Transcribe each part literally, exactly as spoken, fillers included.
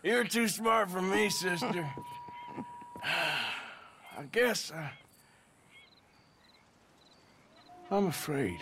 You're too smart for me, sister. I guess I... I'm afraid.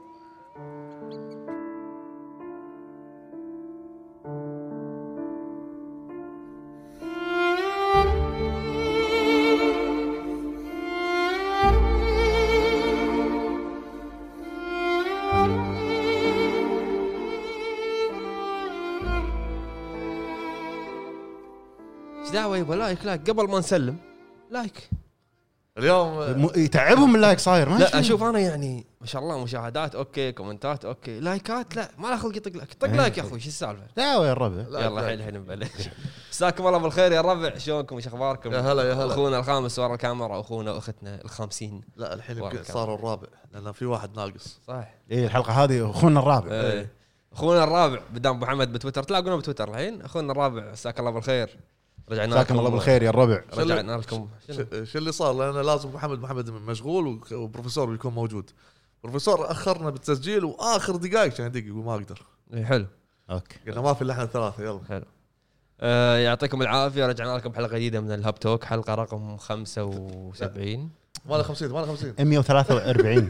ايش دعوه يبا لايك لايك قبل ما نسلم لايك اليوم يتعبهم اللايك صاير ما لا اشوف انا يعني ما شاء الله مشاهدات اوكي كومنتات اوكي لايكات لا ما له خلق يطق لايك طق لايك يا اخوي شو السالفه دعوه يا الربع يلا الحين الحين نبلش مساكم الله بالخير يا الربع شلونكم ايش اخباركم يا هلا يا هلا اخونا الخامس ورا الكاميرا واخونا واختنا الخامسين لا الحين صار الرابع لان في واحد ناقص صح ايه الحلقه هذه اخونا الرابع ايه. اخونا الرابع بدام ابو محمد بتويتر تلاقونا بتويتر الحين اخونا الرابع مساك الله بالخير رجعنا مساكم الله بالخير يا الربع رجعنا لكم شو اللي صار لان لازم محمد محمد مشغول وبروفيسور بيكون موجود بروفيسور اخرنا بالتسجيل واخر دقائق كان يدق يقول ما اقدر ايه حلو اوكي قلنا ما في الا احنا ثلاثه يلا حلو آه يعطيكم العافيه رجعنا لكم حلقه جديده من الهاب توك حلقه رقم خمسة وسبعين ماله خمسين ماله خمسين مية وثلاثة وأربعين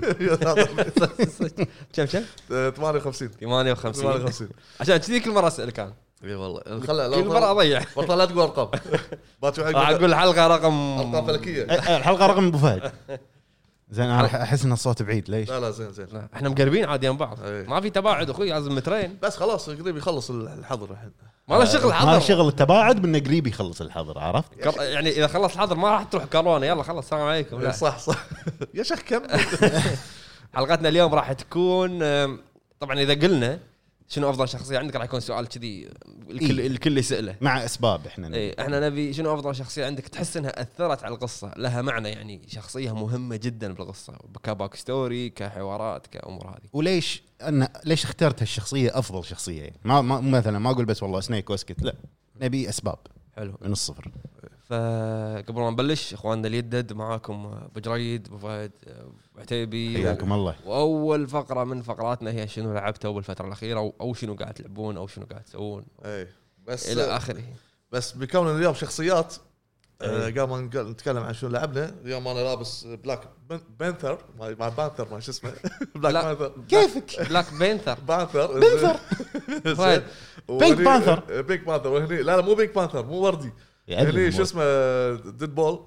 كم كم ثمانية وخمسين ثمانية وخمسين عشان كذي كل مره اسالك انا اي والله خلى كل مره اضيع بطل لا تقول ارقام راح اقول الحلقه رقم ارقام فلكيه الحلقه رقم ابو فهد زين انا احس ان الصوت بعيد ليش لا لا زين زين لا. احنا مقربين عادي عن بعض أيه. ما في تباعد اخوي لازم مترين بس خلاص قريب يخلص الحظر الحين ما له شغل حظر ما شغل التباعد من قريب يخلص الحظر عرفت كر... يعني اذا خلص الحظر ما راح تروح كورونا يلا خلص السلام عليكم لا. صح صح يا شيخ كم حلقتنا اليوم راح تكون طبعا اذا قلنا شنو افضل شخصيه عندك راح يكون سؤال كذي الكل إيه؟ الكل يساله مع اسباب احنا اي احنا نبي شنو افضل شخصيه عندك تحس انها اثرت على القصه لها معنى يعني شخصيه مهمه جدا بالقصه كباك ستوري كحوارات كامور هذه وليش أن ليش اخترت هالشخصيه افضل شخصيه يعني ما, ما مثلا ما اقول بس والله سنيك واسكت لا نبي اسباب حلو من الصفر فقبل ما نبلش اخواننا اليدد معاكم ابو جريد ابو فهد عتيبي حياكم الله واول فقره من فقراتنا هي شنو لعبتوا بالفتره الاخيره او شنو قاعد تلعبون او شنو قاعد تسوون اي بس الى اخره بس بكون اليوم شخصيات قام نتكلم عن شنو لعبنا اليوم انا لابس بلاك بانثر مع بانثر ما شو اسمه بلاك بانثر كيفك بلاك بانثر بانثر بانثر بينك بانثر بينك بانثر وهني لا لا مو بينك بانثر مو وردي هني شو اسمه ديد بول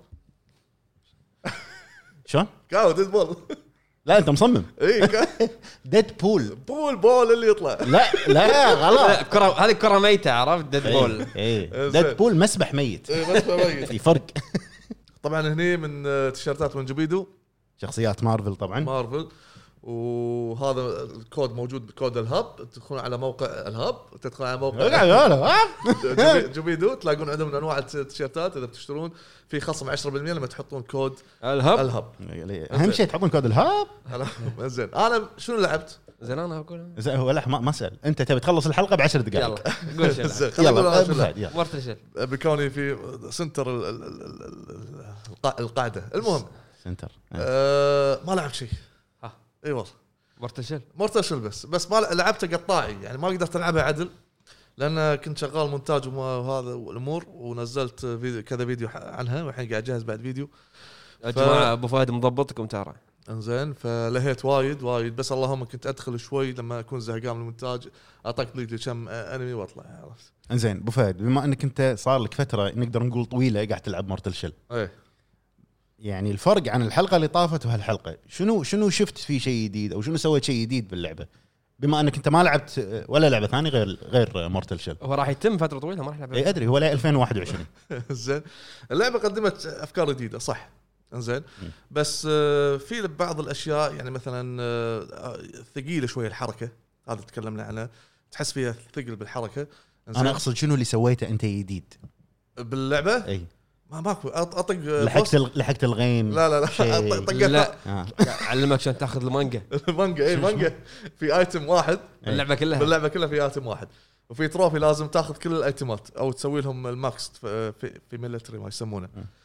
شلون كاو ديد بول لا انت مصمم اي ديد بول بول بول اللي يطلع لا لا غلط كره هذه كره ميته عرفت ديد بول اي ديد بول مسبح ميت اي مسبح ميت في فرق طبعا هني من تيشيرتات من جوبيدو شخصيات مارفل طبعا مارفل وهذا الكود موجود كود الهاب تدخلون على موقع الهاب تدخلون على موقع جوبيدو تلاقون عندهم انواع التيشيرتات اذا بتشترون في خصم عشرة بالمية لما تحطون كود الهاب الهاب اهم شيء تحطون كود الهاب زين انا شنو لعبت زين انا اقول زين هو لا ما اسال انت تبي تخلص الحلقه بعشر دقائق يلا قول شيء يلا مرتشل بكوني في سنتر القاعده المهم سنتر ما لعبت شيء اي والله مرتشل مرتشل بس بس ما لعبته قطاعي يعني ما قدرت العبها عدل لان كنت شغال مونتاج وهذا الامور ونزلت فيديو كذا فيديو عنها والحين قاعد اجهز بعد فيديو يا جماعه ابو فهد مضبطكم ترى انزين فلهيت وايد وايد بس اللهم كنت ادخل شوي لما اكون زهقان من المونتاج اعطيك لي كم انمي واطلع عرفت انزين ابو فهد بما انك انت صار لك فتره نقدر نقول طويله قاعد تلعب مورتل شيل ايه يعني الفرق عن الحلقه اللي طافت وهالحلقه شنو شنو شفت في شيء جديد او شنو سويت شيء جديد باللعبه بما انك انت ما لعبت ولا لعبه ثانيه غير غير مورتل شيل هو راح يتم فتره طويله ما راح يلعب اي ادري هو لا ألفين وواحد وعشرين زين اللعبه قدمت افكار جديده صح انزين بس في بعض الاشياء يعني مثلا ثقيله شويه الحركه هذا تكلمنا عنها تحس فيها ثقل بالحركه انا اقصد شنو اللي سويته انت جديد باللعبه اي ما ماكو اطق لحقت لحقت الغيم لا لا لا طقيت لا علمك شلون تاخذ المانجا المانجا اي المانجا في ايتم واحد باللعبه كلها باللعبه كلها في ايتم واحد وفي تروفي لازم تاخذ كل الايتمات او تسوي لهم الماكس في في ميلتري ما يسمونه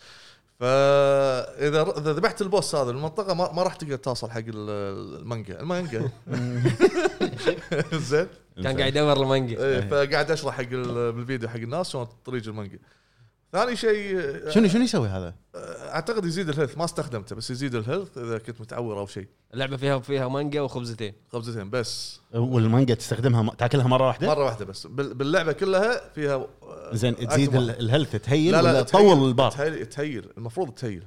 فاذا اذا ذبحت البوس هذا المنطقه ما, ما راح تقدر توصل حق المانجا المانجا زين كان قاعد يدور المانجا. إيه فقاعد اشرح حق ال- بالفيديو حق الناس شلون طريق المانجا. ثاني شيء شنو شنو يسوي هذا؟ اعتقد يزيد الهيلث، ما استخدمته بس يزيد الهيلث اذا كنت متعور او شيء. اللعبه فيها فيها مانجا وخبزتين. خبزتين بس. والمانجا تستخدمها م- تاكلها مره واحده؟ مره واحده بس بال- باللعبه كلها فيها. زين تزيد ال- الهيلث تهيل لا لا ولا تهيل- تطول البار؟ تهيل تهيل المفروض تهيل.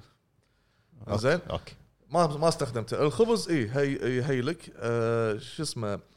أوكي، زين اوكي. ما ما استخدمته. الخبز اي هي يهيلك آه شو اسمه آه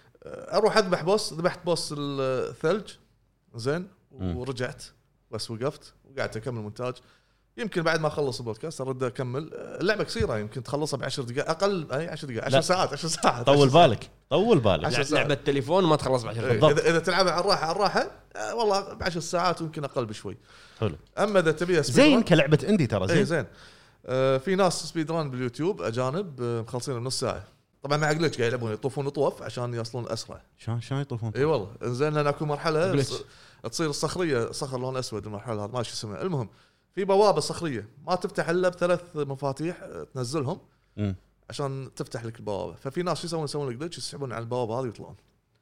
اروح اذبح بوس، ذبحت بوس الثلج زين مم. ورجعت بس وقفت وقعدت اكمل مونتاج. يمكن بعد ما اخلص البودكاست ارد اكمل. اللعبه قصيره يمكن تخلصها بعشر دقائق اقل، اي عشر دقائق عشر لا. ساعات عشر ساعات طول عشر ساعات. بالك طول بالك. عشر ساعات. لعبه تليفون ما تخلص بعشر إيه، دقائق. اذا اذا تلعبها على الراحه على الراحه آه والله بعشر ساعات ويمكن اقل بشوي. حلو اما اذا تبيها زين كلعبه اندي ترى اي زين. زين آه في ناس سبيد ران باليوتيوب اجانب آه مخلصين بنص ساعه. طبعا مع جلتش قاعد يلعبون يطوفون طوف عشان يوصلون اسرع. شلون شلون يطوفون؟ اي والله انزين لان اكو مرحله جلتش. ص- تصير الصخريه صخر لون اسود المرحله هذه ما شو اسمها. المهم في بوابه صخريه ما تفتح الا بثلاث مفاتيح آه، تنزلهم مم. عشان تفتح لك البوابه. ففي ناس شو يسوون يسوون جلتش يسحبون على البوابه هذه ويطلعون.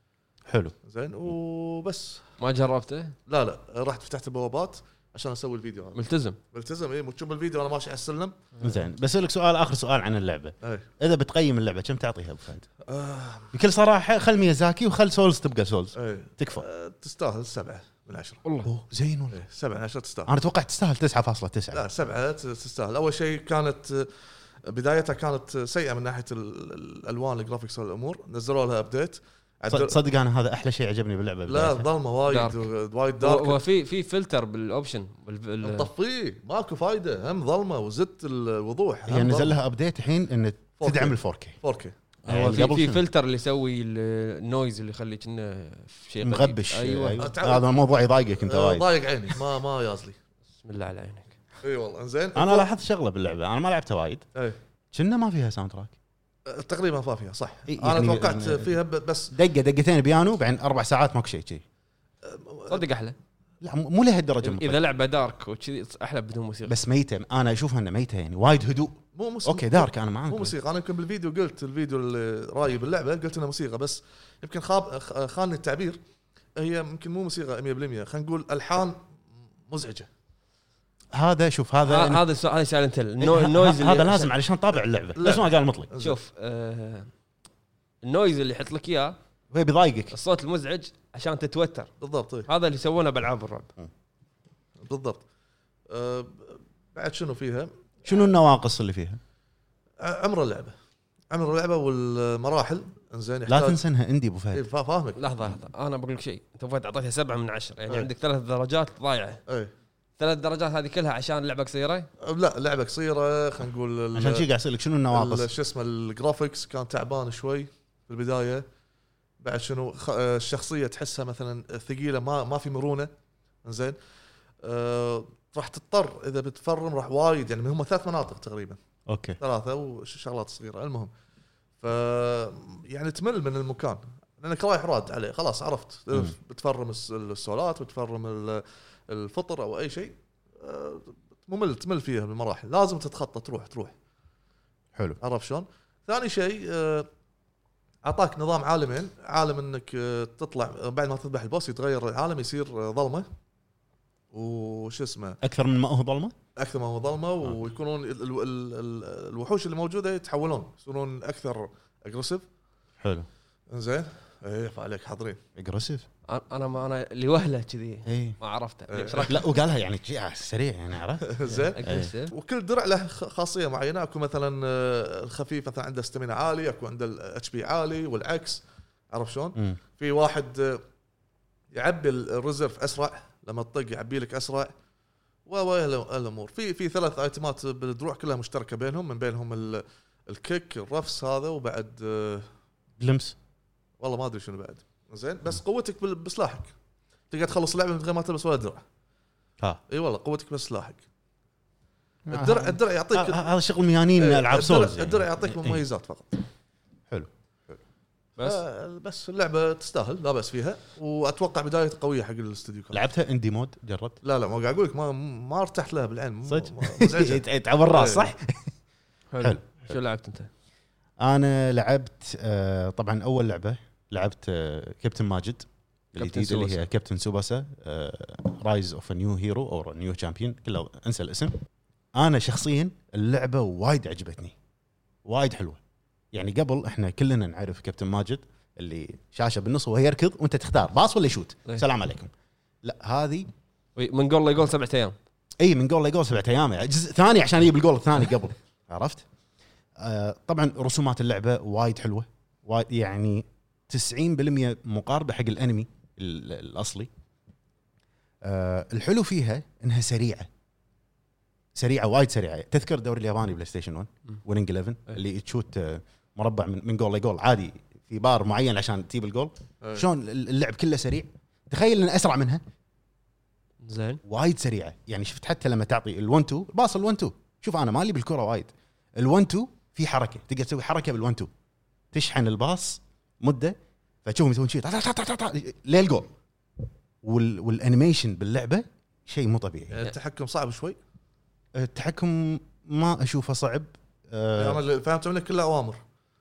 حلو. زين وبس. ما جربته. لا لا رحت فتحت البوابات عشان اسوي الفيديو هذا. ملتزم. ملتزم اي تشوف الفيديو انا ماشي على السلم. زين بسألك سؤال اخر سؤال عن اللعبه. اي اذا بتقيم اللعبه كم تعطيها ابو فهد؟ آه بكل صراحه خل ميازاكي وخل سولز تبقى سولز. اي تكفى. آه تستاهل سبعة من عشرة. والله اوه زين والله. إيه سبعة من عشرة تستاهل. انا توقعت تستاهل تسعة فاصلة تسعة. لا سبعة تستاهل. أول شيء كانت آه، بدايتها كانت سيئة من ناحية ال- الألوان الجرافيكس والأمور. نزلوا لها أبديت. عدل- صدق انا هذا احلى شيء عجبني باللعبه. لا بدايتها. ظلمة وايد دارك. وايد هو دارك. في في فلتر بالاوبشن بال- مطفيه ماكو فايدة. هم ظلمة وزدت الوضوح. هي نزل لها ابديت الحين ان تدعم الفور كي. فور كي. هو في قبل في شنو؟ فلتر اللي يسوي ال- النويز اللي يخلي كنا شيء قديم. مغبش. ايوه, أيوة. أتعود. هذا الموضوع يضايقك انت آه، وايد. ضايق عيني ما ما يازلي. بسم الله على عينك. اي والله انزين. انا لاحظت شغله باللعبه انا ما لعبتها وايد. اي كنا ما فيها ساوند تراك. آه، تقريبا ما فيها صح. إيه، انا يعني- توقعت يعني- فيها ب- بس دقه دقتين بيانو بعدين اربع ساعات ماكو شيء شيء. صدق احلى. لا مو مو لهالدرجه اذا مطلع. لعبه دارك وكذي احلى بدون موسيقى. بس ميته انا اشوفها انها ميته يعني وايد هدوء. مو موسيقى. اوكي دارك انا معاك. مو موسيقى. انا يمكن بالفيديو قلت الفيديو اللي رايي باللعبه قلت انها موسيقى بس يمكن خاب خ- خانني التعبير. هي يمكن مو موسيقى مية بالمية. خلينا نقول الحان مزعجه. هذا شوف هذا ه- هذا السؤال هذا سايلنت هيل إيه، ه- النويز هذا لازم علشان طابع اللعبه. لا. بس ما قال مطلق. شوف آه النويز اللي يحط لك اياه هو بيضايقك. الصوت المزعج عشان تتوتر. بالضبط إيه. هذا اللي يسوونه بالعاب الرعب. بالضبط. أه بعد شنو فيها؟ شنو النواقص اللي فيها؟ ع- عمر اللعبه. عمر اللعبه والمراحل انزين لا يحتاج. تنسى انها اندي ابو إيه، فهد. فا- فاهمك. لحظه لحظه انا بقول لك شيء. انت فهد اعطيتها سبعة من عشرة يعني أي. عندك ثلاث درجات ضايعه. اي ثلاث درجات هذه كلها عشان لعبه قصيره. لا لعبه قصيره خلينا نقول ال- عشان شي قاعد اسالك شنو النواقص؟ ال- شو اسمه الجرافيكس كان تعبان شوي في البدايه. بعد شنو خ- آه، الشخصيه تحسها مثلا ثقيله ما ما في مرونه. زين أه راح تضطر اذا بتفرم راح وايد يعني هم ثلاث مناطق تقريبا اوكي ثلاثه وشغلات صغيره. المهم ف يعني تمل من المكان لانك رايح راد عليه خلاص عرفت. مم. بتفرم الس- السولات بتفرم ال- الفطر او اي شيء. أه، ممل تمل فيها بالمراحل. لازم تتخطى تروح تروح حلو. عرف شلون. ثاني شيء آه، اعطاك نظام عالمين. عالم انك آه، تطلع بعد ما تذبح البوس يتغير العالم يصير آه، ظلمه وش اسمه اكثر من ما هو ظلمه؟ اكثر ما هو ظلمه. ويكونون ال- ال- ال- ال- الوحوش اللي موجوده يتحولون يصيرون اكثر اجريسيف. حلو. زين ايه فعليك حاضرين. اجريسيف. أنا- انا ما انا اللي وهله كذي اي ما عرفته. إيه. ايش رايك؟ لا وقالها يعني شي سريع يعني عرفت. زين أجريسيف. وكل درع له خ- خاصيه معينه. اكو مثلا آه، الخفيف مثلا عنده ستامينا عالي. اكو عنده الاتش بي عالي والعكس عرف شلون. مم. في واحد آه، يعبي الريزرف اسرع لما تطق يعبي لك اسرع. و و الامور في في ثلاث ايتمات بالدروع كلها مشتركه بينهم. من بينهم ال- الكيك الرفس هذا وبعد آه، لمس. والله ما ادري شنو بعد. زين بس قوتك بال- بسلاحك تقدر تخلص اللعبه من غير ما تلبس ولا درع. ها اي والله قوتك بسلاحك. الدرع الدرع يعطيك ه- ه- هذا شغل ميانين إيه، العاب الدرع- سولز يعني. الدرع يعطيك إيه. مميزات فقط. حلو. بس آه، بس اللعبه تستاهل لا بأس فيها. واتوقع بدايه قويه حق الاستوديو كان. لعبتها اندي مود جربت؟ لا لا ما قاعد اقول لك ما ما ارتحت لها بالعين. مو- صدق؟ ما- مزعجة. تعب الراس صح؟ حلو. حلو. شو لعبت انت؟ انا لعبت آه، طبعا اول لعبه لعبت آه، كابتن ماجد الجديد اللي سوباسا. هي كابتن سوباسا رايز اوف نيو هيرو او نيو تشامبيون كله انسى الاسم. انا شخصيا اللعبه وايد عجبتني وايد حلوه. يعني قبل احنا كلنا نعرف كابتن ماجد اللي شاشه بالنص وهو يركض وانت تختار باص ولا يشوت إيه. سلام عليكم. لا هذه من جول لجول سبعة ايام. اي من جول لجول سبعة ايام يعني جزء ثاني عشان يجيب الجول الثاني قبل عرفت. آه طبعا رسومات اللعبه وايد حلوه وايد يعني تسعين بالمية مقاربه حق الانمي ال- الاصلي. آه الحلو فيها انها سريعه سريعه وايد سريعه. تذكر الدوري الياباني بلاي ستيشن واحد ويننج إحدى عشر اللي تشوت آه، مربع من, من جول لجول عادي في بار معين عشان تجيب الجول. أي. شلون اللعب كله سريع. تخيل ان اسرع منها زين. وايد سريعه. يعني شفت حتى لما تعطي ال1 2 باص ال1 2 شوف انا مالي بالكره وايد ال1 2 في حركه تقدر تسوي حركه بال1 2 تشحن الباص مده فتشوفهم يسوون شيء للجول. وال والانيميشن باللعبه شيء مو طبيعي. يعني التحكم صعب شوي. التحكم ما اشوفه صعب. يعني انا أه اللي فهمت منك كلها اوامر.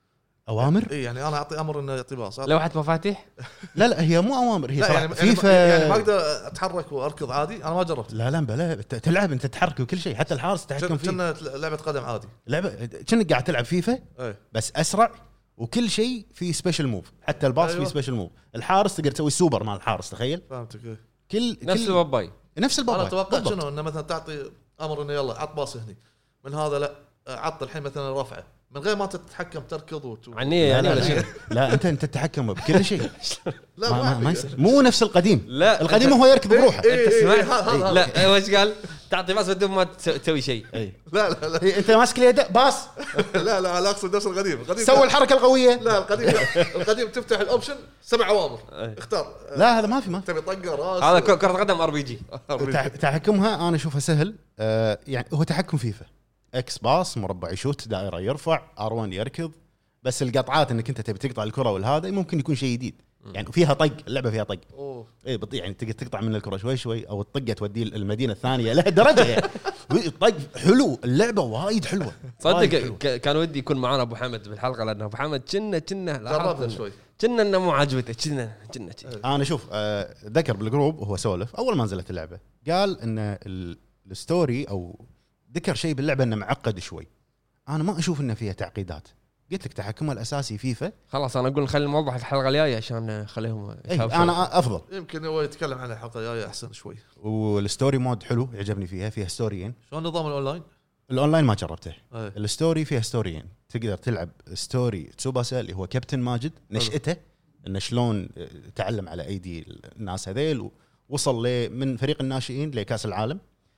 اوامر اي يعني انا اعطي امر انه يعطي باص. لوحة مفاتيح. لا لا هي مو اوامر هي لا صراحه يعني فيفا يعني ما اقدر اتحرك واركض عادي. انا ما جربت. لا لا بلا ت- تلعب انت تتحرك وكل شيء حتى الحارس تتحكم فيه. كنا لعبه قدم عادي. لعبه كأنك قاعد تلعب فيفا اي بس اسرع وكل شيء في سبيشل موف. حتى الباص أيوة. في سبيشل موف. الحارس تقدر تسوي سوبر مع الحارس تخيل فهمتك. إيه. كل نفس كل الباباي. نفس انا البابا اتوقع شنو انه مثلا تعطي امر انه يلا عط باص هني من هذا لا عط الحين مثلا رفعه من غير ما تتحكم تركض وت... عني لا يعني لا, ولا لا, شيء. لا انت انت تتحكم بكل شيء. لا ما, ما, ما ما يصير. مو نفس القديم. لا القديم أنت- هو يركض بروحه. إيه. انت سمعت؟ هذا- هذا. لا ايش قال؟ تعطي باص بدون ما تسوي- تسوي شيء. اي لا لا لا إيه، انت ماسك اليد باص لا لا انا اقصد نفس القديم. القديم سوي الحركه القويه. لا القديم القديم تفتح الاوبشن سبع اوامر اختار. لا هذا ما في ما في. تبي طقه راس هذا ك- كرة قدم ار بي جي. تح- تحكمها انا اشوفها سهل. آه يعني هو تحكم فيفا اكس باص مربع يشوت دائره يرفع ار واحد يركض. بس القطعات انك انت تبي تقطع الكره والهذا ممكن يكون شيء جديد. يعني فيها طق اللعبه فيها طق. اوه اي بطيء يعني تقدر تقطع من الكره شوي شوي او الطقه توديه المدينه الثانيه لها درجه يعني. طق حلو اللعبه وايد حلوه. وايد صدق حلوة. ك- كان ودي يكون معانا ابو حمد بالحلقه لانه ابو حمد كنا كنا جربنا شوي. كنا انه مو عاجبته كنا كنا شي. انا شوف آه، ذكر بالجروب وهو سولف اول ما نزلت اللعبه قال ان ال- الستوري او ذكر شيء باللعبه انه معقد شوي. انا ما اشوف انه فيها تعقيدات. قلت لك تحكمها الاساسي فيفا. خلاص انا اقول نخلي الموضوع الحلقه الجايه عشان نخليهم اي يتهاوشون. انا افضل. يمكن هو يتكلم عن الحلقه الجايه احسن شوي. والستوري مود حلو يعجبني فيها فيها ستوريين. شلون نظام الاونلاين؟ الاونلاين ما جربته. اي الستوري فيها ستوريين تقدر تلعب ستوري تسوباسا اللي هو كابتن ماجد نشأته انه شلون تعلم على ايدي الناس هذيل ووصل ل من فريق الناشئين لكاس العالم.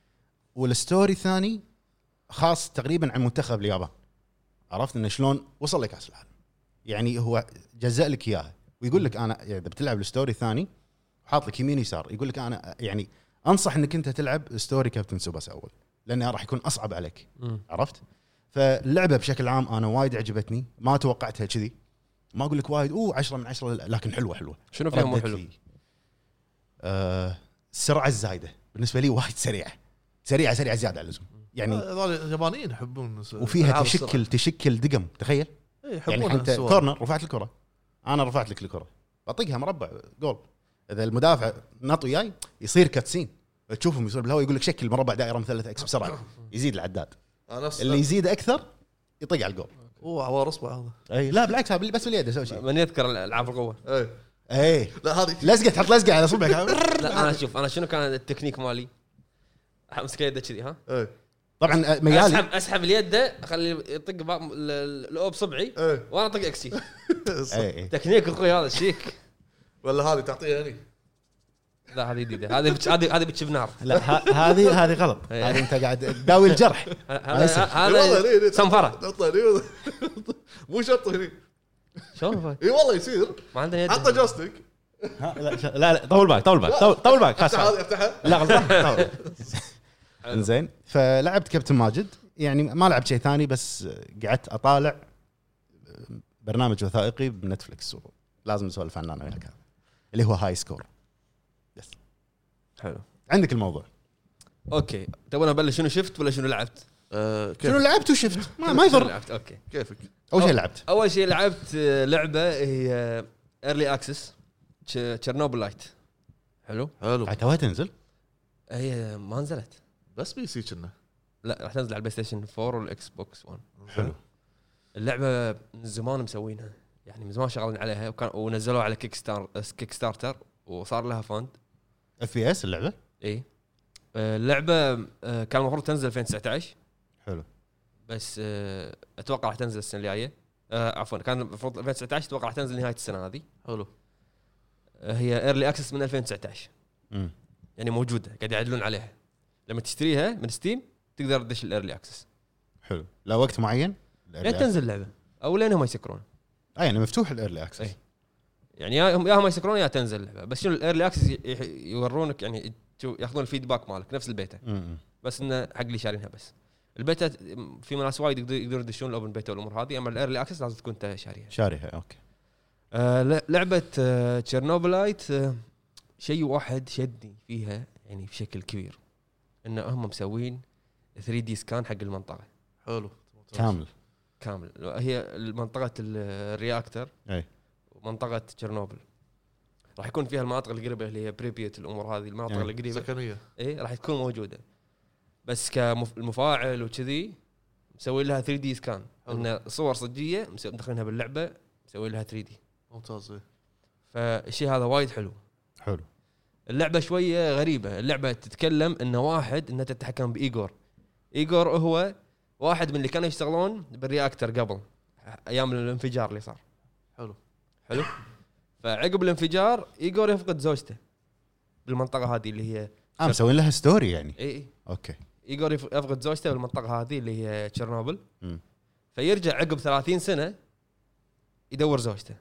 والستوري الثاني خاص تقريبا عن منتخب اليابان. عرفت انه شلون وصل لكاس العالم. يعني هو جزء لك اياها ويقول لك انا اذا بتلعب الستوري الثاني حاط لك يمين يسار يقول لك انا يعني انصح انك انت تلعب ستوري كابتن سوباسا اول لانه راح يكون اصعب عليك. مم. عرفت. فاللعبه بشكل عام انا وايد عجبتني ما توقعتها كذي. ما اقول لك وايد اوه عشرة من عشرة لكن حلوه حلوه. شنو فيها مو ردت حلو؟ فيه. آه السرعه الزايده بالنسبه لي وايد سريعه سريعه سريعه زياده عن اللزوم يعني. هذول اليابانيين يحبون وفيها ألعاب تشكل السرعة. تشكل دقم تخيل. إيه، يعني يحبون انت السوالف. كورنر رفعت الكره انا رفعت لك الكره بطقها مربع جول. اذا المدافع نط وياي يصير كاتسين تشوفهم يصير بالهواء يقول لك شكل مربع دائره مثلث اكس بسرعه يزيد العداد آه، نفس اللي يزيد اكثر يطق على الجول. اوه عوار اصبع هذا. اي لا بالعكس هذا بس باليد اسوي شيء. من يذكر العاب القوه. اي اي لا هذه لزقه تحط لزقه على صبعك. لا انا شوف انا شنو كان التكنيك مالي؟ امسك يده كذي ها اي طبعا ميالي اسحب اسحب اليد اخلي يطق بع- ال- ال- الاوب صبعي اي وانا اطق اكسي. اي اي تكنيك اخوي هذا شيك. ولا هذه تعطيها هني. لا هذه جديده هذه بتش- هذه هذه بتشب نار. لا ه- هذه هذه غلط. إيه. هذه انت قاعد تداوي الجرح. هذا يصير. والله ليه- ليه؟ هذا صنفره. نقطة هني. مو شرط هني. شلون هو؟ اي والله يصير. ما عنده يد. عطى جوستيك. ها، لا ش- لا لا طول بالك طول بالك طول- طول بالك خلاص. افتح هذه افتحها. لا غلطان. انزين فلعبت كابتن ماجد يعني ما لعبت شيء ثاني بس قعدت اطالع برنامج وثائقي بنتفلكس لازم نسولف عنه انا وياك اللي هو هاي سكور. بس حلو. عندك الموضوع اوكي تبغى نبلش شنو شفت ولا شنو لعبت؟ آه، شنو كيف لعبت وشفت ما, ما شنو يفرق. لعبت اوكي. كيفك؟ اول شيء لعبت اول شيء لعبت آه، لعبه هي ايرلي اكسس تشيرنوبل لايت. حلو. حلو بعد توها تنزل هي ما نزلت بس بي سي كنا لا راح تنزل على البلاي ستيشن فور والاكس بوكس ون. حلو. اللعبه من زمان مسوينها يعني من زمان شغالين عليها وكان ونزلوها على كيك ستار كيك ستارتر وصار لها فند. اف بي اس اللعبه اي اللعبه آه، كان المفروض تنزل ألفين وتسعة عشر حلو. بس آه، اتوقع راح تنزل السنه الجايه. آه، عفوا كان المفروض ألفين وتسعة عشر اتوقع راح تنزل نهايه السنه هذه. حلو آه، هي ايرلي اكسس من ألفين وتسعة عشر امم يعني موجوده قاعد يعدلون عليها. لما تشتريها من ستيم تقدر تدش الايرلي اكسس حلو. لا وقت معين لين تنزل اللعبه او لين هم يسكرون. اه يعني مفتوح الايرلي اكسس. أي. يعني يا هم يا هم يسكرون يا تنزل اللعبه. بس شنو الايرلي اكسس يورونك يعني ياخذون الفيدباك مالك نفس البيتا امم بس انه حق اللي شارينها. بس البيتا في ناس وايد يقدروا يدشون الاوبن بيتا والامور هذه. اما الايرلي اكسس لازم تكون انت شاريها. شاريها اوكي. آه لعبه آه تشيرنوبلايت آه شيء واحد شدني فيها يعني بشكل كبير ان هم مسوين ثري دي سكان حق المنطقه. حلو كامل كامل. هي منطقه الرياكتر اي ومنطقه تشيرنوبل راح يكون فيها المناطق القريبه اللي هي بريبيت الامور هذه المناطق يعني القريبه سكنيه اي راح تكون موجوده. بس كمفاعل وكذي مسوي لها ثري دي سكان ان صور صجيه مدخلينها باللعبه مسوي لها ثري دي. ممتاز. فالشيء هذا وايد حلو. حلو. اللعبه شويه غريبه. اللعبه تتكلم انه واحد انه تتحكم بايجور. ايجور هو واحد من اللي كانوا يشتغلون بالرياكتر قبل ايام الانفجار اللي صار. حلو حلو. فعقب الانفجار ايجور يفقد زوجته بالمنطقه هذه اللي هي اه مسوين لها ستوري يعني. اي اي اوكي. ايجور يفقد زوجته بالمنطقه هذه اللي هي تشيرنوبل. امم فيرجع عقب ثلاثين سنه يدور زوجته.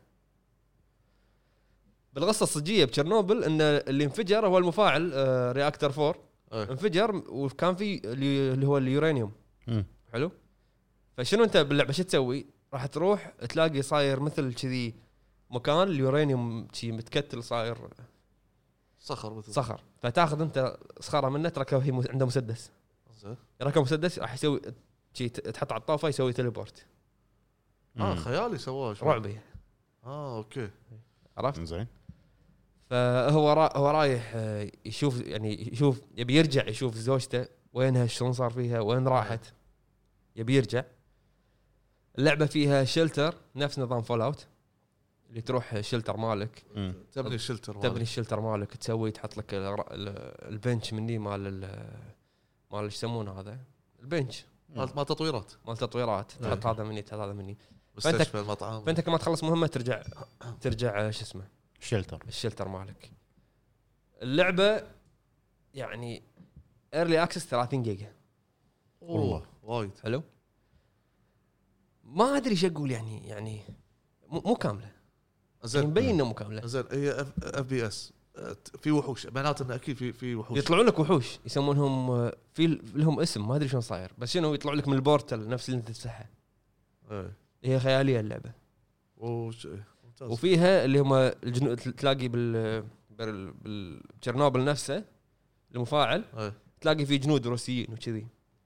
بالقصه الصجيه بتشيرنوبل ان اللي انفجر هو المفاعل آه رياكتر فور. أيه. انفجر وكان في اللي هو اليورانيوم. امم حلو. فشنو انت باللعبه شو تسوي؟ راح تروح تلاقي صاير مثل كذي مكان اليورانيوم شي متكتل صاير صخر مثل صخر. فتاخذ انت صخره منه تركب هي عنده مسدس. زين يركب مسدس راح يسوي شي تحط على الطافه يسوي تليبورت. اه خيالي سواه شوي. رعبي. اه اوكي عرفت؟ زين. فهو را... هو رايح يشوف يعني يشوف يبي يرجع يشوف زوجته وينها شلون صار فيها وين راحت. يبي يرجع. اللعبه فيها شلتر نفس نظام فول اوت اللي تروح شلتر مالك امم تبني الشلتر تبني الشلتر مالك تسوي تحط لك البنش مني مال مال ايش يسمونه هذا البنش مال ما تطويرات مال تطويرات تحط هذا مني تحط هذا مني. مستشفى المطعم. فانت كما تخلص مهمه ترجع ترجع شو اسمه شلتر الشلتر مالك. اللعبه يعني ايرلي اكسس ثلاثين جيجا والله وايد حلو. ما ادري ايش اقول يعني يعني مو كامله. زين مبين انه مو كامله. زين هي اف بي اس في وحوش معناته انه اكيد في في وحوش يطلعون لك وحوش يسمونهم في لهم اسم ما ادري شلون صاير بس شنو يطلع لك من البورتل نفس اللي انت تفتحها. ايه هي خياليه اللعبه. وش ممتاز. وفيها اللي هم الجنود تلاقي بال بالتشيرنوبل نفسه المفاعل ايه تلاقي فيه جنود روسيين وكذي.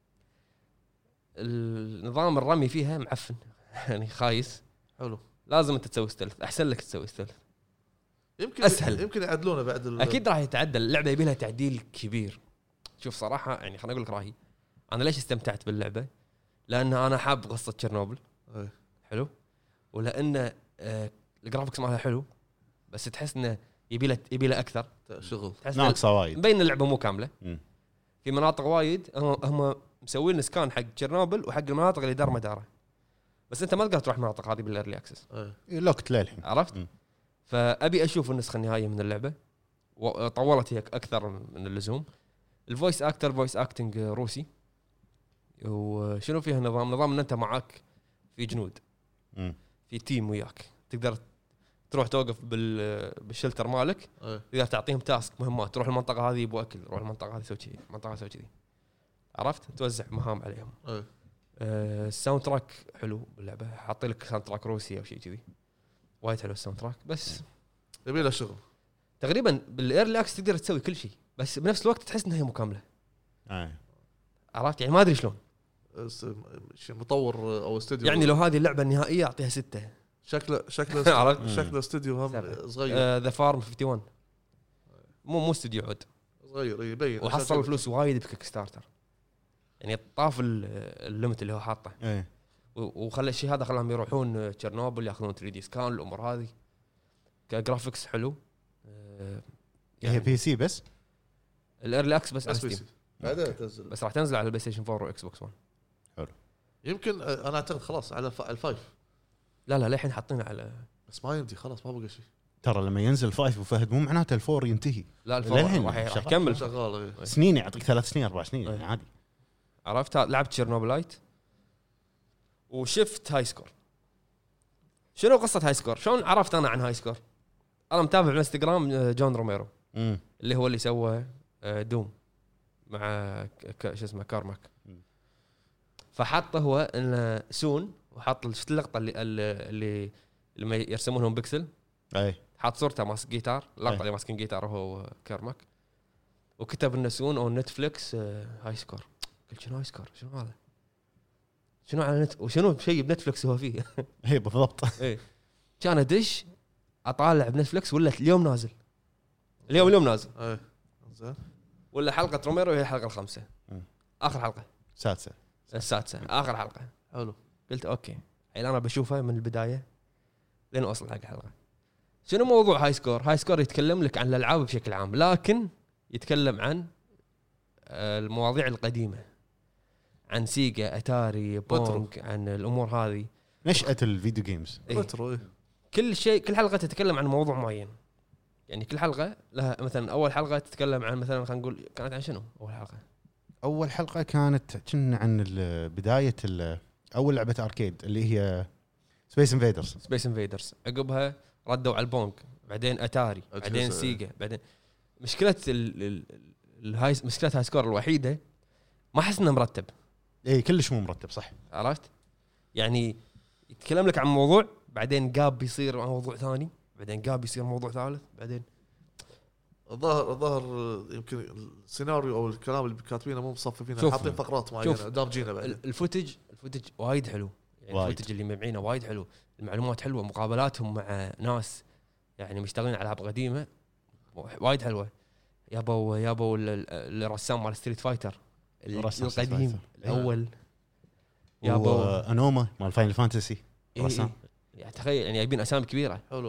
النظام الرمي فيها معفن يعني خايس. حلو. لازم انت تسوي ستيلث. احسن لك تسوي ستيلث. يمكن أسهل. يمكن يعدلونه بعد ال... اكيد راح يتعدل. اللعبه يبي لها تعديل كبير. شوف صراحه يعني خليني اقول لك رايي. انا ليش استمتعت باللعبه؟ لان انا حاب قصه تشيرنوبل. ايه. حلو. ولان آه الجرافيكس مالها حلو بس تحس انه يبي له يبي له اكثر شغل تحس ناقصه وايد. مبين اللعبه مو كامله. مم. في مناطق وايد هم مسوين سكان حق تشيرنوبل وحق المناطق اللي دار مداره بس انت ما تقدر تروح المناطق هذه بالايرلي اكسس. ايه. لوكت للحين عرفت. مم. فابي اشوف النسخه النهائيه من اللعبه وطولت هي اكثر من اللزوم. الفويس اكتر فويس اكتنج روسي. وشنو فيها نظام نظام ان انت معاك في جنود مم. في تيم وياك تقدر تروح توقف بال بالشلتر مالك. ايه. تقدر تعطيهم تاسك مهمات. تروح المنطقه هذه يبغوا اكل روح المنطقه هذه سوي شيء المنطقه سوي كذي. عرفت توزع مهام عليهم. ايه. آه الساوند تراك حلو باللعبه. حاطين لك ساوند تراك روسي او شيء كذي وايد حلو الساوند تراك. بس يبي له شغل تقريبا بالايرلي اكس تقدر تسوي كل شيء بس بنفس الوقت تحس انها هي مكمله. آه. عرفت يعني ما ادري شلون مطور او استوديو يعني لو هذه اللعبه النهائيه اعطيها ستة شكله شكله عرفت؟ شكله استوديو هم سبعة. صغير ذا فارم واحد وخمسين مو مو استوديو عود، صغير يبين وحصل فلوس وايد بكيك ستارتر، يعني طاف ال- الليمت اللي هو حاطه، ايه و- وخلى الشيء هذا خلاهم يروحون تشيرنوبل ياخذون ثري دي سكان الامور هذه. كجرافيكس حلو. آه، هي بي سي بس الايرلي اكس بس على بس بي ستيم، سي بعدين تنزل. بس راح تنزل على البلاي ستيشن فور واكس بوكس ون. يمكن آه، انا اعتقد خلاص على الف- الفايف، لا لا للحين حاطينه على بس ما يمدي خلاص ما بقى شيء ترى لما ينزل فايف وفهد مو معناته الفور ينتهي لا الفور للحين راح راح شغال. يكمل. شغال إيه. سنين، يعطيك ثلاث سنين اربع سنين يعني إيه. عادي. عرفت؟ لعبت تشيرنوبلايت وشفت هاي سكور. شنو قصة هاي سكور؟ شلون عرفت أنا عن هاي سكور؟ أنا متابع بالانستغرام جون روميرو امم اللي هو اللي سوى دوم مع ك- شو اسمه كارماك. مم. فحط هو إنه سون، وحط شفت اللقطة اللي اللي لما يرسمونهم بيكسل، اي حاط صورته ماسك جيتار، اللقطة أي. اللي ماسكين جيتار هو كارماك، وكتب إنه سون أو نتفليكس هاي سكور. قلت شنو هاي سكور؟ شنو هذا؟ شنو على نت وشنو شيء بنتفلكس هو فيه؟ هي بالضبط. ايه كان ادش اطالع بنتفلكس ولا اليوم نازل، اليوم اليوم نازل ايه زين ولا حلقه روميرو هي الحلقه الخامسه، مم. اخر حلقه سادسه السادسه اخر حلقه. حلو. قلت اوكي الحين انا بشوفها من البدايه لين اوصل حق الحلقه. شنو موضوع هاي سكور؟ هاي سكور يتكلم لك عن الالعاب بشكل عام، لكن يتكلم عن آه، المواضيع القديمه، عن سيجا اتاري بونج، عن الامور هذه، نشأة الفيديو جيمز. إيه. ريترو إيه. كل شيء كل حلقه تتكلم عن موضوع معين. يعني كل حلقه لها مثلا اول حلقه تتكلم عن مثلا خلينا نقول كانت عن شنو اول حلقه؟ اول حلقه كانت كنا عن ال- بدايه ال- اول لعبه اركيد اللي هي سبيس انفيدرز. سبيس انفيدرز. عقبها ردوا على البونج، بعدين اتاري، أجهزة. بعدين سيجا، بعدين مشكله ال ال الهاي مشكله هاي سكور الوحيده ما احس انه مرتب. اي كلش مو مرتب صح. عرفت؟ يعني يتكلم لك عن موضوع، بعدين قاب بيصير موضوع ثاني، بعدين قاب بيصير موضوع ثالث، بعدين الظاهر الظاهر يمكن السيناريو او الكلام اللي كاتبينه مو مصففينه، شوف. حاطين فقرات معينه شوف. دامجينه بعد. ال- الفوتج الفوتج وايد حلو، يعني وايد. الفوتج اللي مبعينه وايد حلو، المعلومات حلوه، مقابلاتهم مع ناس يعني مشتغلين على العاب قديمه وايد حلوه. يابو يابو ال- ال- الرسام مال ستريت فايتر ال- رسام Street القديم Fighter. الاول. يابو وانوما مال فاينل فانتسي إيه رسام. إيه. يعني تخيل يعني جايبين اسامي كبيره، حلو.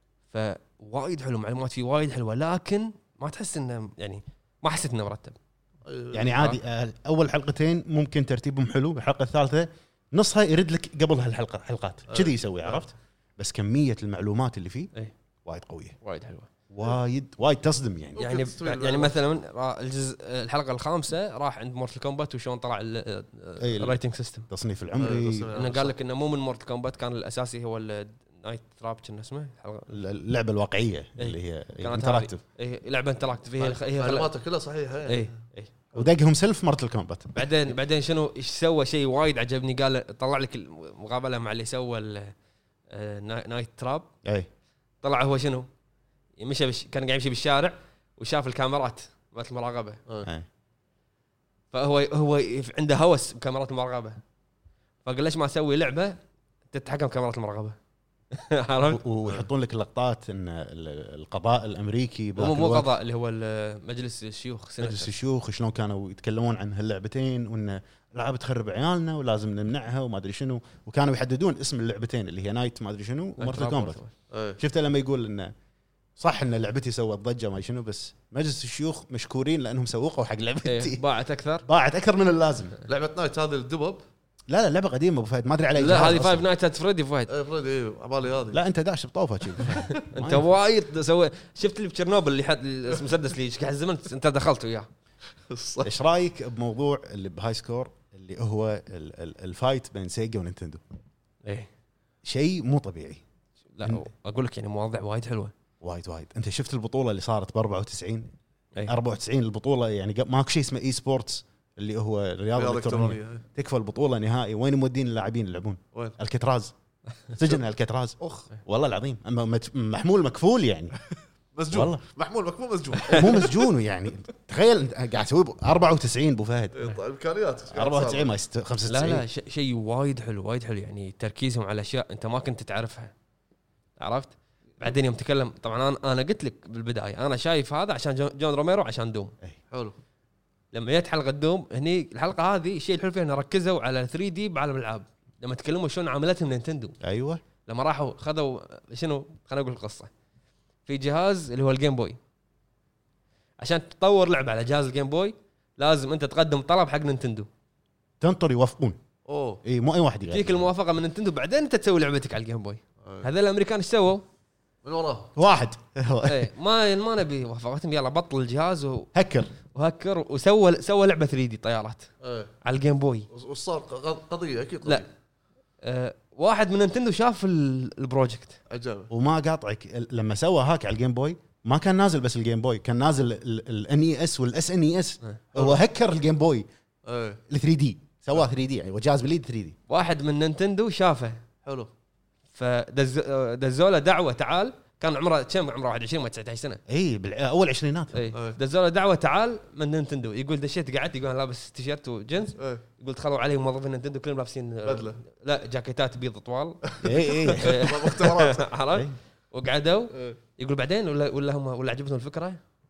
فوايد حلو، معلومات فيه وايد حلوه، لكن ما تحس انه يعني ما حسيت انه مرتب. يعني عادي آه، اول حلقتين ممكن ترتيبهم حلو، الحلقه الثالثه نصها يرد لك قبل هالحلقه حلقات كذي يسوي، عرفت؟ بس كميه المعلومات اللي فيه إيه. وايد قويه، وايد حلوه. وايد وايد تصدم يعني. يعني تستوي يعني المعلومات. مثلا را- الجزء الحلقه الخامسه راح عند مورتل كومبات وشون طلع ال- إيه. الريتنج سيستم. التصنيف إيه، العمري، تصنيف. انه قال لك انه مو من مورتل كومبات، كان الاساسي هو النايت تراب كنا اسمه الحلقة- اللعبه الواقعيه اللي هي كانت انتراكتيف، إيه لعبه انتراكتيف هي هي معلوماتها كلها صحيحه اي اي. ودقهم سلف مرتل كومبات. بعدين بعدين شنو ايش سوى شيء وايد عجبني، قال طلع لك المقابله مع اللي سوى ال- آه، نا- نايت تراب. اي طلع هو شنو مشى بش... كان قاعد يمشي بالشارع وشاف الكاميرات مالت المراقبه، اي فهو هو عنده هوس بكاميرات المراقبه، فقال ليش ما اسوي لعبه تتحكم كاميرات المراقبه. عرفت؟ و- ويحطون لك اللقطات ان ال- القضاء الامريكي مو بذاك مو الوقت، قضاء اللي هو ال- مجلس الشيوخ سنة. مجلس الشيوخ شلون كانوا يتكلمون عن هاللعبتين، وان العاب تخرب عيالنا ولازم نمنعها وما ادري شنو، وكانوا يحددون اسم اللعبتين اللي هي نايت ما ادري شنو ومورتال كومبات. إيه. شفته لما يقول انه صح ان لعبتي سوت ضجه ما شنو، بس مجلس الشيوخ مشكورين لانهم سوقوا حق إيه لعبتي باعت اكثر. باعت اكثر من اللازم. لعبه نايت هذه الدبب. لا لا لعبه قديمه ابو فهد، ما ادري على أي لا جهاز هذه أصلاً. فايف نايتس ات فريدي فهد. اي فريدي اي عبالي هذه. لا انت داش بطوفه شي. انت وايد سوي شفت اللي بتشيرنوبل اللي حد المسدس اللي قاعد الزمن انت دخلت وياه. صح. ايش رايك بموضوع اللي بهاي سكور اللي هو ال- ال- الفايت بين سيجا ونينتندو؟ ايه شيء مو طبيعي لا اقول لك يعني مواضيع وايد حلوه. وايد وايد. انت شفت البطوله اللي صارت ب أربعة وتسعين أي. أربعة وتسعين البطوله، يعني قا- ماكو شيء اسمه اي سبورتس اللي هو الرياضه رياضة الالكترونيه. إلكترونية. تكفى البطوله نهائي، وين مودين اللاعبين يلعبون؟ وين؟ الكتراز، سجن الكتراز. اخ والله العظيم اما مت- محمول مكفول يعني. مسجون والله. محمول مكفول مسجون. مو مسجون يعني. تخيل انت قاعد تسوي ب- أربعة وتسعين ابو فهد، إيه، طيب، امكانيات أربعة وتسعين ما يست- خمسة لا وتسعين. لا ش- شيء وايد حلو وايد حلو، يعني تركيزهم على اشياء انت ما كنت تعرفها. عرفت. بعدين يوم تكلم طبعا انا انا قلت لك بالبدايه انا شايف هذا عشان جون روميرو عشان دوم. حلو. لما جت حلقه دوم هني الحلقه هذه الشيء الحلو فيها انه ركزوا على ثري دي بعالم الالعاب. لما تكلموا شلون عملتهم نينتندو ايوه لما راحوا خذوا شنو خلينا نقول القصه في جهاز اللي هو الجيم بوي عشان تطور لعبه على جهاز الجيم بوي لازم انت تقدم طلب حق نينتندو تنطر يوافقون. اوه اي مو اي واحد يقدر فيك الموافقه من نينتندو بعدين انت تسوي لعبتك على الجيم بوي. أي. هذا الامريكان ايش سووا؟ من وراه واحد ايه ما ما نبي موافقتهم يلا بطل الجهاز و... هكر وهكر وسوى سوى لعبه ثري دي طيارات ايه على الجيم بوي. وصار ق- قضيه اكيد قضية. لا أه واحد من نينتندو شاف ال- البروجكت عجبه. وما قاطعك لما سوى هاك على الجيم بوي ما كان نازل بس الجيم بوي كان نازل الان اي اس والاس ان اي اس هو هكر الجيم بوي ايه ال ثري دي سواه ثري دي يعني وجهاز باليد ثري دي. واحد من نينتندو شافه حلو. فدزوله دعوه تعال كان عمره كم عمره واحد وعشرين ما تسعة عشر سنه اي باول عشرينات. اي أي. دزوله دعوه تعال من نينتندو يقول دشيت قعدت يقول أنا لابس تيشيرت وجينز ايه يقول دخلوا عليه موظفين نينتندو كلهم لابسين بدله لا جاكيتات بيض طوال اي اي مختبرات. عرفت إيه. وقعدوا إيه. يقول بعدين ولا ولا هم ولا عجبتهم الفكره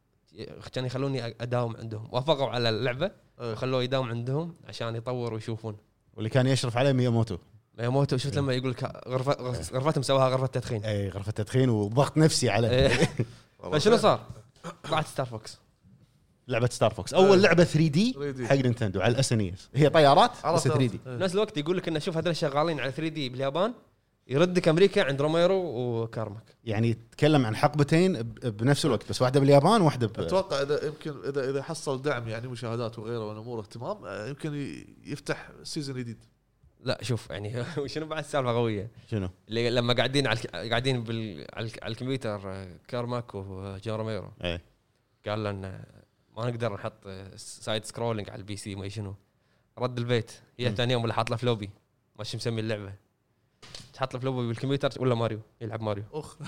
كان يخلوني اداوم عندهم وافقوا على اللعبه إيه. وخلوه يداوم عندهم عشان يطور ويشوفون. واللي كان يشرف عليه مياموتو. مياموتو شفت لما يقول لك غرفه غرفتهم سواها غرفه تدخين. اي غرفه تدخين وضغط نفسي عليه. إيه. فشنو صار؟ طلعت ستار فوكس لعبه ستار فوكس اول لعبه ثري دي ثري دي. حق نينتندو على الاس ان اي اس هي طيارات بس عرفت. ثري دي. إيه. بنفس الوقت يقول لك انه شوف هذول شغالين على ثري دي باليابان يردك امريكا عند روميرو وكارماك. يعني تكلم عن حقبتين ب- بنفس الوقت بس واحده باليابان وواحده ب... اتوقع اذا يمكن اذا اذا حصل دعم يعني مشاهدات وغيره والامور اهتمام آه، يمكن ي- يفتح سيزون جديد. لا شوف يعني وشنو بعد سالفه قويه شنو اللي لما قاعدين على الك- قاعدين بال... على الك- على الكمبيوتر آه، كارماك وجون روميرو ايه قال لنا ما نقدر نحط سايد سكرولينج على البي سي ما شنو رد البيت هي ثاني يوم ولا حاط له فلوبي ماشي مسمي اللعبه تحط له فلوبي بالكمبيوتر ولا ماريو يلعب ماريو. اخ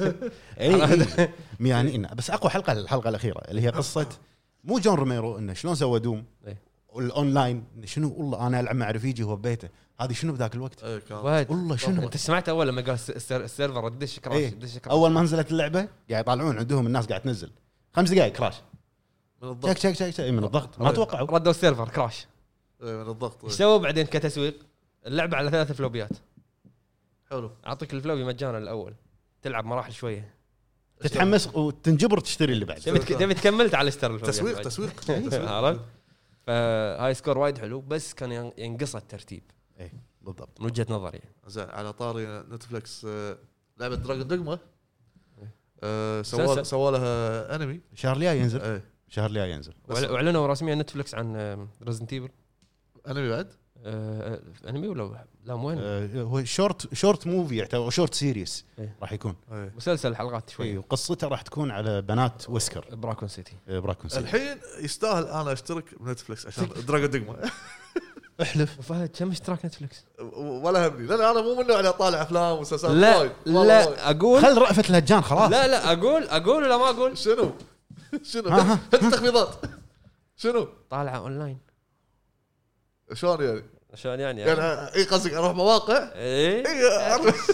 اي إيه. ميانين بس اقوى حلقه الحلقه الاخيره اللي هي قصه مو جون روميرو انه شلون سوى دوم إيه. والاونلاين شنو والله انا العب مع رفيجي هو ببيته هذه شنو بذاك الوقت ايه كان وايد والله شنو انت سمعت اول لما قال السير- السيرفر دش كراش إيه. دش كراش اول ما نزلت اللعبه قاعد يطالعون عندهم الناس قاعد تنزل خمس دقائق كراش من شك الضغط. شك شك شك من الضغط ما إيه. توقعوا ردوا السيرفر كراش. ايه من الضغط. ايش إيه. سووا بعدين كتسويق اللعبه على ثلاث فلوبيات حلو. اعطيك الفلوبي مجانا الاول تلعب مراحل شويه تتحمس وتنجبر تشتري اللي بعده تبي تك- تبي تكمل تعال اشتري الفلوبيات تسويق بعد. تسويق تسويق. عرفت. فهاي سكور وايد حلو بس كان ين- ينقص الترتيب ايه بالضبط من وجهه نظري. زين على طاري نتفلكس آه، لعبه دراجون دوغما آه، مسلسل. سووا سووا لها انمي. الشهر الجاي ينزل ايه الشهر الجاي ينزل بس- وأعل- واعلنوا رسميا نتفلكس عن ريزنت ايفل انمي بعد. انمي ولا لا مو انمي آه، هو شورت شورت موفي يعتبر شورت سيريس إيه. راح يكون ايه مسلسل حلقات اي شوي وقصته راح تكون على بنات ويسكر براكون سيتي. آه، براكون سيتي. الحين يستاهل انا اشترك بنتفلكس عشان دراجون دوغما. احلف فهد كم اشتراك نتفلكس؟ ولا همني لان انا مو من النوع اللي اطالع افلام ومسلسلات لا وايد. والله وايد. لا اقول خل رأفة الهجان خلاص لا لا اقول اقول ولا ما اقول شنو شنو ها، ها. هات التخفيضات شنو طالعه اونلاين شلون يعني عشان يعني يعني اي قصدك اروح مواقع ايه اي اروح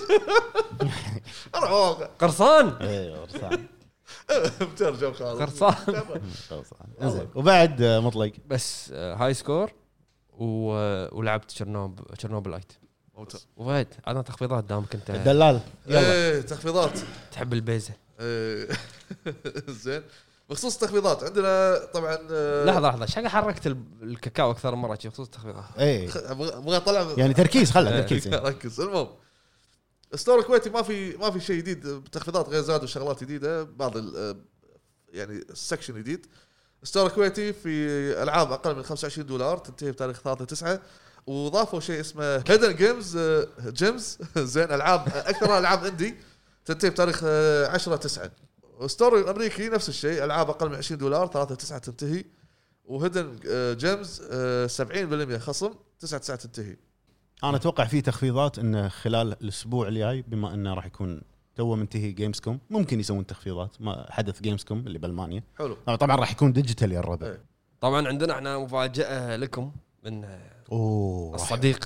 اروح مواقع قرصان ايه ورثان. بترجم خالص قرصان خلاص. انزين وبعد آه، مطلق بس آه، هاي سكور و... آه، ولعبت تشيرنوب تشيرنوبلايت ممتاز. وفهد عطنا تخفيضات دامك انت الدلال يلا ايه تخفيضات تحب البيزه. إيه. زين بخصوص التخفيضات عندنا طبعا آه، لحظه لحظه ايش حق حركت ال- الكاكاو اكثر من مره شي بخصوص التخفيضات. ايه خ- ابغى ابغى اطلع يعني تركيز خله إيه. تركيز إيه. ركز. المهم ستور الكويتي ما في ما في شيء جديد بتخفيضات غير زادوا شغلات جديده بعض ال- يعني السكشن جديد. ستور الكويتي في العاب اقل من خمسة وعشرين دولار تنتهي بتاريخ ثلاثة تسعة وضافوا شيء اسمه هيدن جيمز جيمز زين العاب اكثر العاب اندي تنتهي بتاريخ آه، عشرة تسعة. ستور الامريكي نفس الشيء العاب اقل من عشرين دولار ثلاثة تسعة تنتهي وهيدن جيمز سبعين بالمئة خصم تسعة تسعة تنتهي. انا اتوقع في تخفيضات انه خلال الاسبوع الجاي بما انه راح يكون تو منتهي جيمز كوم ممكن يسوون تخفيضات ما حدث جيمز كوم اللي بالمانيا حلو. طبعا راح يكون ديجيتال يا الربع. إيه. طبعا عندنا احنا مفاجاه لكم من اوه راح- الصديق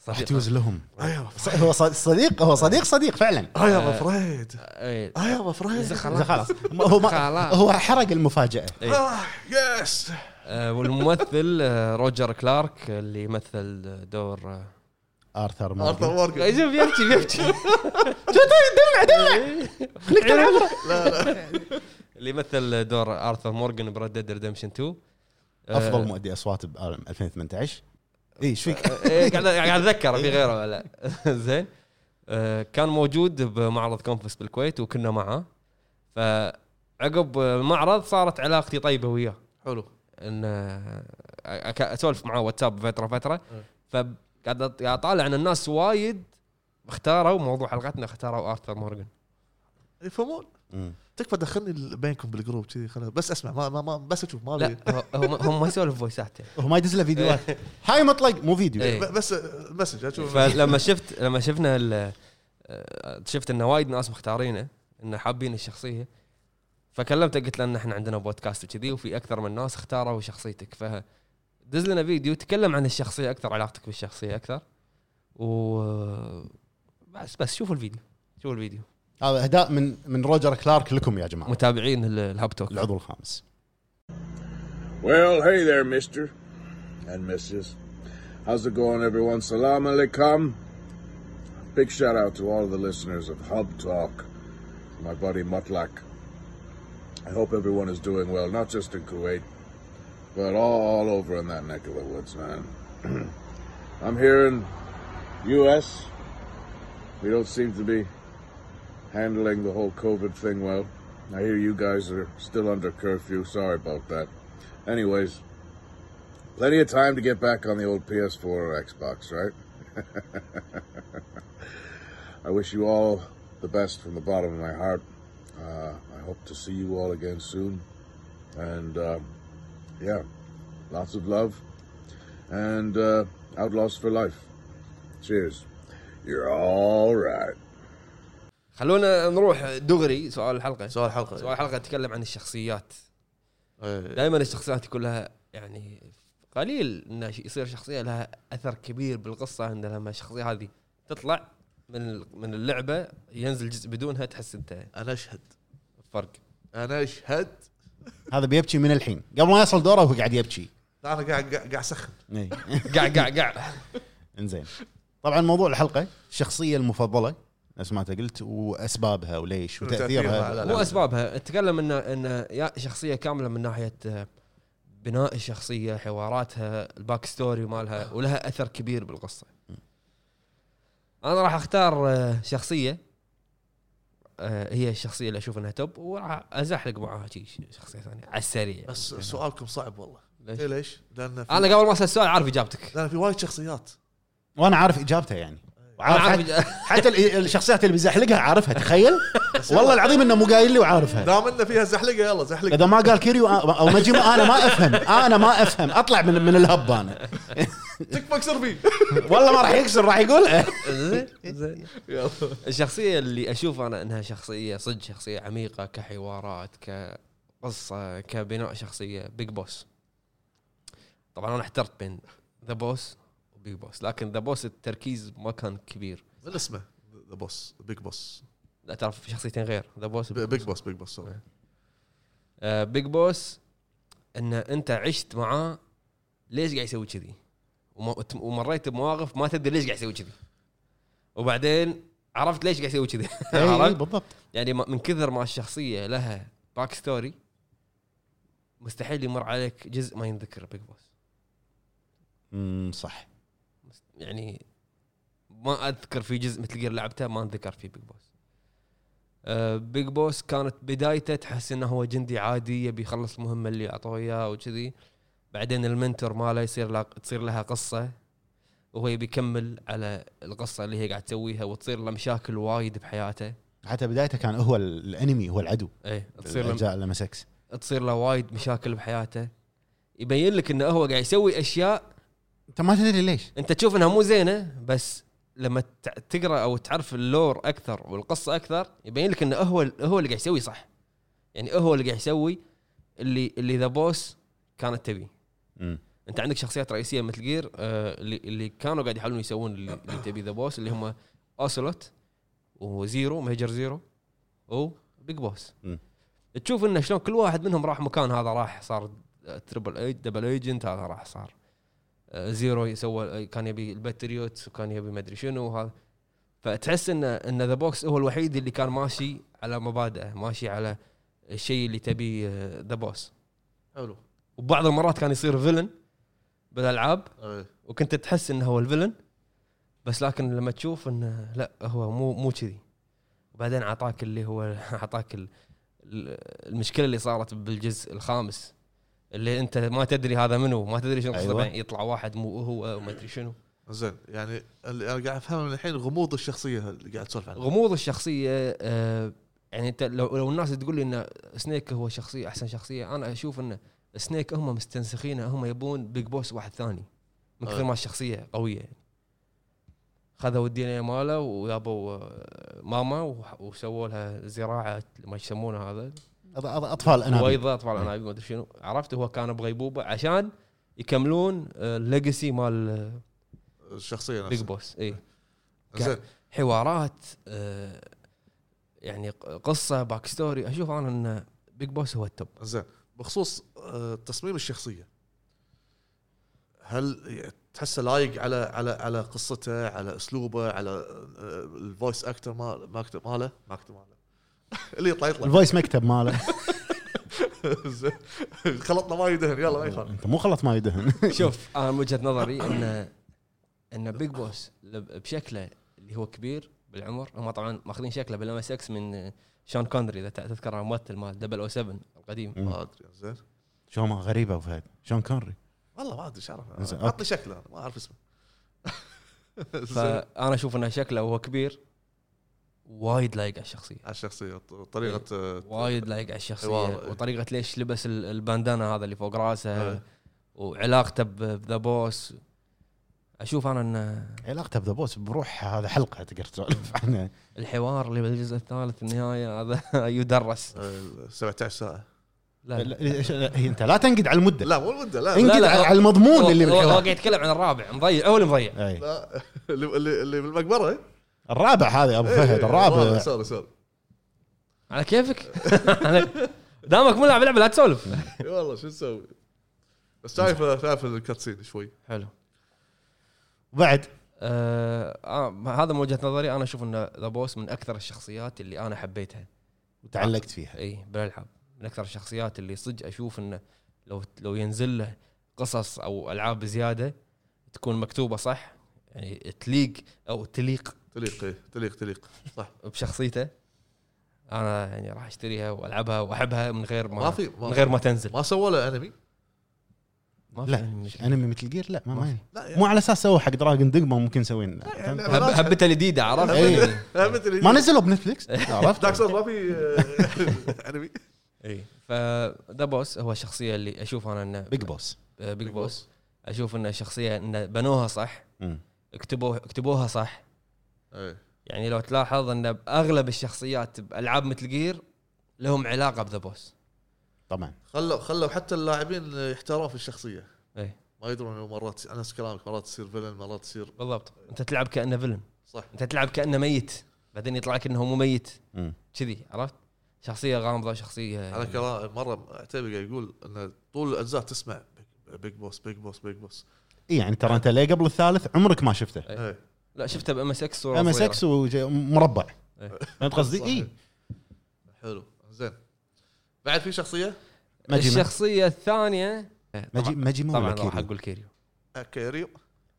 احتوز لهم. ايوه هو صديق هو صديق صديق فعلا. اه يا ابو فريد إيه. اه يا ابو فريد خلاص هو ما خلاص. هو حرق المفاجاه. آه، يس آه، والممثل آه، روجر كلارك اللي يمثل دور آه، ارثر ارثر مورغان. مورغان شوف يبكي يبكي دمع دمع خليك تلعب. اللي يمثل دور ارثر مورغان بريد ديد ريدمشن تو. آه، افضل مؤدي اصوات ب ألفين وثمانية عشر. اي ايش فيك؟ إيه، قاعد قاعد اتذكر في غيره ولا زين. آه، كان موجود بمعرض كونفس بالكويت وكنا معه. فعقب المعرض صارت علاقتي طيبه وياه. حلو ان آه، أك- اسولف معاه واتساب فتره فتره. فقاعد قاعد اطالع ان الناس وايد اختاروا موضوع حلقتنا، اختاروا ارثر مورغان. يفهمون مم. تكفى دخلني بينكم بالجروب كذي خلاص بس اسمع ما, ما, ما بس اشوف ما لا ابي هو- هم هم ما يسولف فويسات يعني. هو ما يدز له فيديوهات. هاي مطلق مو فيديو. إيه. ب- بس مسج اشوف فلما شفت لما شفنا ال- آه، شفت ان وايد ناس مختارينه ان حابين الشخصيه، فكلمته قلت له ان احنا عندنا بودكاست وكذي وفي اكثر من ناس اختاروا شخصيتك، فدز لنا فيديو تكلم عن الشخصيه اكثر، علاقتك بالشخصيه اكثر. و بس بس شوفوا الفيديو شوفوا الفيديو هذا اهداء من من روجر كلارك لكم يا جماعه متابعين ال- الهاب توك. العضو الخامس. Well, hey there, mister and missus. How's it going, everyone? Salam alaikum. Big shout out to all of the listeners of Hub Talk. My buddy Mutlak. I hope everyone is doing well, not just in Kuwait, but all, all over in that neck of the woods, man. I'm here in U S. We don't seem to be handling the whole COVID thing well. I hear you guys are still under curfew. Sorry about that. Anyways, plenty of time to get back on the old P S four or Xbox, right? I wish you all the best from the bottom of my heart. Uh, I hope to see you all again soon. And, uh, yeah, lots of love. And uh, Outlaws for life. Cheers. You're all right. خلونا نروح دغري سؤال الحلقه. سؤال حلقه سؤال الحلقه يتكلم عن الشخصيات. إيه. دائما الشخصيات كلها يعني قليل ان يصير شخصيه لها اثر كبير بالقصه، عندنا لما الشخصيه هذه تطلع من من اللعبه ينزل جزء بدونها تحس انت انا اشهد فرق. انا اشهد هذا بيبكي من الحين قبل ما يصل دوره وهو قاعد يبكي. انا قاعد قاعد قاعد اسخن إيه. قاع قاع قاع. انزين طبعا موضوع الحلقه الشخصيه المفضله نفس ما انت قلت واسبابها وليش تأثيرها وتاثيرها. على- مو اسبابها، نتكلم ان ان يا شخصيه كامله من ناحيه بناء الشخصيه، حواراتها، الباك ستوري مالها، ولها اثر كبير بالقصه. انا راح اختار شخصيه هي الشخصيه اللي اشوف انها توب، وراح ازحلق معاها شيء شخصيه ثانيه على السريع. بس سؤالكم صعب والله. ليش؟ إيه ليش؟ لان في انا قبل ما اسال السؤال عارف اجابتك. لان في وايد شخصيات. وانا عارف اجابته يعني انا وعارف عارف حتى, إج- حتى ال- الشخصيات اللي بيزحلقها عارفها. تخيل والله العظيم انه مو قايل لي وعارفها. دام انه فيها زحلقه يلا زحلقه. اذا ما قال كيريو او ماجيمو انا ما افهم انا ما افهم اطلع من من الهب انا. تكفى اكسر فيه. والله ما راح يكسر راح يقول زين زين. الشخصيه اللي اشوف انا انها شخصيه صدق شخصيه عميقه كحوارات كقصه كبناء شخصيه، بيج بوس. طبعا انا احترت بين ذا بوس وبيج بوس، لكن ذا بوس التركيز ما كان كبير. من اسمه ذا بوس بيج بوس. لا تعرف في شخصيتين غير ذا بوس بيج بوس بيج بوس بيج بوس ان انت عشت معاه ليش قاعد يسوي كذي، وم- ومريت بمواقف ما تدري ليش قاعد يسوي كذي، وبعدين عرفت ليش قاعد يسوي كذي. اي عرفت؟ بالضبط. يعني ما- من كثر ما الشخصيه لها باك ستوري مستحيل يمر عليك جزء ما ينذكر بيج بوس. امم صح. يعني ما اذكر في جزء مثل جير لعبته ما انذكر فيه بيج بوس. أه بيج بوس كانت بدايته تحس انه هو جندي عادي يبي يخلص المهمه اللي اعطوه اياها وكذي، بعدين المنتور ماله يصير له تصير لها قصه وهو يبي يكمل على القصه اللي هي قاعد تسويها، وتصير له مشاكل وايد بحياته. حتى بدايته كان هو الانمي هو العدو. ايه تصير له الاجزاء لما سكس تصير له وايد مشاكل بحياته، يبين لك انه هو قاعد يسوي اشياء انت ما تدري ليش. انت تشوف انها مو زينه، بس لما تقرا او تعرف اللور اكثر والقصه اكثر يبين لك انه هو هو اللي قاعد يسوي صح. يعني هو اللي قاعد يسوي اللي اللي ذا بوس كانت تبي. امم انت عندك شخصيات رئيسيه مثل جير آه اللي اللي كانوا قاعد يحاولون يسوون اللي, اللي تبي ذا بوس اللي هم اوسلوت وزيرو ميجر زيرو او بيج بوس. م. تشوف انه شلون كل واحد منهم راح مكان، هذا راح صار تريبل ايج دبل ايجنت، هذا راح صار آه زيرو يسوى كان يبي الباتريوت وكان يبي ما ادري شنو هذا. فتحس ان ان ذا بوكس هو الوحيد اللي كان ماشي على مبادئه، ماشي على الشيء اللي تبي ذا بوس. حلو. وبعض المرات كان يصير فيلن بالالعاب أي. وكنت تحس انه هو الفيلن، بس لكن لما تشوف انه لا هو مو مو كذي. وبعدين عطاك اللي هو عطاك ال- ال- المشكله اللي صارت بالجزء الخامس اللي انت ما تدري هذا منو، ما تدري شنو قصده. أيوة. يعني يطلع واحد مو هو وما ادري شنو. زين يعني اللي انا قاعد افهمه من الحين غموض الشخصيه اللي قاعد تسولف عنها. غموض الشخصيه آه يعني انت لو لو الناس تقول لي ان سنيك هو شخصيه احسن شخصيه، انا اشوف ان سنيك هم مستنسخينه، هم يبون بيج بوس واحد ثاني من كثر آه. ما الشخصيه قويه يعني. خذوا الدي ان اي ماله ويابوا آه، ماما وح- وسووا لها زراعه ما يسمونها هذا أض- أض- اطفال انا ويضة اطفال انابيب ما ادري شنو. عرفت هو كان بغيبوبه عشان يكملون الليجاسي مال الشخصيه بيج نفسها. بوس. اي زين حوارات آه، يعني قصه باك ستوري. اشوف انا ان بيج بوس هو التوب. زين بخصوص آه، تصميم الشخصيه، هل تحسه لايق على على على قصته، على اسلوبه، على آه، الفويس اكتر مال ماكتب ماله ماكتب ماله اللي يطلع يطلع الفويس مكتب ماله. زين خلطنا ما يدهن يلا ما يخالف. انت مو خلط ما يدهن. شوف انا من وجهه نظري ان ان بيج بوس بشكله اللي هو كبير بالعمر، هم طبعا ماخذين شكله بالام اس اكس من شون كونري اذا تذكر الممثل مال دبل او سبعة القديم. ما ادري زين شو ما غريبه ابو فهد شون كونري. والله ما ادري ايش اعرف، زين، عطني شكله أنا ما اعرف اسمه. زين فانا اشوف انه شكله وهو كبير وايد لايق على الشخصيه، على الشخصيه طريقه آه، وايد لايق على الشخصيه حوار. وطريقه ليش لبس ال- الباندانا هذا اللي فوق راسه إيه. وعلاقته بذا بوس. اشوف انا ان علاقته بذا بوس بروح هذا حلقه تقدر تسولف عنه. الحوار اللي بالجزء الثالث النهايه هذا يدرس. آه، سبعة عشر ساعه. لا لا، ليش- لا، هي انت لا تنقد على المده، لا مو المده لا انقد لا، هو- على المضمون هو- اللي هو هو بالحوار. قاعد يتكلم عن الرابع مضيع اول مضيع. أي. لا اللي اللي اللي بالمقبره. الرابع هذا ابو فهد إيه، الرابع. سوري سوري على كيفك. دامك ملعب لعبه لا تسولف. إي والله شو نسوي، بس شايف شايف الكاتسين شوي. حلو. وبعد آه آه هذا من وجهه نظري. انا اشوف ان ذا بوس من اكثر الشخصيات اللي انا حبيتها وتعلقت فيها. اي بالالعاب، من اكثر الشخصيات اللي صدق اشوف انه لو لو ينزل له قصص او العاب زياده تكون مكتوبه صح، يعني تليق او تليق تليق إيه، تليق تليق صح. بشخصيته، انا يعني راح اشتريها والعبها واحبها من غير ما, ما في من غير ما تنزل. ما سووا له انمي. ما في لا أنمي مثل- انمي مثل جير لا ما, ما ما في. لا مو يعني على اساس سووا حق دراجون دقمه ممكن نسوين. يعني هب هبته الجديده عرفت. إيه. مثل ما نزلوا بنتفليكس عرفت. دارك سولز ما في آه، انمي. اي فذا بوس هو الشخصيه اللي اشوف انا انه بيج بوس. بيج بوس. اشوف انه شخصيه انه بنوها صح، مم. اكتبوها اكتبوها صح. إيه. يعني لو تلاحظ ان اغلب الشخصيات بالعاب مثل جير لهم علاقه بذا بوس. طبعا خلوا خلوا حتى اللاعبين يحترفوا في الشخصيه، اي ما يدرون انه مرات انا كلامك مرات تصير فيلن مرات تصير بالضبط. انت تلعب كانه فيلن، صح. انت تلعب كانه ميت بعدين يطلع لك انه مو ميت مم. كذي. عرفت شخصيه غامضه شخصيه على كلام مره عتيبي قاعد يقول ان طول الاجزاء تسمع بيج بوس بيج بوس بيج بوس. اي يعني ترى انت ليه قبل الثالث عمرك ما شفته. إيه. ايه لا شفته بام اس اكس ام اس اكس ومربع. إيه. فهمت قصدي؟ صحيح. اي حلو زين. بعد في شخصيه ماجي الشخصيه الثانيه ماجي ماجي طبعا ولا راح كيريو؟ اقول كيريو. كيريو.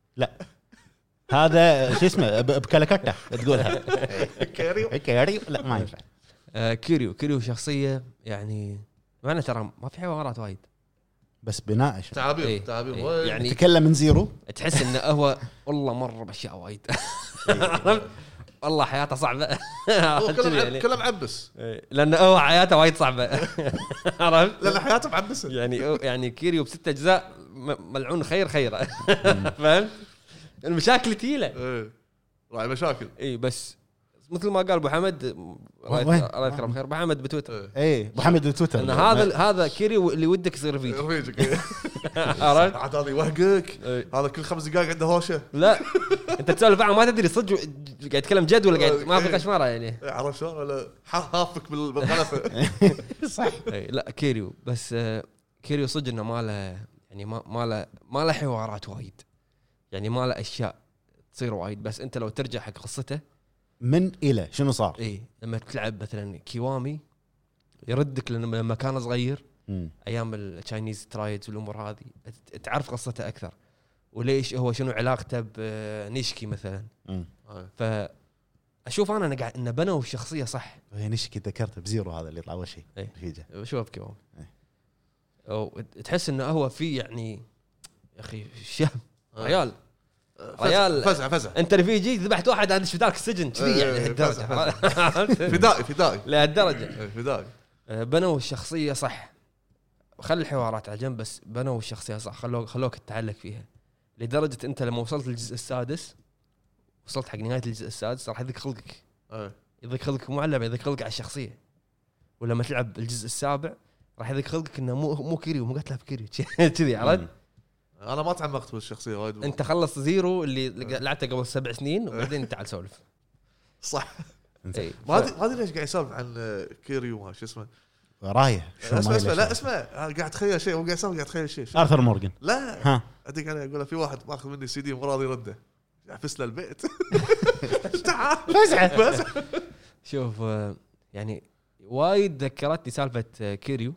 هذا شو اسمه ب- بكلكته تقولها. كيريو كيريو لا ما ينفع. آه كيريو كيريو شخصيه يعني معنا ترى ما في حوارات وايد، بس بناء تعابير إيه. تعابير إيه. وايد. يعني تكلم من زيرو. تحس انه هو والله مر باشياء وايد. والله حياته صعبه. هو كلام يعني. عب- كلام عبس إيه. لانه هو حياته وايد صعبه. عرفت لان حياته معبسه. يعني يعني كيريو بست اجزاء م- ملعون خير خيره. فهمت المشاكل تقيله. ايه راعي مشاكل. اي بس مثل ما قال ابو حمد وين؟ الله يذكره بالخير ابو حمد بتويتر اي ابو حمد بتويتر ان هذا هذا كيريو اللي ودك يصير فيك رفيجك عرفت؟ عاد هذا يوهقك إيه. هذا كل خمس دقائق عنده هوشه لا انت تسولف معه ما تدري صدق قاعد يتكلم جد ولا قاعد ما في قشمره يعني عرفت شلون ولا هافك بالغلفه صح. إيه، لا كيريو بس آه، كيريو صدق انه ما له يعني ما ما له ما له حوارات وايد يعني ما له اشياء تصير وايد بس انت لو ترجع حق قصته من الى شنو صار؟ اي لما تلعب مثلا كيوامي يردك لما لما كان صغير مم. ايام التشاينيز ترايدز والامور هذه ت- تعرف قصته اكثر وليش هو شنو علاقته بنيشكي مثلا مم. فاشوف انا أنا قاعد انه بنوا الشخصيه صح هي نشكي ذكرته بزيرو هذا اللي يطلع اول شيء إيه. رفيجه شوف كيوامي إيه. او تحس انه هو في يعني يا اخي شهم ريال ريال. فزع فزع انت رفيجي ذبحت واحد عند شفتاك السجن كذي إيه، يعني فزع، لهالدرجه فدائي فدائي لهالدرجه إيه، فدائي آه، بنوا الشخصيه صح خلي الحوارات على جنب بس بنوا الشخصيه صح خلوك خلوك تتعلق فيها لدرجه انت لما وصلت للجزء السادس وصلت حق نهايه الجزء السادس راح يضيق خلقك إيه. يضيق خلقك مو على يضيق خلقك على الشخصيه ولما تلعب الجزء السابع راح يضيق خلقك انه مو مو كيريو مو قتله بكيريو كذي عرفت انا ما تعمقت بالشخصيه وايد انت خلص زيرو اللي لعبته قبل سبع سنين وبعدين تعال سولف صح إيه. ما ادري ما ادري ليش قاعد يسولف عن كيريو ما شو اسمه رايه شو اسمه ما اسمه هي لا الأشياء. اسمه قاعد اتخيل شيء هو قاعد يسولف قاعد اتخيل شيء شو- ارثر مورغان لا ها ادق عليه اقول له في واحد ماخذ مني سي دي مو راضي يرده يعفس له البيت تعال فزعه بس شوف آه، يعني وايد ذكرتني سالفه آه، كيريو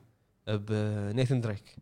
بنيثن دريك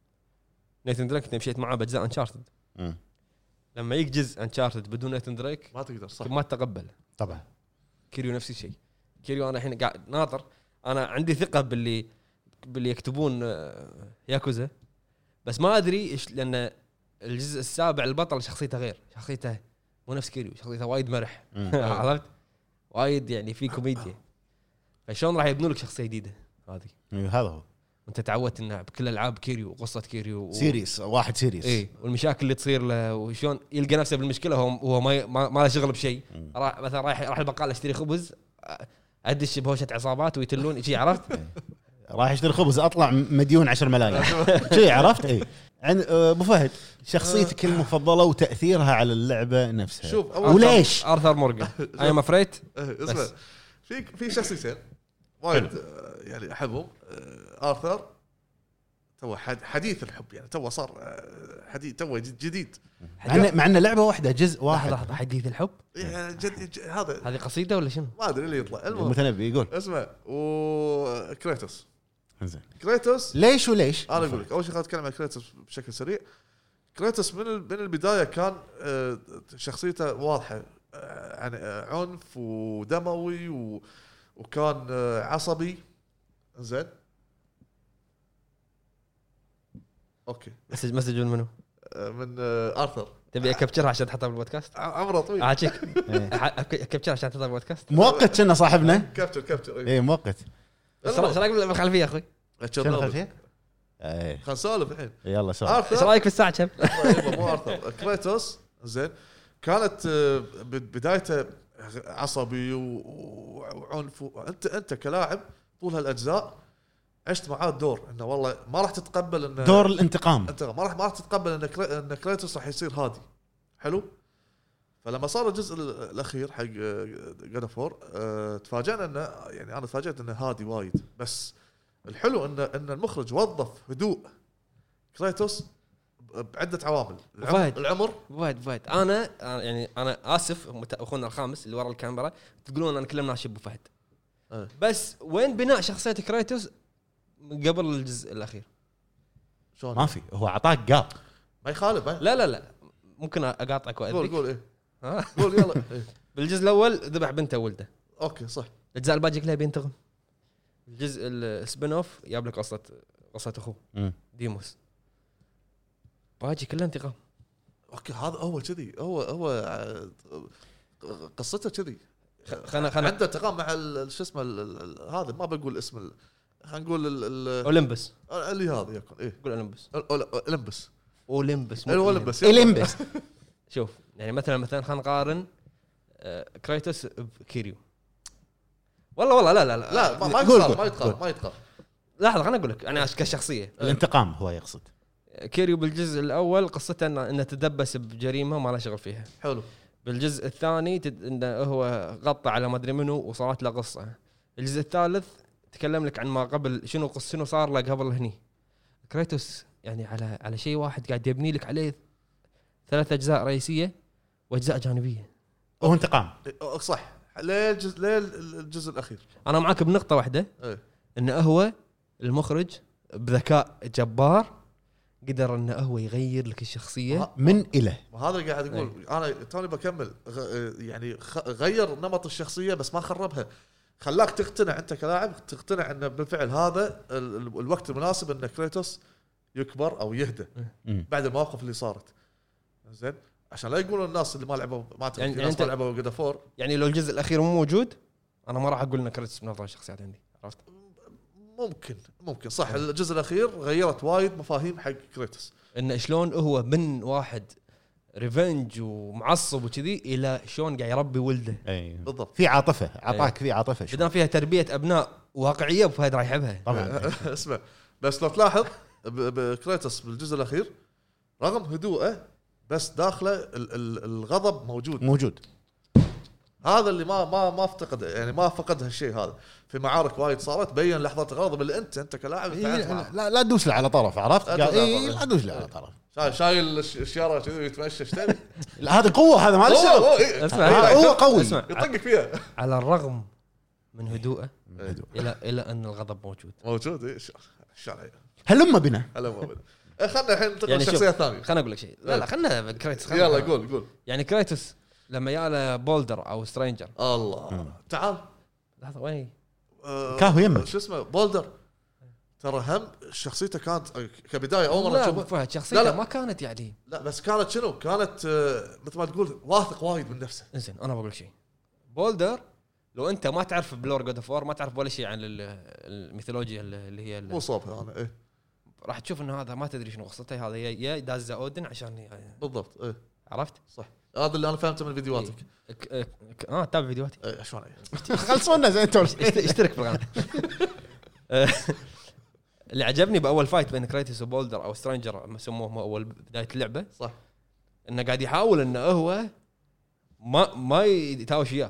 نيثن دريك انت مشيت معاه باجزاء انشارتد مم. لما يجي جزء انشارتد بدون نيثن دريك ما تقدر صح ما تتقبل طبعا كيريو نفس الشيء كيريو انا الحين قاعد ناطر انا عندي ثقه باللي باللي يكتبون آه، ياكوزا بس ما ادري ايش لان الجزء السابع البطل شخصيته غير شخصيته مو نفس كيريو شخصيته وايد مرح مم. عرفت وايد يعني في كوميديا فشلون راح يبنوا لك شخصيه جديده هذه إيه، هذا هو انت تعودت انه بكل العاب كيريو وقصه كيريو و... سيريس واحد سيريس اي والمشاكل اللي تصير له وشلون يلقى نفسه بالمشكله هو هو ما ما, ما له شغل بشيء مم. راح مثلا رايح راح البقاله اشتري خبز ادش بهوشه عصابات ويتلون شيء عرفت راح يشتري خبز اطلع مديون عشر ملايين شيء عرفت اي عن ابو فهد شخصيتك المفضله وتاثيرها على اللعبه نفسها شوف اول وليش ارثر مورغان اي ام افريت إيه، اسمع بس. في في شخصيتين وايد آه، يعني احبهم آه، ارثر تو حد- حديث الحب يعني تو صار آه، حديث تو جديد مع ان مع ان لعبه واحده جزء واحد واحد لحظه حديث الحب يعني جد ج- هذا هذه قصيده ولا شنو؟ ما ادري اللي يطلع المهم المتنبي يقول اسمع وكريتوس زين كريتوس ليش وليش انا اقول لك اول شيء خلينا نتكلم عن كريتوس بشكل سريع كريتوس من ال- من البدايه كان آه، شخصيته واضحه آه، يعني آه، عنف ودموي و- وكان آه، عصبي زين اوكي مسج مسج من منو؟ آه، من آه، ارثر تبي اكبتشرها عشان تحطها بالبودكاست؟ ع- عمره طويل اعطيك إيه. اكبتشرها عشان تحطها بالبودكاست؟ مؤقت كنا صاحبنا كابتشر كابتشر اي مؤقت ايش رايك بالخلفيه يا اخوي؟ شنو الخلفيه؟ اي خلينا نسولف الحين يلا سؤال ايش ارثر رايك في الساعه كم؟ يبا مو ارثر كريتوس زين كانت آه، بد- بدايته عصبي و- و- وعنف و- انت انت كلاعب طول هالاجزاء عشت معاه الدور انه والله ما راح تتقبل انه دور الانتقام انت ما راح ما راح تتقبل ان كري- ان كريتوس راح يصير هادي حلو فلما صار الجزء ال- الاخير حق جاد اوف وور تفاجئنا انه يعني انا تفاجئت انه هادي وايد بس الحلو ان ان المخرج وظف هدوء كريتوس بعده عوامل العمر, فهد. العمر فهد فهد انا أنا- يعني انا اسف مت- اخونا الخامس اللي ورا الكاميرا تقولون انا كلنا ناشب ابو فهد أه. بس وين بناء شخصيه كريتوس من قبل الجزء الاخير؟ شلون ما في هو عطاك جاب ما يخالف ها؟ لا لا لا ممكن اقاطعك قول واذيك قول ايه ها؟ قول يلا إيه. بالجزء الاول ذبح بنته وولده اوكي صح الاجزاء الباقيه كلها بينتقم الجزء السبين اوف جاب لك قصه قصه اخوه مم. ديموس باقي كله انتقام اوكي هذا هو كذي هو هو آه، قصته كذي خلنا خلنا عنده انتقام مع ال- شو اسمه ال- ال- ال- هذا ما بقول اسم ال- خلينا نقول ال- ال- اولمبس اللي هذا يكون ايه قول اولمبس ال- ال- اولمبس اولمبس مو اولمبس اولمبس شوف يعني مثلا مثلا خلينا نقارن آه، كريتوس بكيريو والله والله لا لا لا, لا ما, ما قول- يتقال قول- ما يتقال قول. ما يتقال لحظه خليني اقول لك انا كشخصيه الانتقام هو يقصد. كيريو بالجزء الاول قصته انه انه تدبس بجريمه وما له شغل فيها. حلو بالجزء الثاني تد... انه هو غطى على ما ادري منو وصارت له قصه. الجزء الثالث تكلم لك عن ما قبل شنو قص شنو صار له قبل هني. كريتوس يعني على على شيء واحد قاعد يبني لك عليه ثلاث اجزاء رئيسيه واجزاء جانبيه. هو انتقام. إيه، صح ليه الجزء ليه الجزء الاخير انا معاك بنقطه واحده ايه انه هو المخرج بذكاء جبار قدر انه هو يغير لك الشخصيه من إله. وهذا اللي قاعد يقول انا توني بكمل غ... يعني خ... غير نمط الشخصيه بس ما خربها خلاك تقتنع انت كلاعب تقتنع انه بالفعل هذا ال... ال- الوقت المناسب ان كريتوس يكبر او يهدى مم. بعد المواقف اللي صارت زين عشان لا يقولون الناس اللي ما لعبوا ما يعني- يعني يعني ناس ما أنت- لعبوا جود فور يعني لو الجزء الاخير مو موجود انا ما راح اقول ان كريتوس من افضل الشخصيات عندي. عرفت؟ ممكن ممكن صح الجزء الاخير غيرت وايد مفاهيم حق كريتوس انه شلون هو من واحد ريفنج ومعصب وكذي الى شلون قاعد يربي ولده اي بالضبط في عاطفه اعطاك في عاطفه شوي. بدنا فيها تربيه ابناء واقعيه وفهد راح يحبها. طبعا اسمع بس لو تلاحظ ب- بكريتوس بالجزء الاخير رغم هدوءه بس داخله ال- ال- الغضب موجود موجود. هذا اللي ما ما ما افتقده يعني ما فقد هالشيء هذا في معارك وايد صارت بين لحظات الغضب اللي انت انت كلاعب إيه، فعلت معاه. لا لا تدوس له على طرف عرفت؟ لا قال تدوس على اي طرف. لا تدوس له على طرف. شايل شايل الش- الشياره كذي ويتمشى ايش تبي؟ لا هذه قوه هذا ما له هو- شغل. هو- إيه. اسمع هذا هو قوي. اسمع يطقك فيها على الرغم من هدوءه هدوء. الى الى ان الغضب موجود. موجود ايه ش- شرعي هلم بنا. هلا ما بنا إيه، خلنا الحين ننتقل يعني شوف، للشخصيه الثانيه خلنا اقول لك شيء. لا لا خلنا كريتوس خلنا يلا قول قول يعني كريتوس لما ياله بولدر او سترينجر الله تعال لحظه وين آه، كاهو يمك. شو اسمه بولدر ترى هم شخصيته كانت كبدايه اول مره لا تشوفها فهد شخصيته لا، لا. ما كانت يعني لا بس كانت شنو كانت آه، مثل ما تقول واثق وايد من نفسه انزين انا بقول شيء. بولدر لو انت ما تعرف بلور جود اوف ما تعرف ولا شيء عن ال- الميثولوجيا اللي هي ال- مو صوبها انا ايه راح تشوف انه هذا ما تدري شنو قصته. هذا يا يا داز اودن عشان ي- بالضبط ايه عرفت؟ صح هذا اللي انا فهمته من فيديوهاتك ك- ك- اه تابع فيديوهاتي ايه شلون إيه؟ خلصونا زين انتم. اشت- اشترك في القناه. آه، اللي عجبني باول فايت بين كريتوس وبولدر او سترينجر ما سموه اول بدايه اللعبه صح انه قاعد يحاول انه هو ما ما يتهاوش وياه.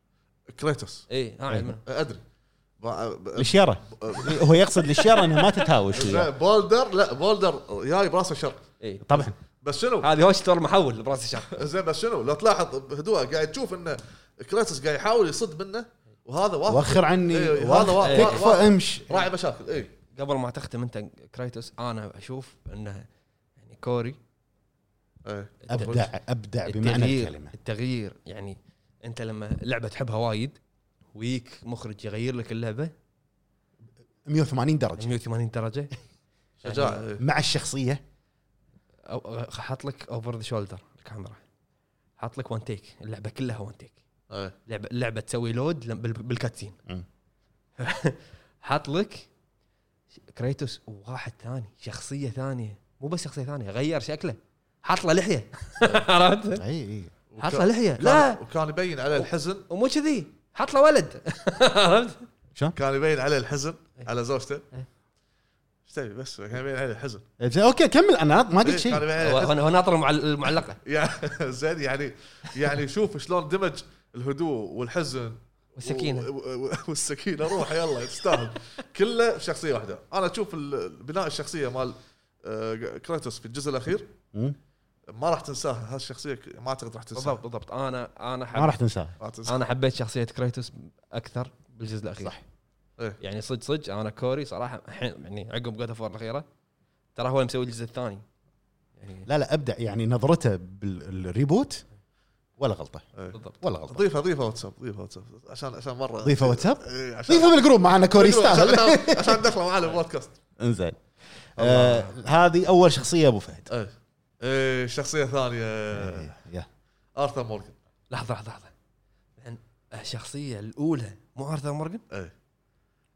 كريتوس اي ها علمنا. إيه، ادري ب- ب- الشياره هو يقصد الشياره انه ما تتهاوش وياه. بولدر لا بولدر جاي براسه شر اي طبعا بس شنو هذه هوش تور محول براس الشر. زين بس شنو لو تلاحظ بهدوء قاعد تشوف انه كريتوس قاعد يحاول يصد منه وهذا واحد وخر عني إيه، هذا وا- إيه. وا- تكفى وا- امش. راعي مشاكل اي قبل ما تختم انت كريتوس انا اشوف انه يعني كوري ايه ابدع ابدع بمعنى التغيير الكلمه. التغيير يعني انت لما لعبه تحبها وايد ويك مخرج يغير لك اللعبه مية وثمانين درجه مية وثمانين درجه شجاعه إيه. مع الشخصيه. أو- حاط لك اوفر ذا شولدر الكاميرا حاط لك وان تيك اللعبه كلها وان تيك إيه. لعبه اللعبه تسوي لود لم- بال- بالكاتسين مم. حاط لك كريتوس وواحد ثاني شخصيه ثانيه مو بس شخصيه ثانيه غير شكله حاط له لحيه عرفت اي اي حاط له لحيه كان- لا وكان يبين على الحزن ومو كذي حط له ولد عرفت كان يبين على الحزن إيه. على زوجته إيه. ايش تبي بس كان يبين على الحزن زين اوكي كمل انا ما إيه، قلت شيء. كان يبين على هو الحزن هو ناطر المعل- المعلقه يعني زين يعني يعني شوف شلون دمج الهدوء والحزن والسكينه و- و- والسكينه روح يلا تستاهل كله شخصيه واحده انا اشوف ال- بناء الشخصيه مال آه، كريتوس في الجزء الاخير مم. ما راح تنساها هالشخصيه ك- ما اعتقد راح تنساها بالضبط بالضبط انا انا ما حب راح تنساه. ما تنساها. انا حبيت شخصيه كريتوس اكثر بالجزء الاخير صح. إيه. يعني صدق صدق انا كوري صراحه الحين يعني عقب جود اوف الاخيره ترى هو اللي مسوي الجزء الثاني يعني لا لا ابدع يعني نظرته بالريبوت ولا غلطه إيه. بالضبط ولا غلطه. ضيفه ضيفه واتساب ضيفه واتساب عشان عشان مره ضيفه واتساب؟ إيه، عشان ضيفه بالجروب معنا كوري يستاهل. عشان- عشان دخله معنا البودكاست انزين آه هذه اول شخصيه ابو فهد. ايه ايه الشخصيه الثانيه إيه، يا ارثر مورغان لحظه لحظه لحظه الحين الشخصيه الاولى مو ارثر مورغان ايه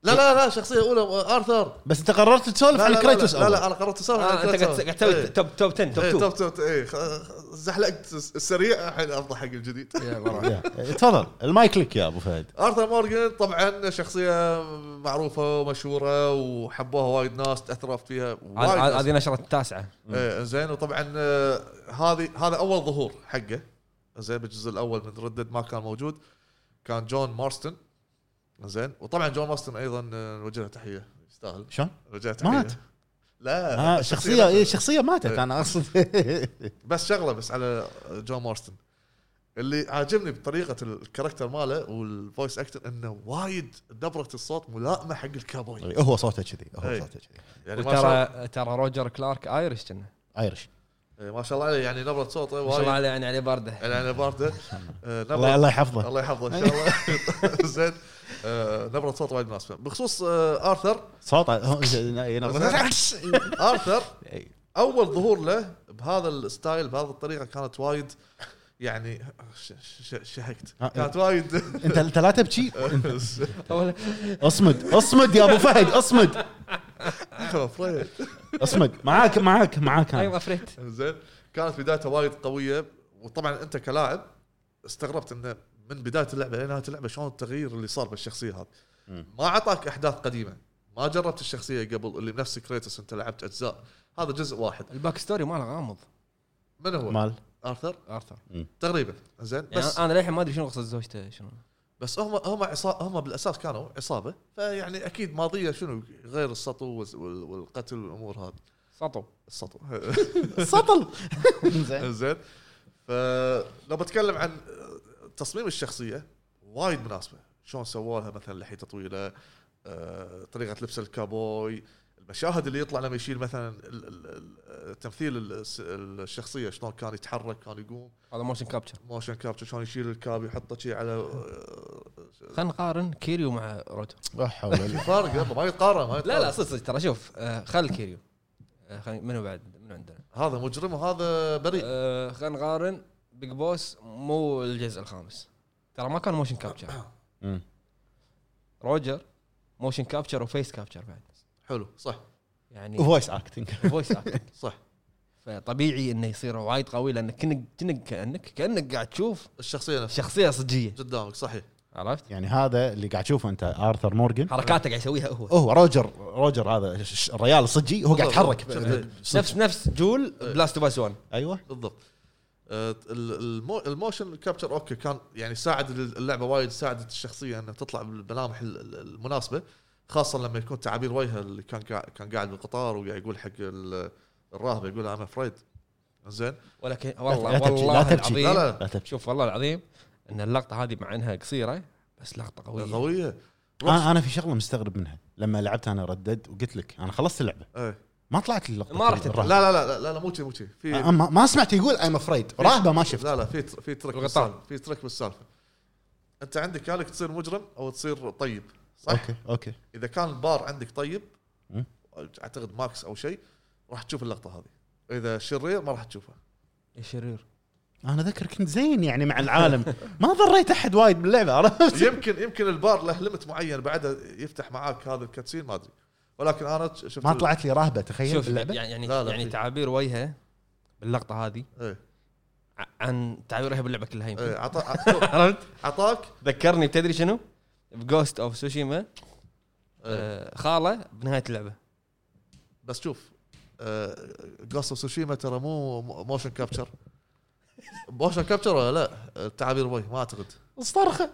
لا لا لا شخصيه اولى ارثر. بس انت قررت تسولف لا عن لا كريتوس لا, لا, أول. لا انا قررت اسولف آه عن انت كريتوس. قاعد تسوي إيه. توب توب عشرة توب إيه، اثنين. توب توب ايه زحلقت السريع الحين افضل حق الجديد. يا، تفضل المايك لك يا ابو فهد. ارثر مورغان طبعا شخصيه معروفه ومشهوره وحبوها وايد ناس تاثرت فيها وايد ناس. هذه نشرة التاسعة. ايه زين. وطبعا آه، هذه هذا اول ظهور حقه زين بالجزء الاول من ردد ما كان موجود، كان جون مارستن زين. وطبعا جون مارستن ايضا آه، نوجه له تحيه يستاهل. شلون؟ نوجه له تحيه. مات؟ لا آه شخصيه ايه شخصيه ماتت إيه. انا اقصد. بس شغله بس على جون مارستن اللي عاجبني بطريقه الكاركتر ماله والفويس اكتر انه وايد نبره الصوت ملائمه حق الكابوي. هو صوته كذي هو إيه. صوته كذي يعني ما شاء الله وترى ترى روجر كلارك ايرش كنا ايرش. إيه، ما شاء الله عليه يعني نبره صوته ما شاء الله وايد عليه يعني عليه بارده. يعني بارده. آه، الله نبره الله يحفظه. الله يحفظه ان شاء الله. زين. آه، نبره صوت وايد مناسبه. بخصوص آه، ارثر صوته ارثر اول ظهور له بهذا الستايل بهذه الطريقه كانت وايد يعني ش- ش- شهقت كانت وايد. انت انت لا تبكي. اصمد اصمد يا ابو فهد اصمد فريد. اصمد معاك معاك معاك ايوه فريت. زين. كانت بدايتها وايد قويه وطبعا انت كلاعب استغربت انه من بدايه اللعبه لنهايه اللعبه شلون التغيير اللي صار بالشخصيه هذه. ما عطاك احداث قديمه، ما جربت الشخصيه قبل اللي بنفس كريتوس انت لعبت اجزاء، هذا جزء واحد. الباك ستوري ماله غامض. من هو مال ارثر ارثر تقريبا. زين. يعني بس انا للحين ما ادري شنو قصه زوجته شنو. بس هم هم عصابه، هم بالاساس كانوا عصابه، فيعني اكيد ماضيه شنو غير السطو وال- والقتل والامور هذه. سطو السطو. سطل. زين زين. فلو بتكلم عن تصميم الشخصيه وايد مناسبه، شلون سووا لها مثلا لحيته طويله، آه، طريقه لبس الكابوي، المشاهد اللي يطلع لما يشيل مثلا ال- ال- ال- تمثيل الس- الشخصيه شلون كان يتحرك كان يقوم هذا موشن كابتشر. موشن كابتشر، شلون يشيل الكاب يحطه شيء على آه، خلينا نقارن كيريو مع روجر. لا حول ولا فارق يلا ما يتقارن ما يتقارن. لا لا صدق صدق ترى شوف آه، خل كيريو آه، خل منو بعد منو عندنا هذا مجرم وهذا بريء. آه، خلينا نقارن بيج بوس مو الجزء الخامس ترى ما كان موشن كابتشر. مم. روجر موشن كابتشر وفيس كابتشر بعد حلو صح يعني فويس اكتنج. فويس اكتنج. صح. فطبيعي انه يصير وايد قوي لانك كأنك كأنك كأنك كأنك قاعد تشوف الشخصيه نفسها شخصيه صجيه. قدامك صحيح. عرفت يعني هذا اللي قاعد تشوفه انت ارثر مورغان حركاته قاعد يسويها هو هو روجر روجر هذا ش- الريال الصجي هو قاعد يتحرك بالضبط. صج. نفس نفس جول بلاست اوف اس واحد. ايوه بالضبط. آه، ال- المو الموشن كابتشر اوكي كان يعني ساعد اللعبه وايد، ساعدت الشخصيه انها تطلع بالملامح ال- ال- المناسبه، خاصه لما يكون تعابير وجهه اللي كان قاعد كان قاعد بالقطار وقاعد يقول حق ال- الراهب يقول ام افريد. زين. ولكن لا والله تبكي، لا والله تبكي. العظيم لا لا لا تبكي. شوف والله العظيم ان اللقطه هذه مع انها قصيره بس لقطه قويه. قويه. انا انا في شغله مستغرب منها لما لعبت انا ردد وقلت لك انا خلصت اللعبه ايه. ما طلعت لي اللقطه ما رحت الراهب. لا لا لا لا لا مو شي مو شي في أنا ما ما سمعت يقول ايم افريد راهبه ما شفت. لا لا في تر- في ترك الغطاء. بالسالفه، في ترك بالسالفه. انت عندك يالك تصير مجرم او تصير طيب صح؟ اوكي اوكي اذا كان البار عندك طيب مم. اعتقد ماكس او شيء راح تشوف اللقطه هذه، اذا شرير ما راح تشوفها. يا شرير انا ذكر كنت زين يعني مع العالم ما ضريت احد وايد باللعبه عرفت. يمكن يمكن البار له ليمت معين بعدها يفتح معاك هذا الكاتسين ما ادري، ولكن انا شفت ما طلعت لي راهبه تخيل شوف باللعبه. يعني يعني, لا لا يعني في. تعابير وجهه باللقطه هذه ايه ع- عن تعابير وجهه باللعبه كلها يمكن. ايه عطا- عرفت عطاك ذكرني بتدري شنو بجوست اوف سوشيما ايه. آه خاله بنهايه اللعبه. بس شوف جوست اوف سوشيما ترى مو موشن كابتشر. موشن كابتشر ولا لا التعابير وجه ما اعتقد. الصرخه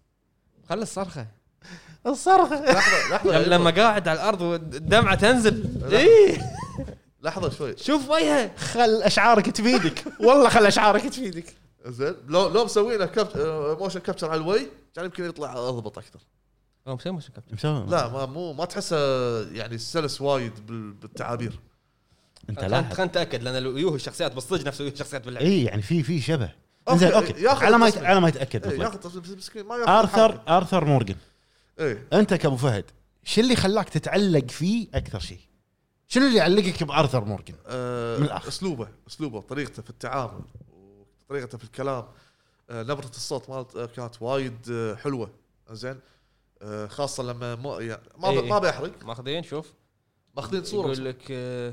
خلي الصرخه الصرخه لحظه لحظه لما لما قاعد على الارض والدمعه تنزل ايه لحظه شوي. شوف وجهه. خل اشعارك تفيدك والله خل اشعارك تفيدك. زين لو لو مسوينا كابت... موشن كابتشر على الوي كان يمكن يطلع اضبط اكثر. هو مسوي موشن كابتشر. مسوي لا ما مو ما تحسه يعني سلس وايد بال- بالتعابير. انت خلينا لاحظ خلينا نتاكد لان الوجوه الشخصيات بالصج نفس وجوه الشخصيات باللعبه. اي يعني في في شبه. أوكي، زين اوكي ياخذ على ما يت... التصميم. على ما يتاكد ايه مطلق. ياخذ تصميم مسكين ما ياخذ ارثر ارثر مورغان ايه انت كابو فهد شو اللي خلاك تتعلق فيه اكثر شيء؟ شنو اللي يعلقك بارثر مورغان؟ آه من الآخر. اسلوبه اسلوبه طريقته في التعامل وطريقته في الكلام. آه نبره الصوت مالت آه، كانت وايد آه، حلوه. زين. آه خاصه لما مو يعني ما إيه ب... ما بيحرق ماخذين شوف ماخذين صوره يقول لك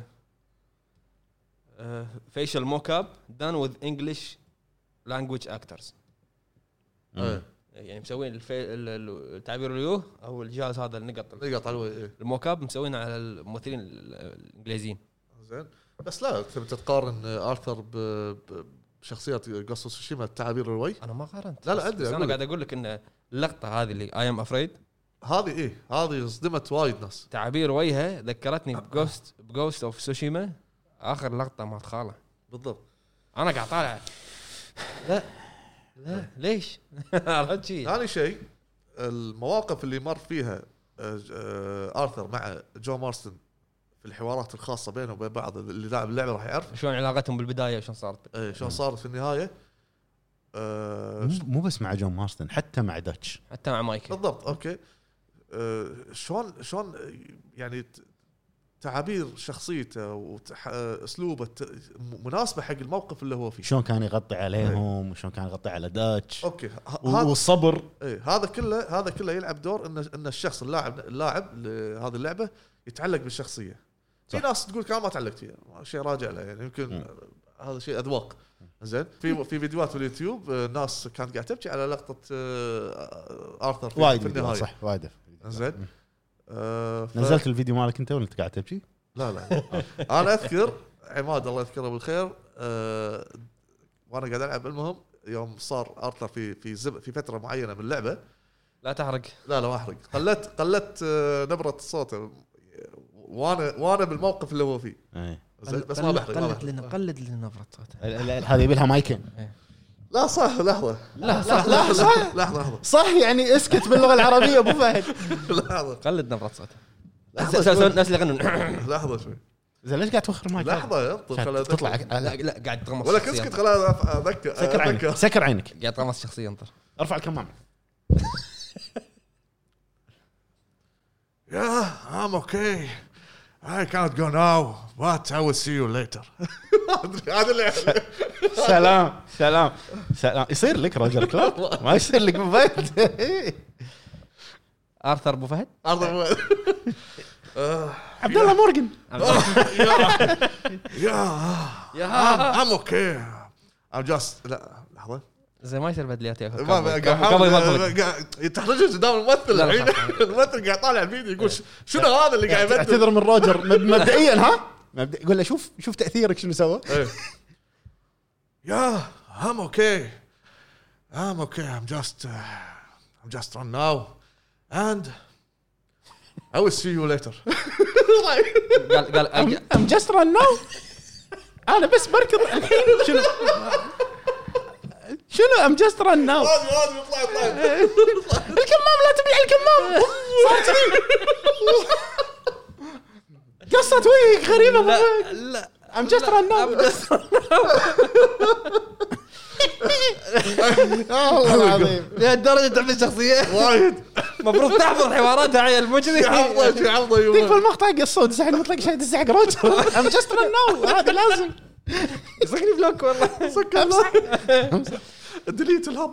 فيشل موك اب دان وذ انجلش لانجويج اكترز ايه يعني مسوين الفي... ال- التعبير اليوه او الجهاز هذا النقط نقط على إيه. الموك اب مسوينه على الممثلين الانجليزيين. زين بس لا تبي تقارن ارثر ب... ب... بشخصيات جوست اوف تسوشيما التعابير الوجه انا ما قارنت لا لا بس- أدري، بس انا أقول قاعد اقول لك ان اللقطه هذه اللي اي ام افريد هذه ايه هذه صدمت وايد ناس تعابير وجهه ذكرتني بجوست بجوست اوف سوشيما اخر لقطه مع خاله. بالضبط. انا قاعد طالع لا لا ليش عرفت شيء ثاني شيء المواقف اللي مر فيها آه، آه، ارثر مع جو مارستن في الحوارات الخاصه بينه وبين بعض اللي لاعب اللعبه راح يعرف شلون علاقتهم بالبدايه وشلون صارت. ايه شلون صارت في النهايه. آه، مو- مو بس مع جون مارستن حتى مع داتش. حتى مع مايكل بالضبط اوكي. آه، شلون شلون يعني ت- تعابير شخصيته واسلوبه ت- مناسبه حق الموقف اللي هو فيه. شلون كان يغطي عليهم وشلون كان يغطي على داتش اوكي ه- و- هذا والصبر. ايه هذا كله هذا كله يلعب دور ان ان الشخص اللاعب اللاعب لهذه اللعبه يتعلق بالشخصيه. في صح. ناس تقول كان ما تعلقت فيها شيء راجع له يعني يمكن م. هذا شيء اذواق. زين في في فيديوهات في اليوتيوب آه، ناس كانت قاعده تبكي على لقطه آه، ارثر في, وايد في فيديوهات، النهايه. صح وايد. زين آه، ف- نزلت الفيديو مالك انت وانت قاعد تبكي؟ لا لا انا اذكر عماد الله يذكره بالخير أه وانا قاعد العب المهم يوم صار ارثر في في زب في فتره معينه من اللعبه. لا تحرق. لا لا ما احرق قلت قلت آه، نبره صوته وانا وانا بالموقف اللي هو فيه. ايه. زين بس ما بحرق ما قلد بحرق. لنا قلد لنا نبره صوته. ال- ال- هذه يبي لها مايكين. لا صح لحظه لا صح لا صح لحظه لحظه صح يعني اسكت باللغه العربيه ابو فهد. لحظه قلد نبره صوته. لحظة سوي شوي. الناس اللي يغنون لحظه شوي زين ليش قاعد توخر المايك؟ لحظه ينطر عشان خليني تطلع أذكر. لا لا لا قاعد تغمص ولا شخصياً. كسكت خليني اذكر سكر عينك أذكر. سكر عينك قاعد تغمص شخصيا انطر. ارفع الكمامه. Yeah, I'm okay. I can't go now, but I will see you later. هذا اللي سلام سلام سلام. يصير لك رجل كلاب ما يصير لك ابو فهد. ارثر ابو فهد. عرض عبد الله مورجن. يا يا I'm okay. I'm just لا لحظة زي ما يصير بدليات يا ما اخي. قاعد قبل ما أحاول- يطلق. قاعد يتحرجون قدام الممثل لا، لا، الحين صح. الممثل قاعد طالع الفيديو يقول ش- شنو هذا اللي قاعد يبدل. اعتذر من روجر مب- مبدئيا ها مبدئيا قول له شوف شوف تاثيرك شنو سوى. Yeah, I'm okay. I'm okay. I'm just uh, I'm just on now and I will see you later. قال قال أرجع. ام جاست ران نو. انا بس بركض الحين شنو شنو ام جاست ران نو. هذه هذه اطلع اطلع. الكمام لا تبلع الكمام. صار كذي قصة وجهك غريبة ابو فهد. لا ام جاست ران نو. والله العظيم لهالدرجه تحب الشخصيه. وايد المفروض تحفظ حواراتها عيل مو كذي. في عرضه في عرضه ذيك في يوم المقطع قصوا دزح مطلق شيء دز حق روجر. ام جاست ران نو هذا لازم. يصكني بلوك والله. سكر ديليت الهب.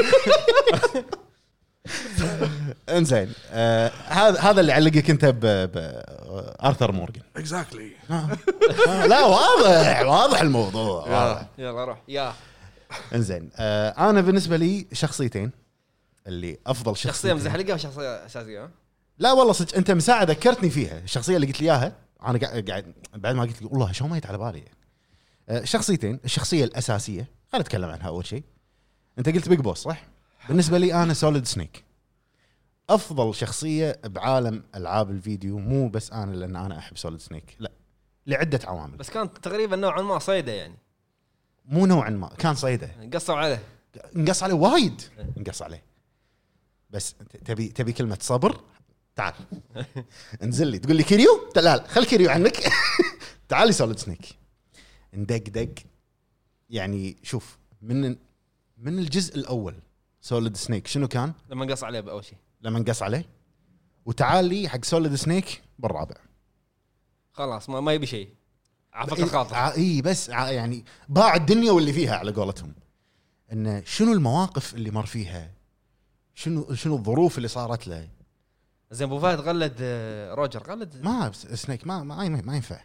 انزين آه، هذا هذا اللي علقك انت بارثر مورجن. اكزاكتلي. لا واضح واضح الموضوع واضح. يلا روح يا انزين آه، انا بالنسبه لي شخصيتين اللي افضل شخصيه شخصيه مزحلقه وشخصيه اساسيه. لا والله صدق انت من ساعه ذكرتني فيها الشخصيه اللي قلت لي اياها. انا قاعد قاعد بعد ما قلت لي والله شو ما جت على بالي. آه، شخصيتين الشخصيه الاساسيه خلينا نتكلم عنها اول شيء. انت قلت بيج بوس صح؟ بالنسبه لي انا سوليد سنيك افضل شخصيه بعالم العاب الفيديو. مو بس انا لان انا احب سوليد سنيك لا لعده عوامل. بس كان تقريبا نوعا ما صيده يعني. مو نوعا ما كان صيده قصوا عليه. نقص عليه وايد نقص عليه. بس أنت تبي تبي كلمه صبر تعال انزل لي تقول لي كيريو لا لا خل كيريو عنك. تعالي سوليد سنيك ندق دق يعني. شوف من من الجزء الاول سوليد سنيك شنو كان لما قص عليه باول شيء لما نقص عليه. وتعالي حق سوليد سنيك بالرابع خلاص ما, ما يبي شيء. عفك الخاطر. ع- اي بس ع- يعني باع الدنيا واللي فيها على قولتهم. انه شنو المواقف اللي مر فيها شنو شنو الظروف اللي صارت له زين ابو فهد غلد آه، روجر غلد ما سنيك ما ما ما ينفع.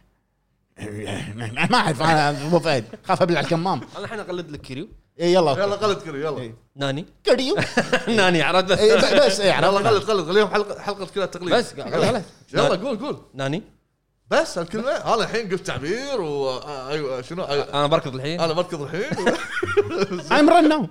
ما اعرف انا ابو فهد خاف ابلع الكمام. انا الحين اقلد لك كيريو. إيه يلا يلا قلد كريو يلا ناني كريو. ناني عرفت بس إيه بس إيه يلا عرفت. قلد قلد خليهم حلقه حلقه كلها تقليد بس غلط يلا قول قول ناني. بس هالكلمه انا الحين قلت تعبير و آه، ايوه شنو آه، انا بركض الحين انا بركض الحين I'm run now.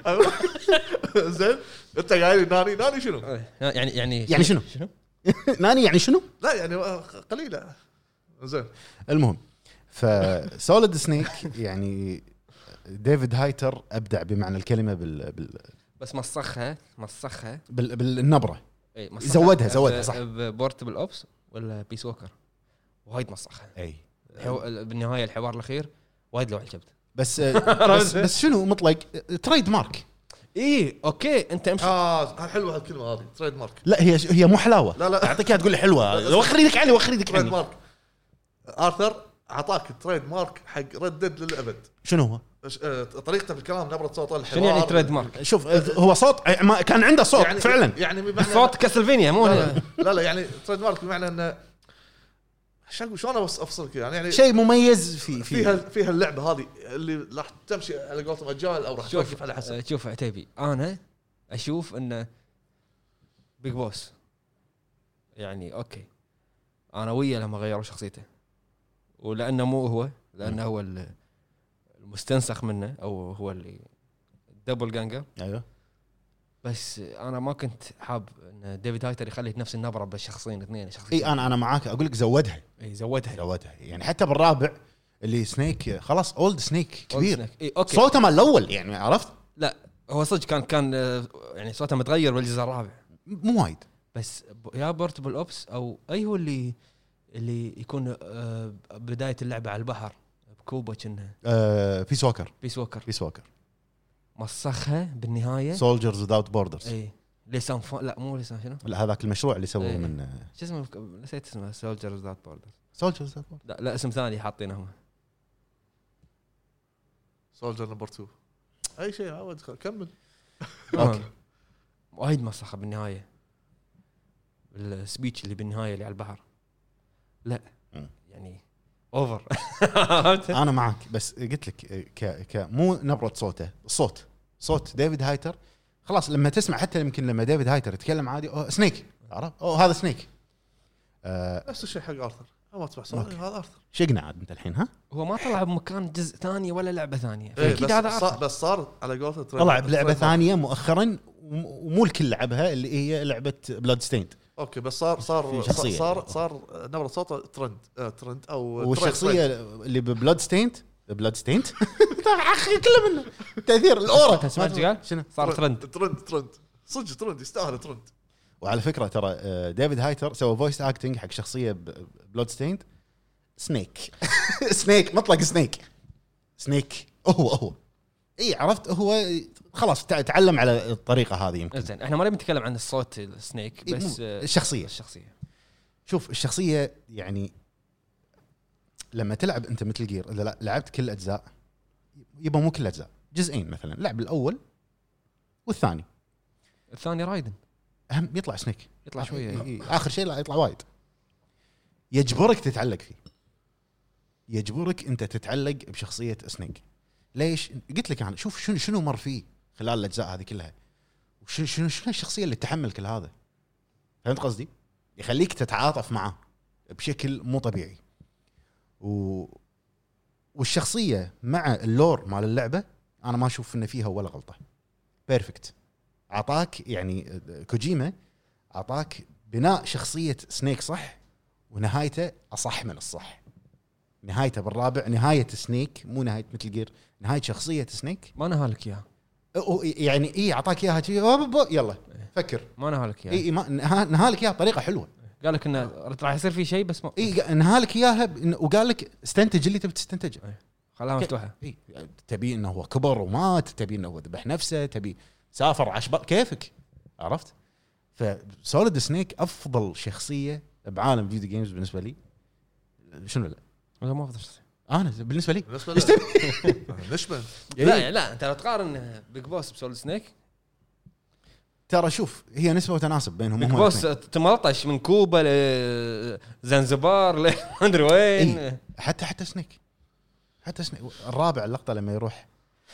زين انت قايل ناني ناني شنو؟ يعني يعني يعني شنو؟ شنو ناني يعني شنو؟ لا يعني آه، قليله زين المهم فسوليد سنيك يعني ديفيد هايتر ابدع بمعنى الكلمه بال بال بس مسخها مسخها بال بالنبره. اي زودها- زودها، صح. بورتبل اوبس ولا بيس ووكر وايد مسخها اي الحو... بالنهايه الحوار الاخير وايد لو عجبت. بس بس, بس شنو مطلق تريد مارك. ايه اوكي انت امشي. اه حلوه هالكلمه هذه تريد مارك لا هي هي مو حلاوه. لا لا اعطيك اياها تقول لي حلوه وخر يدك عني وخر يدك تريد عني. مارك ارثر اعطاك تريد مارك حق ردد للابد. شنو هو؟ إيش- آه، طريقته في الكلام نبره صوته الحوار شنو يعني تريد مارك؟ شوف هو صوت ما كان عنده صوت يعني فعلا. يعني بمعنى صوت كاسلفينيا مو لا لا, لا لا يعني تريد مارك بمعنى انه شو شلون افصلك يعني يعني شيء مميز في فيها في فيها اللعبه هذه اللي راح تمشي على قولتهم اجيال او راح شوف توقف على حسب آه، شوف عتيبي انا اشوف انه بيج بوس يعني اوكي انا ويا لما غيروا شخصيته ولانه مو هو لانه هو المستنسخ منه او هو اللي دبل جانجر. ايوه بس انا ما كنت حاب ان ديفيد هايتر يخلي نفس النبره بالشخصين اثنين شخصيتين. اي انا انا معاك اقول لك زودها اي زودها زودها يعني حتى بالرابع اللي سنيك خلاص اولد سنيك كبير اي اوكي صوته مال الاول يعني عرفت لا هو صدق كان كان آه، يعني صوته متغير بالجزء الرابع مو وايد. بس ب- يا بورتبل اوبس او اي هو اللي اللي يكون آه، بدايه اللعبه على البحر بكوبا كأنها آه بيس ووكر بيس ووكر بيس ووكر مسخها بالنهايه. سولجرز وذاوت بوردرز. اي لسان ف... لا مو لسان شنو لا هذاك المشروع اللي سووه إيه. من شو اسمه نسيت اسمه سولجرز ذات بوردرز. سولجرز ذات لا لا اسم ثاني حاطينه هم. سولجر نمبر اثنين اي شيء عود كمل اوكي. وايد مسخه بالنهايه السبيتش اللي بالنهايه اللي على البحر لا مم. يعني اوفر. انا معك بس قلت لك ك ك مو نبره صوته الصوت صوت ديفيد هايتر خلاص لما تسمع حتى يمكن لما ديفيد هايتر يتكلم عادي أوه سنيك عرفت اوه هذا سنيك. آه نفس الشيء حق ارثر ما تسمع صوت أوكي. هذا ارثر شقنا عاد انت الحين ها هو ما طلع بمكان جزء ثاني ولا لعبه ثانيه إيه اكيد بس هذا صار أرثر. بس صار على قولته طلع بلعبه ثانيه مؤخرا ومو الكل لعبها اللي هي لعبه بلاد ستيند. اوكي بس صار صار في شخصية. صار صار نبره صوته ترند آه ترند او والشخصيه اللي ببلاد ستيند بلاد ستيند اخي كله منه تاثير الاورا أنت سمعت قال شنو صار ترند. ترند ترند صدق ترند يستاهل ترند. وعلى فكره ترى آه، ديفيد هايتر سوى فويس اكتنج حق شخصيه بلود ستيند سنيك. سنيك مطلق سنيك سنيك هو هو اي عرفت هو خلاص تع- تعلم على الطريقه هذه يمكن. زين احنا ما نبي نتكلم عن الصوت السنيك إيه، بس مو- آه، الشخصيه الشخصيه شوف الشخصيه يعني لما تلعب انت مثل جير اذا لا- لعبت كل اجزاء يبقى مو كل اجزاء جزئين مثلا لعب الاول والثاني الثاني رايدن اهم يطلع سنيك يطلع شويه إيه، إيه، اخر شيء لا يطلع وايد يجبرك تتعلق فيه يجبرك انت تتعلق بشخصيه سنيك. ليش قلت لك يعني شوف شنو شنو مر فيه خلال الاجزاء هذه كلها وشنو شنو شنو الشخصيه اللي تحمل كل هذا فهمت قصدي يخليك تتعاطف معه بشكل مو طبيعي و... والشخصيه مع اللور مال اللعبه انا ما اشوف ان فيها ولا غلطه بيرفكت. اعطاك يعني كوجيما اعطاك بناء شخصيه سنيك صح ونهايته اصح من الصح. نهايته بالرابع نهايه سنيك مو نهايه مثل جير نهايه شخصيه سنيك ما نهالك اياها أو- يعني اي اعطاك اياها شي يلا فكر ما نهالك اياها اي ما نها- نهالك اياها بطريقه حلوه قال لك انه راح يصير في شيء بس ما اي نهالك اياها ب- وقال لك استنتج اللي تبي تستنتجه. خلاها مفتوحه. اي تبي انه هو كبر ومات تبي انه هو ذبح نفسه تبي سافر عشبة كيفك عرفت. فسوليد سنيك افضل شخصيه بعالم فيديو جيمز بالنسبه لي. شنو لا هذا ما افضل شيء. انا بالنسبه لي بالنسبه ايش لي تبي نشبه لا لا انت لو تقارن بيج بوس بسوليد سنيك ترى شوف هي نسبه وتناسب بينهم. بيج هم بوس الاثنين. تملطش من كوبا لزنزبار ل ما ادري وين. إيه. حتى حتى سنيك حتى سنيك الرابع اللقطه لما يروح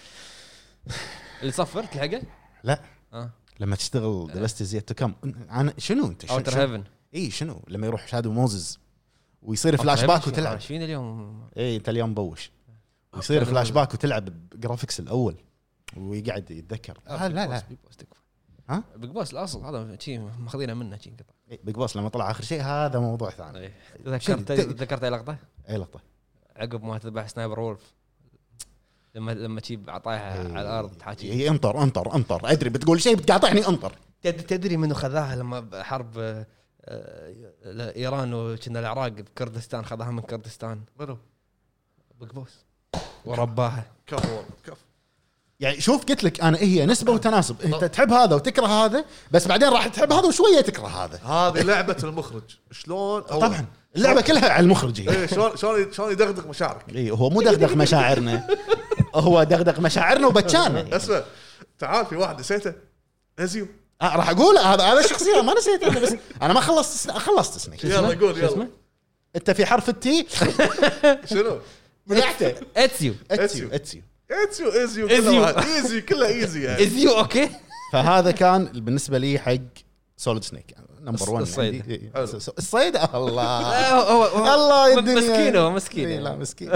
اللي صفر تلحقه. لا اه لما تشتغل دلست زيت تكم انا شنو انت شنو اوتر شنو- هيفن. اي شنو لما يروح شادو موزز ويصير فلاش باك وتلعب. ايش فينا اليوم؟ اي انت اليوم مبوش ويصير فلاش باك وتلعب بجرافيكس الاول ويقعد يتذكر. آه لا لا بيج بوس تكفى. ها بيج بوس الاصل هذا شيء ماخذينه منه شيء قطع. إيه، بيج بوس لما طلع اخر شيء هذا موضوع ثاني. ذكرت شو- ذكرت اي لقطه اي لقطه عقب ما تذبح سنايبر وولف لما لما تجيب عطايها إيه. على الارض تحاكي. إيه، انطر انطر انطر ادري بتقول شيء بتقاطعني انطر. تد- تدري منو خذاها لما بحرب آه، آه، ايران وكنا العراق بكردستان خذاها من كردستان منو بيج بوس ورباها. كفو والله كفو. يعني شوف قلت لك انا هي نسبه وتناسب. انت تحب هذا وتكره هذا بس بعدين راح تحب هذا وشويه تكره هذا. هذه لعبه المخرج شلون أو- طبعا اللعبه كلها على المخرج هي. ايه شلون شلون شلون يدغدغ مشاعرك. اي هو مو دغدغ مشاعرنا هو دغدغ مشاعرنا وبتشانا. اسمع تعال في واحد نسيته ازيو. آه راح اقول هذا هذا الشخصيه ما نسيت انا بس انا ما خلصت خلصت سنيك. يلا قول شو اسمه؟ يلا انت في حرف التي شنو منعته. اتسيو. اتسيو اتسيو. ازيو ازيو إزيو. كله ايزي كله ايزي يعني. ازيو اوكي. فهذا كان بالنسبه لي حق سوليد سنيك نمبر واحد. الصيد. عندي. حلو. الصيد الله هو هو الله يا الدنيا. مسكين هو مسكين إيه، يعني. لا مسكين.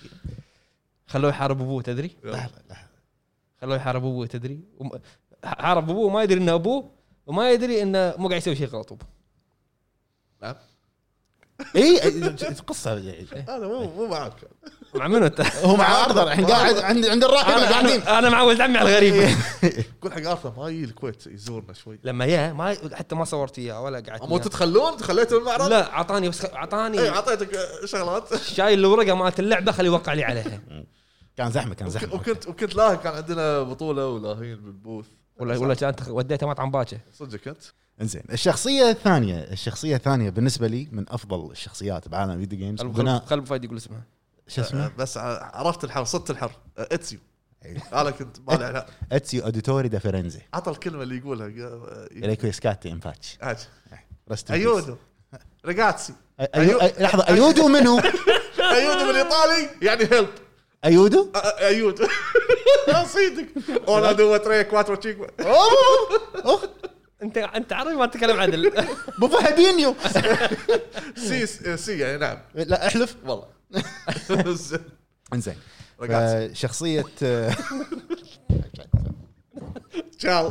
خلوه يحارب ابوه تدري. لا لا خلوه يحارب ابوه تدري وم- حارب ابوه ما يدري انه ابوه وما يدري انه مو قاعد يسوي شيء غلط. نعم اي قصه انا مو مو معك. مع منو انت؟ هو مع ارثر الحين قاعد عند عند الراحله انا قاعدين. انا, أنا مع ولد عمي على الغريب. قول حق ارثر ما يجي الكويت يزورنا شوي. لما يا ما حتى ما صورت اياه ولا قعدت مو وياه. تتخلون خليته المعرض. لا عطاني بس اعطاني اي اعطيتك شغلات. شايل الورقه مالت اللعبه خلي يوقع لي عليها. كان زحمه كان زحمه. وكنت وكنت لاهي كان عندنا بطوله ولاهين بالبوث. ولا ولا كانت وديته مطعم باكر. صدقك انت انزين الشخصيه الثانيه الشخصيه الثانيه بالنسبه لي من افضل الشخصيات بعالم الفيديو جيمز. بناء خل فايد يقول اسمها. شو اسمه بس عرفت الحرف صدت الحرف اتسيو. أيوه. انا كنت مالي على اتسيو اديتوري دا فرنزي عطى الكلمه اللي يقولها اليكو سكاتي انفاتش هاج رست ايودو رجاتسي أيو... أي... لحظه ايودو منو ايودو بالايطالي يعني هيلب ايودو ايودو صيدك انا دو تري كواترو تشيكو أوه. انت انت عربي ما تتكلم عدل. ابو فهدينيو سي سي يعني نعم لا احلف والله انزين رجاتسي شخصيه تشاو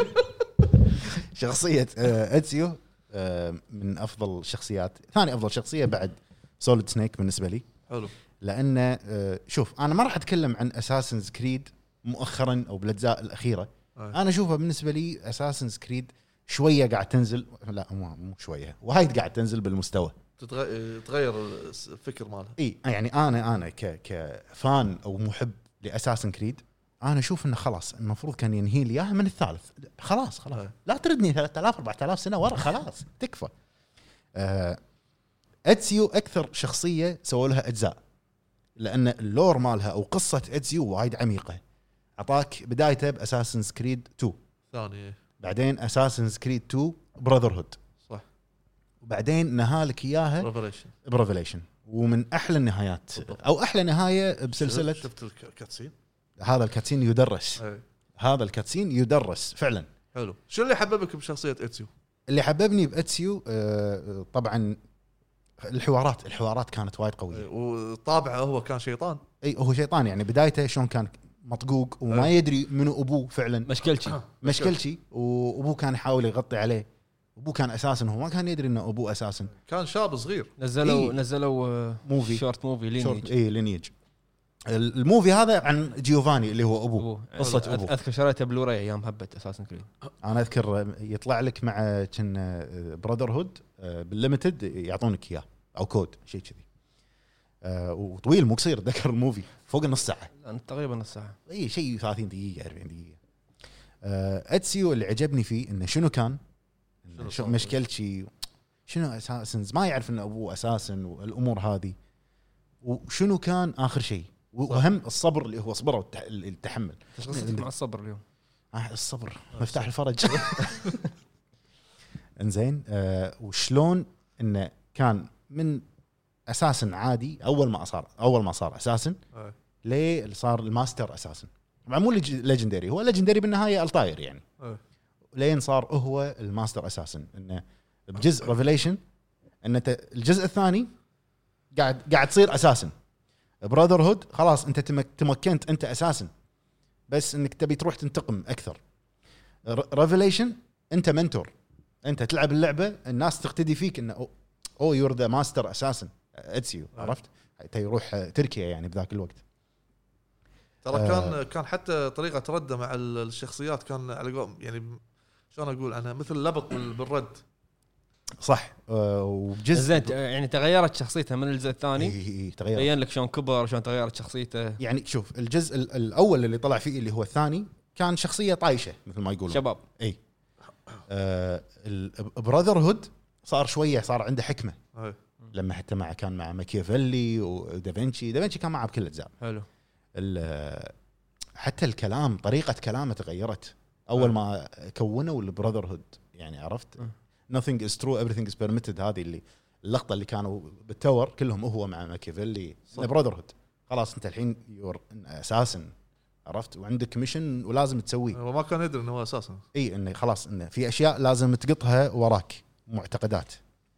شخصيه اتسيو من افضل الشخصيات. ثاني افضل شخصيه بعد سوليد سنيك بالنسبه لي. حلو لان شوف انا ما راح اتكلم عن اساسنز كريد مؤخرا او بالاجزاء الاخيره. أي. انا اشوفها بالنسبه لي اساسنز كريد شويه قاعد تنزل. لا مو مو شويه وايد قاعد تنزل بالمستوى. تتغير تغير الفكر مالها. اي يعني انا انا ك كفان او محب لاساسن كريد انا اشوف انه خلاص المفروض كان ينهي لي اياها من الثالث. خلاص خلاص أي. لا تردني ثلاثة آلاف أربعة آلاف سنه ورا خلاص تكفى. آه اتسيو اكثر شخصيه سووا لها اجزاء لان اللور مالها او قصه اتسيو وايد عميقه. اعطاك بدايته باساسنز كريد تو ثاني بعدين اساسنز كريد تو براذر هود صح وبعدين نهالك اياها ريفريشن بريفليشن ومن احلى النهايات بالضبط. او احلى نهايه بسلسله. شفت الكاتسين هذا الكاتسين يدرس أي. هذا الكاتسين يدرس فعلا. حلو شو اللي حببك بشخصيه اتسيو؟ اللي حببني باتسيو آه، طبعا الحوارات الحوارات كانت وايد قويه. وطابعه هو كان شيطان. اي هو شيطان يعني بدايته شلون كان مطقوق وما أي. يدري منو ابوه فعلا مشكلتي مشكلتي وابوه كان يحاول يغطي عليه. ابوه كان اساسا هو ما كان يدري انه ابوه اساسا. كان شاب صغير. نزلوا إيه. نزلوا آه، موفي. شورت موفي شورت لينيج. اي لينيج. الموفي هذا عن جيوفاني اللي هو ابوه أبوه. قصه أذ- ابوه. اذكر شريته بلوراي ايام هبه اساسن كريد. انا اذكر يطلع لك مع كنا براذر هود بالليمتد يعطونك اياه او كود شيء كذي. آه، وطويل مو قصير. ذكر الموفي فوق النص ساعه تقريبا نص ساعه. اي شيء ثلاثين دقيقه أربعين دقيقه. آه، اتسيو اللي عجبني فيه انه شنو كان شنو شو صار؟ مشكلتي شنو اساسنز ما يعرف انه ابوه اساسا والامور هذه وشنو كان اخر شيء. وهم الصبر اللي هو صبره والتحمل. تشخيصك مع الصبر اليوم. آه الصبر مفتاح الفرج. انزين آه وشلون انه كان من اساسا عادي اول ما صار اول ما صار اساسا أي. ليه صار الماستر اساسا. طبعا مو ليجندري، هو ليجندري بالنهايه الطاير يعني. أي. لين صار هو الماستر اساسا انه بجزء ريفيليشن ان الجزء الثاني قاعد قاعد تصير اساسا براذر هود. خلاص انت تمكنت انت اساسا، بس انك تبي تروح تنتقم اكثر. ريفيليشن انت منتور، انت تلعب اللعبه الناس تقتدي فيك انه او يور ذا ماستر اساسا اتسيو. عرفت؟ حتى يروح تركيا يعني بذاك الوقت. ترى كان آه كان حتى طريقه رده مع الشخصيات كان على يعني شلون اقول عنها مثل لبق بالرد. صح. آه وبجزء زين يعني تغيرت شخصيته من الجزء الثاني. إيه تغير. بين لك شلون كبر شلون تغيرت شخصيته. يعني شوف الجزء الاول اللي طلع فيه اللي هو الثاني كان شخصيه طايشه مثل ما يقولون شباب. اي آه براذر هود صار شويه صار عنده حكمه. أي. لما حتى مع كان مع ماكيافيلي ودافنشي دافنشي كان معه بكل الاجزاء. حلو. حتى الكلام طريقه كلامه تغيرت اول ما كونوا البراذر هود يعني. عرفت؟ nothing is true everything is permitted. هذه اللي اللقطه اللي كانوا بالتور كلهم هو مع ماكيافيلي براذر هود. خلاص انت الحين يور اساسا. عرفت؟ وعندك ميشن ولازم تسويه. هو ما كان يدري انه هو اساسا اي انه خلاص انه في اشياء لازم تقطها وراك معتقدات.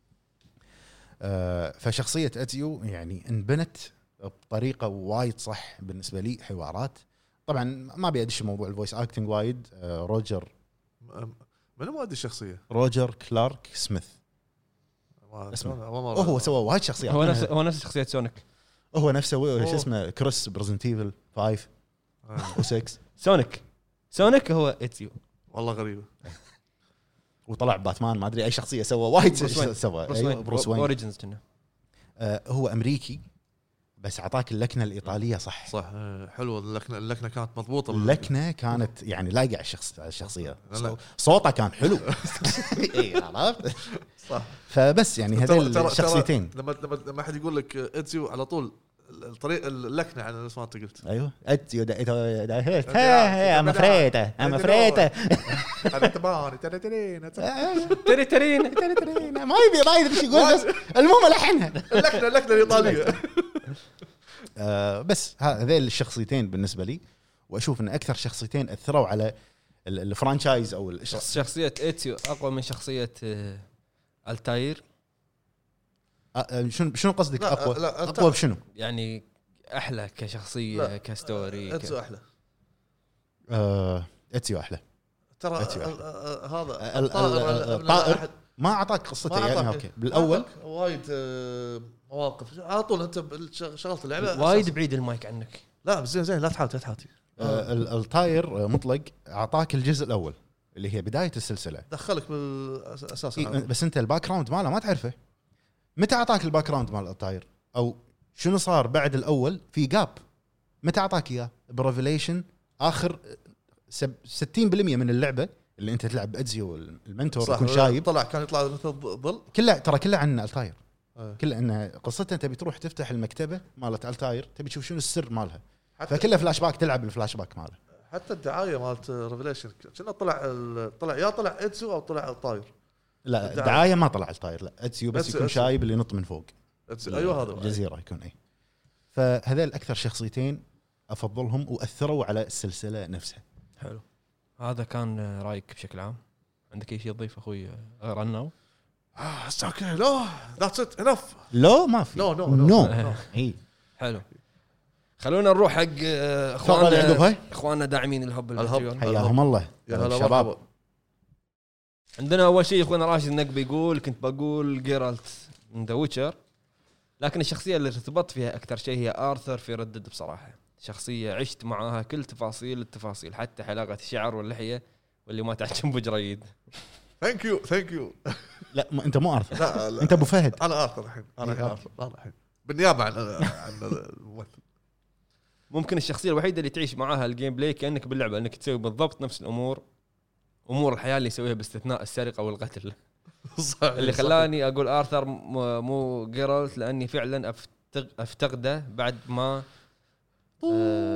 آه فشخصيه اتيو يعني انبنت بطريقه وايد صح بالنسبه لي. حوارات طبعا ما ابي موضوع الفويس اكتنج وايد. آه روجر من هو هذه الشخصيه؟ روجر كلارك سميث اسمه. هو سوى وايد شخصيات. هو نفس هو نفس شخصيه سونيك. هو نفسه شو اسمه كريس بريزنت ايفل خمسة و6. سونيك سونيك هو اتيو. والله غريبه. وطلع باتمان ما ادري اي شخصيه سوى وايد سوى. أيوة بروس وين اوريجنز كنا. آه هو امريكي بس اعطاك اللكنه الايطاليه صح. صح حلوه اللكنه. اللكنه كانت مضبوطه. اللكنه كانت يعني لايقه على الشخص الشخصيه. صوته كان حلو. اي عرفت صح. فبس يعني هذول الشخصيتين. لما لما حد يقول لك اتسيو على طول الطريقه اللكنه على نفس ما انت قلت. ايوه اتسيو دا دا هي ام فريته ام فريته انا تبان ترى ترين تري ترين تري ترين ما يبي ما يدري ايش يقول بس المهم لحنها اللكنه اللكنه الايطاليه. آه بس هذول الشخصيتين بالنسبه لي واشوف ان اكثر شخصيتين اثروا على الفرانشايز او الشخص. شخصيه اتسيو اقوى من شخصيه التاير. آه شنو شنو قصدك اقوى؟ لا اقوى بشنو يعني احلى كشخصيه لا. كستوري اتسيو احلى. آه اتسيو احلى ترى هذا الطائر ما اعطاك قصته يعني. اوكي بالاول وايد مواقف على طول انت شغلت اللعبه وايد بعيد المايك عنك. لا زين زين لا تحاول تحاتي. آه الطاير مطلق اعطاك الجزء الاول اللي هي بدايه السلسله دخلك بالاساس. إيه بس انت الباك جراوند ماله ما تعرفه. متى اعطاك الباك جراوند مال الطاير او شنو صار بعد الاول في جاب؟ متى اعطاك اياه؟ بريفيليشن اخر ستين بالمية من اللعبه اللي انت تلعب ادزيو المنتور يكون شايب. طلع كان يطلع مثل ظل كله ترى كله عن الطاير. أه. كله انه قصته انت بتروح تفتح المكتبه مالت الطاير تبي تشوف شنو السر مالها. فكله فلاش باك تلعب الفلاش باك ماله. حتى الدعايه مالت ريفيليشن كنا طلع طلع يا طلع ادزيو او طلع الطاير. لا الدعايه ما طلع الطاير. لا ادزيو بس يكون شايب اللي ينط من فوق. ايوه هذا الجزيره يكون اي. فهذول اكثر شخصيتين افضلهم واثروا على السلسله نفسها. حلو. هذا كان رايك بشكل عام. عندك اي شيء تضيف اخوي غير عنه؟ اه اوكي لا ذاتس ات انف. لا ما في نو نو نو اي حلو. خلونا نروح حق اخواننا اخواننا داعمين الهب الهب. حياهم الله يا هلا شباب. عندنا اول شيء اخونا راشد النقبي يقول كنت بقول جيرالت من ذا ويتشر لكن الشخصيه اللي ارتبطت فيها اكثر شيء هي ارثر في ردد. بصراحه شخصيه عشت معاها كل تفاصيل التفاصيل حتى حلاقه الشعر واللحيه واللي ما تعجب بجريد. ثانك يو ثانك يو. لا ما انت مو ارثر. لا لا. انت ابو فهد. انا ارثر الحين. انا الحين ارثر انا الحين بالنيابه عن عن الممثل. ممكن الشخصيه الوحيده اللي تعيش معاها الجيم بلاي كانك باللعبه انك تسوي بالضبط نفس الامور امور الحياه اللي يسويها باستثناء السرقه والقتل. اللي خلاني اقول ارثر مو جيرالت لاني فعلا افتقده بعد ما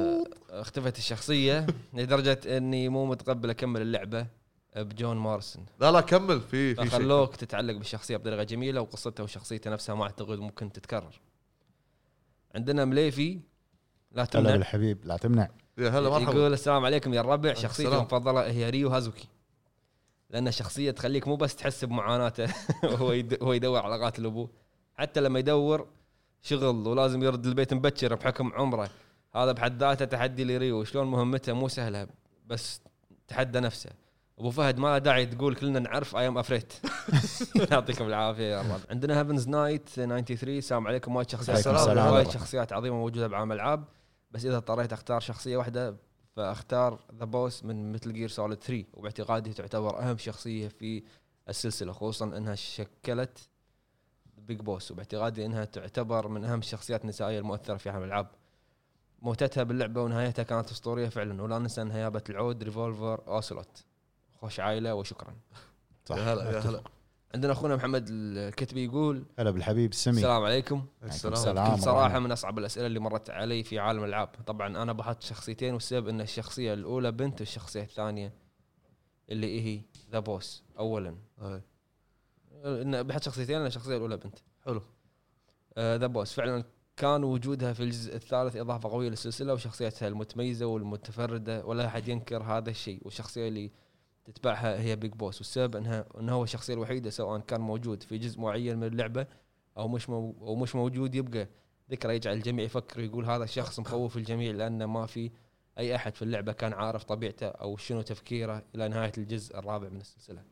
اختفت الشخصيه لدرجه اني مو متقبل اكمل اللعبه بجون مارسون. لا لا كمل في في شيء خلوك تتعلق بالشخصيه بطريقه جميله وقصتها وشخصيته نفسها ما اعتقد ممكن تتكرر. عندنا مليفي لا هلا تمنع بالحبيب لا تمنع. يا هلا مرحبا. يقول السلام عليكم يا الربع. شخصيتي السلام. المفضله هي ريو هازوكي لان الشخصيه تخليك مو بس تحس بمعاناته وهو يد... هو يدور على قاتل ابوه، حتى لما يدور شغل ولازم يرد البيت مبكر بحكم عمره. هذا بحد ذاته تحدي لريو، شلون مهمته مو سهله بس تحدى نفسه. ابو فهد ما له داعي تقول كلنا نعرف ايام افريت. يعطيكم العافيه يا رب. عندنا هافنز نايت ثلاثة وتسعين. السلام عليكم. وايد شخصيات وايد شخصيات عظيمه موجوده بعالم العاب، بس اذا اضطريت اختار شخصيه واحده فاختار ذا بوس من مثل جير سوليد ثلاثة، وباعتقادي تعتبر اهم شخصيه في السلسله، خصوصا انها شكلت بيج بوس، وباعتقادي انها تعتبر من اهم الشخصيات النسائيه المؤثره في عالم الالعاب. موتتها باللعبه ونهايتها كانت اسطوريه فعلا، ولا ننسى نهاية العود ريفولفر اوسلوت. خوش عائله وشكرا. صح. يا هلا يا هلا. عندنا اخونا محمد الكتبي يقول هلا بالحبيب السمي. السلام عليكم. السلام. بكل صراحه من اصعب الاسئله اللي مرت علي في عالم الالعاب. طبعا انا بحط شخصيتين، والسبب ان الشخصيه الاولى بنت والشخصيه الثانيه اللي هي ذا بوس. اولا أي. ان بحط شخصيتين لان الشخصيه الاولى بنت. حلو. ذا بوس فعلا كان وجودها في الجزء الثالث اضافه قويه للسلسله، وشخصيتها المتميزه والمتفرده ولا احد ينكر هذا الشيء. والشخصيه اللي تتبعها هي بيج بوس، والسبب انها انه هو الشخصيه الوحيده سواء كان موجود في جزء معين من اللعبه او مش مو او مش موجود يبقى ذكرى يجعل الجميع يفكر يقول هذا الشخص مخوف الجميع، لانه ما في اي احد في اللعبه كان عارف طبيعته او شنو تفكيره الى نهايه الجزء الرابع من السلسله.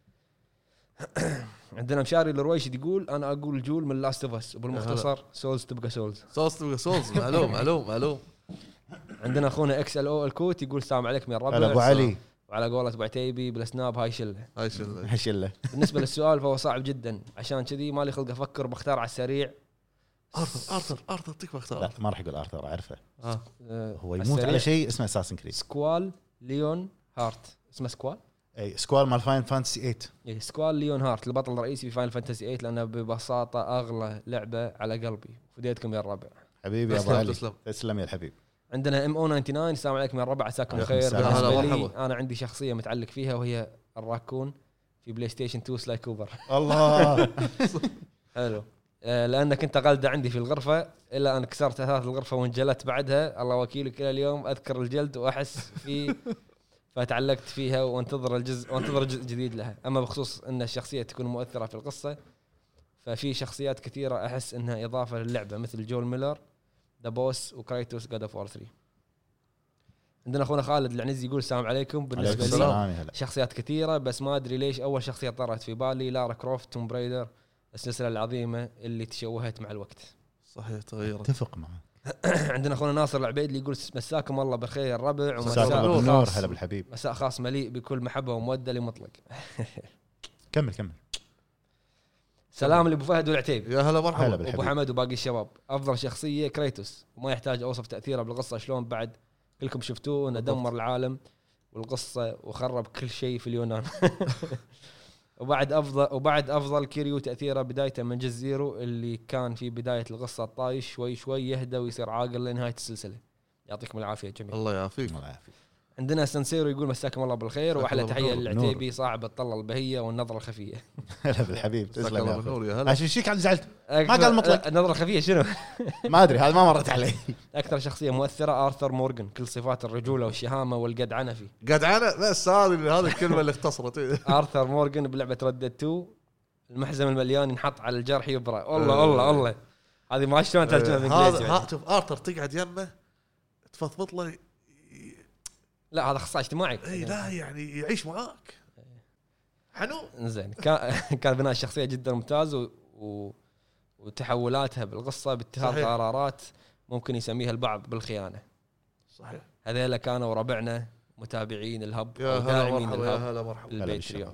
عندنا مشاري الرويشد يقول انا اقول جول من لاست اوف اس، وبالمختصر سولز تبقى سولز. سولز تبقى سولز. معلوم معلوم معلوم. عندنا اخونا اكس ال او الكوت يقول السلام عليكم يا الربع. هلا ابو علي. وعلى قولة ابو عتيبي بالسناب هاي شله. هاي شله. هاي شله. بالنسبه للسؤال فهو صعب جدا، عشان كذي ما لي خلق افكر، بختار على السريع. ارثر ارثر ارثر تكفى لا اختار. ما راح يقول ارثر اعرفه. اه هو يموت على شيء اسمه اساسن كريد. سكوال ليون هارت. اسمه سكوال اي سكوال مال فاين فانتسي ثمانية. إيه سكوال ليون هارت البطل الرئيسي في فاينل فانتسي ثمانية، لانه ببساطه اغلى لعبه على قلبي. فديتكم يا الربع. حبيبي يا ابو علي. تسلم تسلم يا الحبيب. عندنا ام او تسعة وتسعين. السلام عليكم يا الربع. عساكم بخير. بالنسبه لي انا عندي شخصيه متعلق فيها وهي الراكون في بلاي ستيشن اثنين سلاي كوبر. الله. حلو. لانك انت غلده عندي في الغرفه، الا ان كسرت اثاث الغرفه وانجلت بعدها. الله وكيلك الى اليوم اذكر الجلد واحس في فتعلقت فيها وانتظر الجزء وانتظر جزء جديد لها. اما بخصوص ان الشخصيه تكون مؤثره في القصه، ففي شخصيات كثيره احس انها اضافه للعبه مثل جول ميلر، ذا بوس، وكرايتوس جاد اوف وار ثلاثة. عندنا اخونا خالد العنزي يقول السلام عليكم. بالنسبه لي شخصيات كثيره، بس ما ادري ليش اول شخصيه طرت في بالي لارا كروفت توم برايدر، السلسله العظيمه اللي تشوهت مع الوقت. صحيح تغيرت. اتفق معك. عندنا اخونا ناصر العبيد اللي يقول مساكم الله بالخير يا الربع، ومساء بالنور. هلا بالحبيب. مساء خاص مليء بكل محبه وموده لمطلق. كمل كمل. سلام لابو فهد والعتيب. يا هلا مرحبا. ابو حمد وباقي الشباب. افضل شخصيه كريتوس، وما يحتاج اوصف تاثيره بالقصه شلون بعد كلكم شفتوه انه دمر العالم والقصه وخرب كل شيء في اليونان. وبعد افضل وبعد افضل كيريو تاثيره بدايته من جزء زيرو اللي كان في بدايه القصه الطايش شوي شوي يهدى ويصير عاقل لنهايه السلسله. يعطيكم العافيه جميعا. الله يعافيك. الله يعافيك. عندنا سانسيرو يقول مساكم الله بالخير، واحلى تحيه للعتيبي صاحب الطله البهيه والنظره الخفيه. هلا بالحبيب. تسلم يا بالنور. يا هلا. عشان شيك عن زعلت ما قال مطلق. النظره الخفيه شنو؟ ما ادري هذا ما مرت علي. اكثر شخصيه مؤثره ارثر مورغان، كل صفات الرجوله والشهامه والجدعنه فيه. جدعنه بس هذه هذه الكلمه اللي اختصرت. ارثر مورغان بلعبه ردد اثنين المحزم المليان ينحط على الجرح يبرأ. والله والله والله هذه ما شلون ترجمه بالانجليزي. هذا شوف ارثر تقعد يمه تفضفض له. لا هذا اخصائي اجتماعي. اي لا يعني يعيش معاك حنون. زين كان كان بناء الشخصيه جدا ممتاز و... و... وتحولاتها بالقصه باتخاذ قرارات ممكن يسميها البعض بالخيانه. صحيح. هذول كانوا ربعنا متابعين الهب وداعمين الهب. يا هلا مرحبا. الباتريون.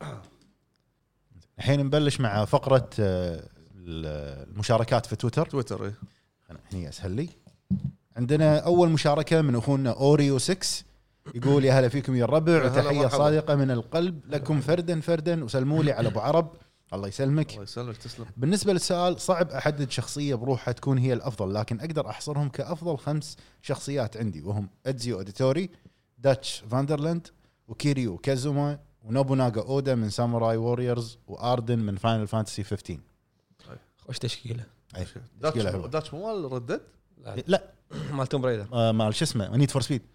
الحين نبلش مع فقره المشاركات في تويتر. تويتر ايه هني اسهل لي. عندنا اول مشاركه من اخونا اوريو ستة يقول يا هلا فيكم يا الربع، وتحيه صادقه من القلب لكم فردا فردا، وسلموا لي على ابو عرب الله يسلمك. الله يسلمك تسلم. بالنسبه للسؤال صعب احدد شخصيه بروحها تكون هي الافضل، لكن اقدر احصرهم كافضل خمس شخصيات عندي، وهم ادزيو اوديتوري، داتش فاندرلاند، وكيريو كازوما، ونوبوناغا اودا من ساموراي ووريرز، واردن من فاينل فانتسي خمسة عشر. خوش تشكيله. اي داتش تشكيلة حلوة. داتش مو مال ردد لا مال توم برايدر. آه مال شو اسمه نيد فور سبيد.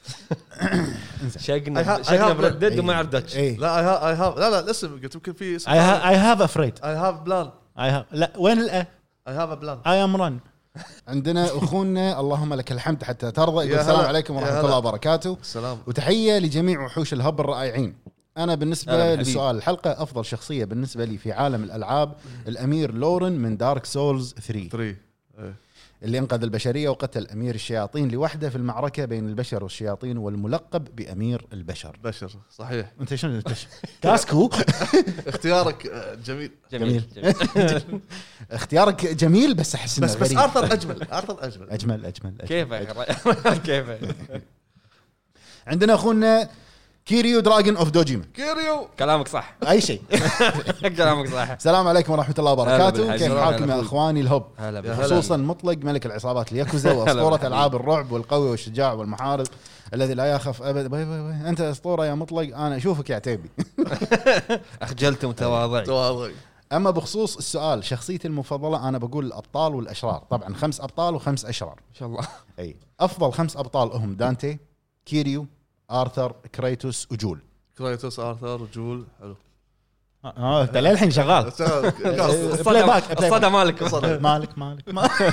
شقنا I have- I شقنا have- بردد وما يعرف داتش. اي لا اي هاف لا لا الاسم قلت يمكن في اسم اي هاف افريد اي هاف بلان اي هاف لا وين الا اي هاف بلان. اي ام رن. عندنا اخونا اللهم لك الحمد حتى ترضى، يقول يا السلام هلا. عليكم يا ورحمه هلا. الله وبركاته، السلام. وتحيه لجميع وحوش الهب الرائعين. انا بالنسبه هلا بالحبيب. لسؤال الحلقه افضل شخصيه بالنسبه لي في عالم الالعاب الامير لورن من دارك سولز ثلاثة، ثلاثة اللي انقذ البشريه وقتل امير الشياطين لوحده في المعركه بين البشر والشياطين، والملقب بامير البشر. بشر صحيح. انت شنو انت ش- كاسكو اختيارك آه، جميل جميل, جميل. جميل. اختيارك جميل بس احس انه بس بس غريب. ارثر اجمل ارثر اجمل اجمل اجمل, أجمل. كيفك كيفك عندنا اخونا كيريو دراجون اوف دوجيما. كيريو كلامك صح. اي شيء. كلامك صح. السلام عليكم ورحمه الله هلا وبركاته، بالحبيب. كيف هلا حالكم يا بالحبيب. اخواني الهب؟ هلا يا بالحبيب. هلا. خصوصا مطلق ملك العصابات الياكوزا هلا واسطوره بالحبيب. العاب الرعب والقوي والشجاع والمحارب الذي لا يخاف ابدا. باي باي باي. انت اسطوره يا مطلق، انا اشوفك يا عتيبي. اخجلت متواضع. تواضع. اما بخصوص السؤال شخصيتي المفضله، انا بقول الابطال والاشرار، طبعا خمس ابطال وخمس اشرار. ان شاء الله. اي افضل خمس ابطال هم دانتي، كيريو، آرثر، كريتوس، وجول. كرايتوس ارثر جول حلو. اه انت للحين شغال. بلاي باك، بلاي الصدى باك. مالك. مالك مالك مالك.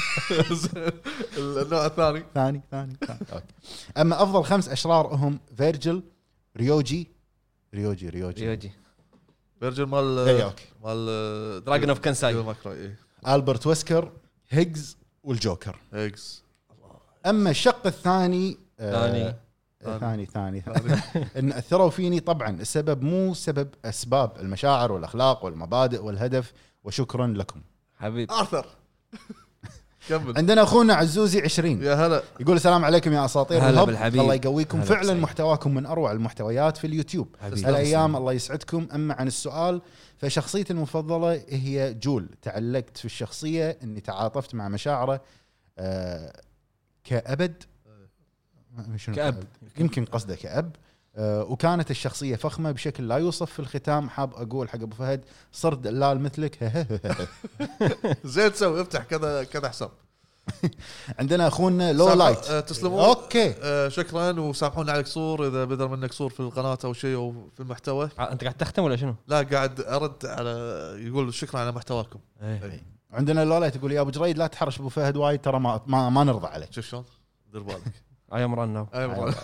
النوع الثاني ثاني ثاني ثاني. أوكي. اما افضل خمس اشرار هم فيرجل، ريوجي ريوجي ريوجي يوجي فيرجن مال إيه، أوكي. مال دراجون اوف كانساي. إيه. البرت ويسكر، هيجز، والجوكر. هيجز. اما الشق الثاني آه، ثاني. آه، ثاني ثاني ان اثروا فيني. طبعا السبب مو سبب اسباب المشاعر والاخلاق والمبادئ والهدف، وشكرا لكم. حبيب. ارثر. كمل. عندنا اخونا عزوزي عشرين يا هلا. يقول السلام عليكم يا اساطير هلا الهب، بالحبيب. الله يقويكم. هلا فعلا بالسعيد. محتواكم من اروع المحتويات في اليوتيوب حبيبي. هالايام، الله يسعدكم. اما عن السؤال فشخصيتي المفضله هي جول. تعلقت في الشخصيه اني تعاطفت مع مشاعره آه كأبد. ما- شنو كأب. يمكن قصده كأب. آه وكانت الشخصيه فخمه بشكل لا يوصف. في الختام حاب اقول حق ابو فهد صرت دلال مثلك. زين تسوي افتح كذا كذا حساب. عندنا اخونا لو سامح- لايت. آه، تسلمون. اوكي آه، شكرا وسامحونا على قصور اذا بدل منك قصور في القناه او شيء او في المحتوى. انت قاعد تختم ولا شنو؟ لا قاعد ارد على يقول شكرا على محتواكم. ايه. عندنا لو لايت يقول يا ابو جريد لا تحرش ابو فهد وايد، ترى ما ما, ما نرضى عليك. شوف شلون دير بالك. اي ام رن ناو. أي مرة.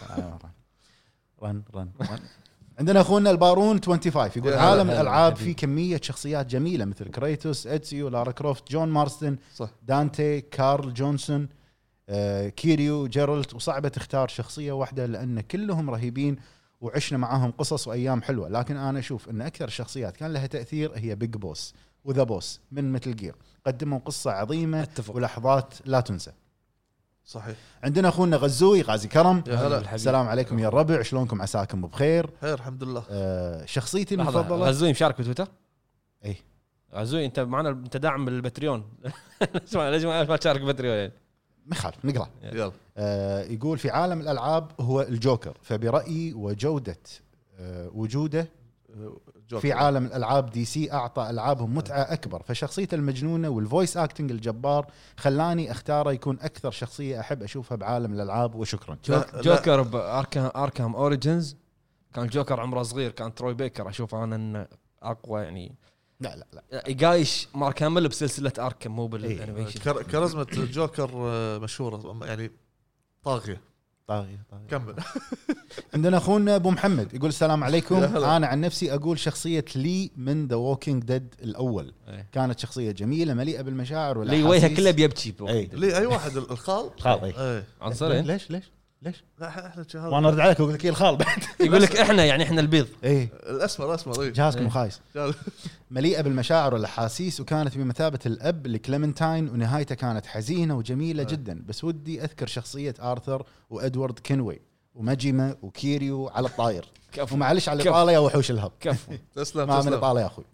رن رن رن. عندنا اخونا البارون خمسة وعشرين يقول يا عالم هلا الالعاب حبيبي. فيه كميه شخصيات جميله مثل كريتوس، ادزيو، لارا كروفت، جون مارستن، صح. دانتي، كارل جونسون، آه، كيريو، جيرالت. وصعبه تختار شخصيه واحده لان كلهم رهيبين وعشنا معاهم قصص وايام حلوه، لكن انا اشوف ان اكثر الشخصيات كان لها تاثير هي بيج بوس وذا بوس من مثل جير. قدموا قصه عظيمه اتفق. ولحظات لا تنسى. صحيح. عندنا اخونا غزوي غازي كرم. يا هلا. بالحبيب. السلام عليكم يا الربع، شلونكم؟ عساكم بخير. خير الحمد لله. آه شخصيتي لحظة، المفضله غزوي مشارك بتويتر؟ اي غزوي انت معنا، انت داعم بالبتريون. ليش ما ليش ما تشارك بتريون يعني؟ ما يخالف نقرا. يلا. آه يقول في عالم الالعاب هو الجوكر، فبرايي وجوده آه وجوده جوكر. في عالم الالعاب دي سي اعطى العابهم متعه اكبر، فشخصيته المجنونه والفويس اكتنج الجبار خلاني اختاره يكون اكثر شخصيه احب اشوفها بعالم الالعاب. وشكرا. جوك لا. جوكر باركام اركام اوريجنز كان جوكر عمره صغير، كان تروي بيكر اشوف انا انه اقوى يعني، لا لا لا يقايش مار كامل بسلسله اركام مو بالانيميشن. كر- كاريزما جوكر آه، مشهوره يعني طاغيه. طاغيه طاغيه. كمل. عندنا اخونا ابو محمد يقول السلام عليكم. يا هلا. انا عن نفسي اقول شخصيه لي من ذا ووكينج ديد الاول. إيه. كانت شخصيه جميله مليئه بالمشاعر لي وجهه والاحاسيس. كله بيبكي. أي. ليه اي واحد الخال. خال اي ايه عنصرين. ليش ليش ليش لا احنا هذا وانا ارد عليك واقول لك إيه الخال بعد. يقول لك احنا يعني احنا البيض. ايه الاسمر اسمر ايه جهازكم إيه. خايس. قال- مليئه بالمشاعر والاحاسيس، وكانت بمثابه الاب لكليمنتاين، ونهايته كانت حزينه وجميله آه. جدا. بس ودي اذكر شخصيه ارثر وادوارد كينوي وماجيما وكيريو على الطاير. كفو ومعلش على كفو. الاطاله يا وحوش الهب. كفو. تسلم ما من تسلم. الاطاله يا اخوي.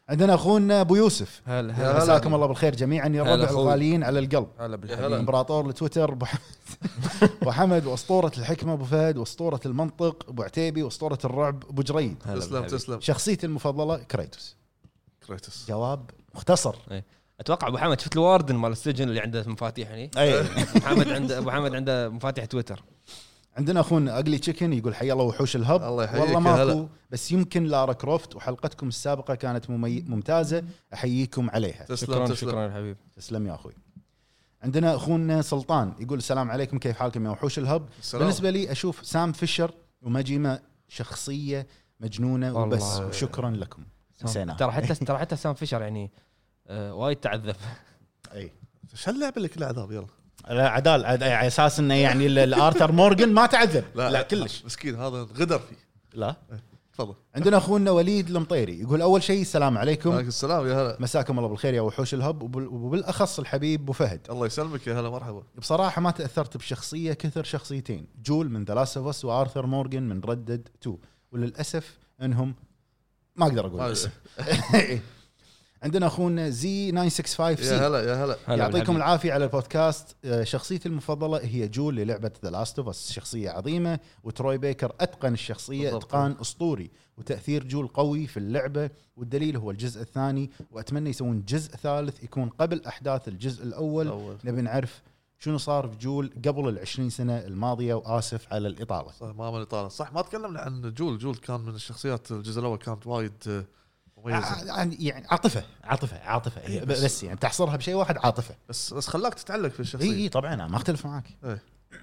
عندنا اخونا ابو يوسف، هلا يا هلا هلا. مساكم الله بالخير جميعا يا هلا الربع أخوي. الغاليين على القلب. هلا بالحبيب. هلا. امبراطور التويتر ابو حمد ابو حمد واسطوره الحكمه ابو فهد واسطوره المنطق ابو عتيبي واسطوره الرعب ابو جريد. هلا تسلم بالحبيب. تسلم شخصيتي المفضله كريتوس. كريتوس. جواب مختصر. اتوقع ابو حمد شفت الواردن مال السجن اللي عنده مفاتيح هني. اي ابو حمد عنده ابو حمد عنده مفاتيح تويتر. عندنا اخونا اقلي تشيكن يقول حيا الله وحوش الهب. الله يحييك والله يا ماكو هلا. بس يمكن لارا كروفت وحلقتكم السابقه كانت ممي... ممتازه احييكم عليها. تسلم شكرا تسلم شكرا يا حبيب. تسلم يا اخوي. عندنا اخونا سلطان يقول السلام عليكم كيف حالكم يا وحوش الهب. السلام. بالنسبه لي اشوف سام فيشر وماجيما شخصيه مجنونه وبس والله. وشكرا لكم. نسيناها. ترى حتى ترى حتى سام فيشر يعني آه وايد تعذب. اي شو اللعبه اللي كلها عذاب يلا. لا عدال عد- على اساس انه يعني ال- الارثر مورغان ما تعذب. لا, لا كلش. مسكين هذا غدر فيه. لا. تفضل. عندنا اخونا وليد المطيري يقول اول شيء السلام عليكم. عليكم السلام يا هلا. مساكم الله بالخير يا وحوش الهب وبال- وبالاخص الحبيب ابو فهد. الله يسلمك يا هلا مرحبا. بصراحه ما تاثرت بشخصيه كثر شخصيتين، جول من ذا لاست اوف اس وارثر مورغان من ردد تو، وللاسف انهم ما اقدر اقول ما- اسم. عندنا اخونا زي تسعمية وخمسة وستين سي يا هلا يا هلا. هلا يعطيكم بالحبيب. العافيه على البودكاست. آه، شخصيتي المفضله هي جول للعبه ذا لاست اوف اس، شخصيه عظيمه وتروي بيكر اتقن الشخصيه بالضبط. اتقان اسطوري، وتاثير جول قوي في اللعبه، والدليل هو الجزء الثاني، واتمنى يسوون جزء ثالث يكون قبل احداث الجزء الاول. أول. نبي نعرف شنو صار في جول قبل العشرين سنة الماضية، وآسف على الإطالة. صح ما من اطاله صح ما تكلمنا عن جول. جول كان من الشخصيات الجزء الاول كانت وايد آه، مميزه. ع- يعني عاطفة عاطفة عاطفة هي ب- بس يعني تحصرها بشيء واحد عاطفة. بس بس خلاك تتعلق في اي الشخصيه. اي طبعا أنا ما اختلف معاك. إيه.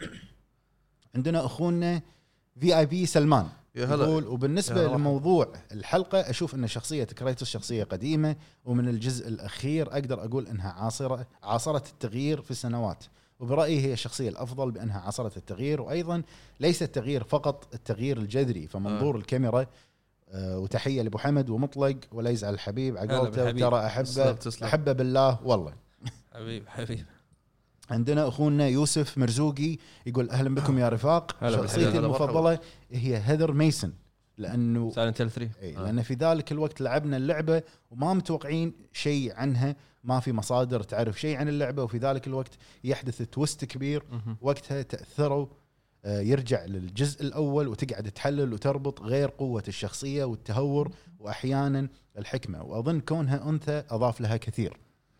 عندنا أخونا في اي بي سلمان يا هلا. يقول وبالنسبة يا مرحبا. لموضوع الحلقة أشوف أن شخصية كريتوس شخصية قديمة، ومن الجزء الأخير أقدر أقول أنها عاصرة عاصرت التغيير في السنوات، وبرأيي هي الشخصية الأفضل بأنها عاصرت التغيير، وأيضا ليس التغيير فقط التغيير الجذري فمنظور آه. الكاميرا. آه وتحية لأبو حمد ومطلق ولا يزعل الحبيب هلا عقولته، بالحبيب. وترى أحبه تسلم تسلم. أحبه بالله والله. حبيب حبيب. عندنا أخونا يوسف مرزوقي يقول أهلا بكم يا رفاق. هلا شخصيتي بالحبيب. هلا المفضلة هي هيذر ميسن، لأنه سايلنت هيل ثلاثة. إيه لأن في ذلك الوقت لعبنا اللعبة وما متوقعين شيء عنها، ما في مصادر تعرف شيء عن اللعبة، وفي ذلك الوقت يحدث تويست كبير. مهم. وقتها تأثروا آه، يرجع للجزء الأول وتقعد تحلل وتربط غير قوة الشخصية والتهور وأحيانا الحكمة، وأظن كونها أنثى أضاف لها كثير.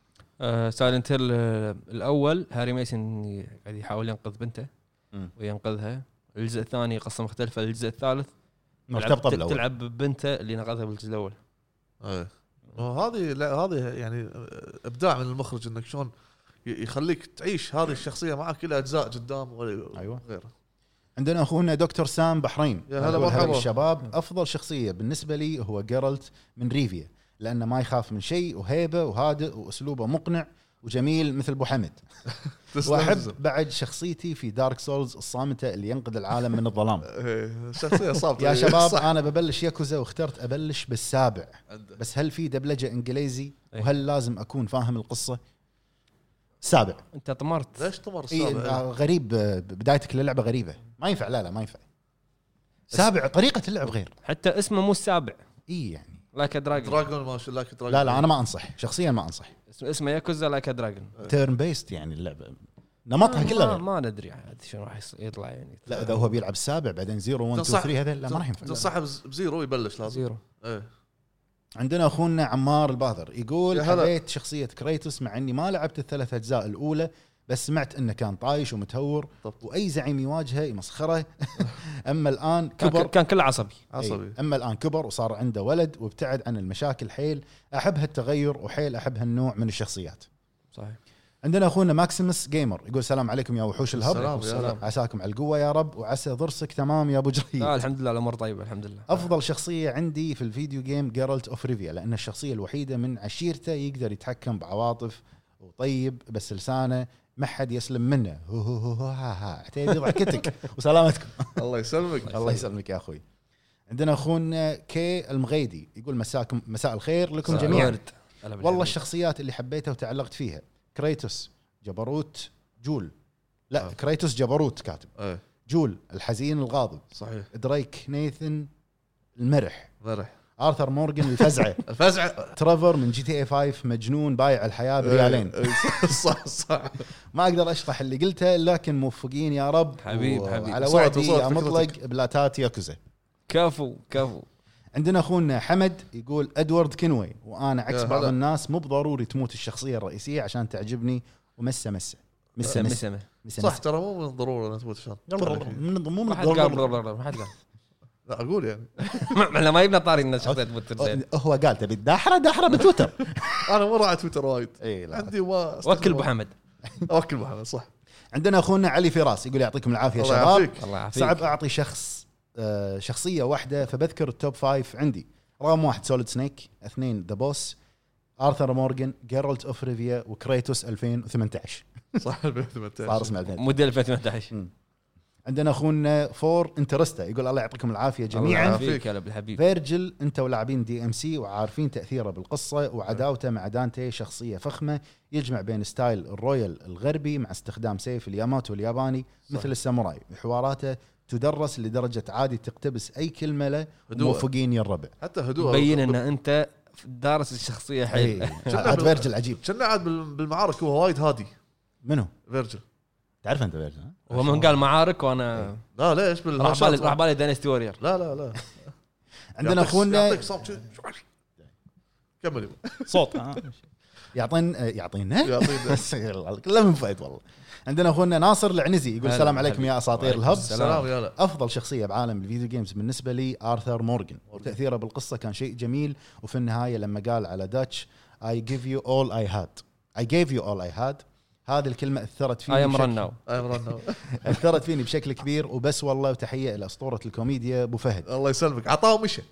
سايلنت هيل الاول هاري ميسن قاعد يحاول ينقذ بنته مم. وينقذها. الجزء الثاني قصه مختلفه. الجزء الثالث مرتبطة تلعب, بالأول. تلعب ببنته اللي نقذها بالجزء الاول. ايه هذه لا هذه يعني ابداع من المخرج انك شلون ي- يخليك تعيش هذه الشخصيه معك كل اجزاء قدام ولا أيوة. غيره. عندنا أخونا دكتور سام بحرين يا هلا يقول مرحبا. الشباب أفضل شخصية بالنسبة لي هو جيرالت من ريفيا، لأنه ما يخاف من شيء وهيبة وهادئ وأسلوبه مقنع وجميل مثل أبو حمد. تسلم وأحب تسلم. بعد شخصيتي في دارك سولز الصامتة اللي ينقذ العالم من الظلام. إيه، شخصيه صعبه يا شباب صح. أنا ببلش ياكوزا واخترت أبلش بالسابع، عنده. بس هل في دبلجة إنجليزي إيه. وهل لازم أكون فاهم القصة؟ سابع. انت طمرت. ليش طمر إيه السابع؟ آه، غريب. آه، بدايتك للعبة غريبة ما ينفع. لا لا ما ينفع. سابع طريقة اللعب غير. حتى اسمه مو السابع. إيه يعني لايك دراجون. دراجون ما شاء الله دراجون. لا لا أنا ما أنصح شخصيا ما أنصح. اسمه ياكوزا لايك دراجون. تيرن بيست يعني اللعبة نمطها كلها ما, غير. ما ندري عاد شنو راح يص- يطلع يعني. لا إذا هو بيلعب السابع بعدين زيرو واحد اثنين ثلاثة هذا لا ما راح ينفع. تنصح بزيرو يبلش لازم. زيرو. ايه عندنا اخونا عمار الباذر يقول يا هلا. حبيت شخصيه كريتوس مع اني ما لعبت الثلاث اجزاء الاولى، بس سمعت انه كان طايش ومتهور طب. واي زعيم يواجهه يمسخره. اما الان كان, كبر. كان كله عصبي. عصبي. إيه. اما الان كبر وصار عنده ولد وابتعد عن المشاكل حيل. احب هالتغير وحيل احب هالنوع من الشخصيات. صحيح. عندنا اخونا ماكسيمس جيمر يقول السلام عليكم يا وحوش الهب. السلام، يا هلا. عساكم على القوه يا رب وعسى ضرسك تمام يا ابو لا جريد. الحمد لله الامور طيبه الحمد لله. افضل شخصيه عندي في الفيديو جيم جيرالت اوف ريفيا، لان الشخصيه الوحيده من عشيرته يقدر يتحكم بعواطف وطيب، بس لسانه ما حد يسلم منه. هو هو هو هو ها ها عتيبي ضحكتك وسلامتكم. الله يسلمك. الله يسلمك يا اخوي. عندنا اخونا كي المغيدي يقول مساكم مساء الخير لكم مساء جميعا. الورد. هلا بالحبيب. والله الشخصيات اللي حبيتها وتعلقت فيها كريتوس جبروت جول لا آه. كريتوس جبروت كاتب ايه جول الحزين الغاضب، صحيح. دريك نيثن المرح، مرح. آرثر مورغان الفزعة الفزعه ترافر من جي تي اي خمسة مجنون بايع الحياة بريالين. صح صح ما اقدر اشرح اللي قلته لكن موفقين يا رب. حبيب حبيب. على وصلت- وعدي وصلت يا مطلق فكرتك. بلاتات ياكوزا. كفو كفو. عندنا اخونا حمد يقول ادوارد كينوي وانا عكس يا بعض هلا. الناس مو بضروري تموت الشخصيه الرئيسيه عشان تعجبني ومسه مسه مسه مسه مسمى مسه صح ترى مو من ضروره انها تموت عشان من مو ما حد من قال ما حد قال لا اقول يعني ما ما يبنى طاري ان الشخصيه تموت زين. هو قال تبي داحره داحره بتويتر. انا مو راعي تويتر وايد اي لا. عندي ما وكل ابو حمد. وكل محمد صح عندنا اخونا علي فراس يقول يعطيكم العافيه الله شباب. يعافيك. الله يعافيك. صعب اعطي شخص آه، شخصيه واحده فبذكر التوب فايف عندي. رقم واحد سوليد سنيك، اثنين ذا بوس، آرثر مورغان، جيرالت اوف ريفيا، وكريتوس ألفين وثمانية عشر. صح صار اسمه ألفين. موديل ألفين وثمانية عشر. عندنا اخونا فور انترستا يقول الله يعطيكم العافيه الله جميعا. يعافيك. فيك يا الحبيب. فيرجل انتوا لاعبين دي ام سي وعارفين تاثيره بالقصه وعداوته مع دانتي شخصيه فخمه يجمع بين ستايل الرويال الغربي مع استخدام سيف الياماتو الياباني صح. مثل الساموراي. حواراته تدرس لدرجه عادي تقتبس اي كلمه له. هدوء. موفقين يا الربع. حتى هدوء مبين ان انت دارس الشخصيه حيل. اي عاد فيرجل عجيب. كنا عاد بال- بالمعارك هو وايد هادي منو فيرجل تعرف انت فيرجل ها؟ هو من قال معارك وانا لا ليش راح بالي بالهاشات راح بالي داينستي وورير. لا لا لا عندنا يعطيك- اخونا يعطيك صوت شي- كمل يبا. صوت ها؟ يعطين يعطينا يعطينا كله من فايد والله. عندنا اخونا ناصر العنزي يقول هلا السلام عليكم حبيبي. يا اساطير وعليكم الهب. سلام يا لا افضل شخصيه بعالم الفيديو جيمز بالنسبه لي ارثر مورغان وتاثيره بالقصه كان شيء جميل. وفي النهايه لما قال على داتش I give you all I had I gave you all I had هذه الكلمه اثرت فيني اي ام بشكل- رن ناو. أمرنا. اثرت فيني بشكل كبير وبس والله. وتحيه الى اسطوره الكوميديا ابو فهد. الله يسلمك عطاه ومشى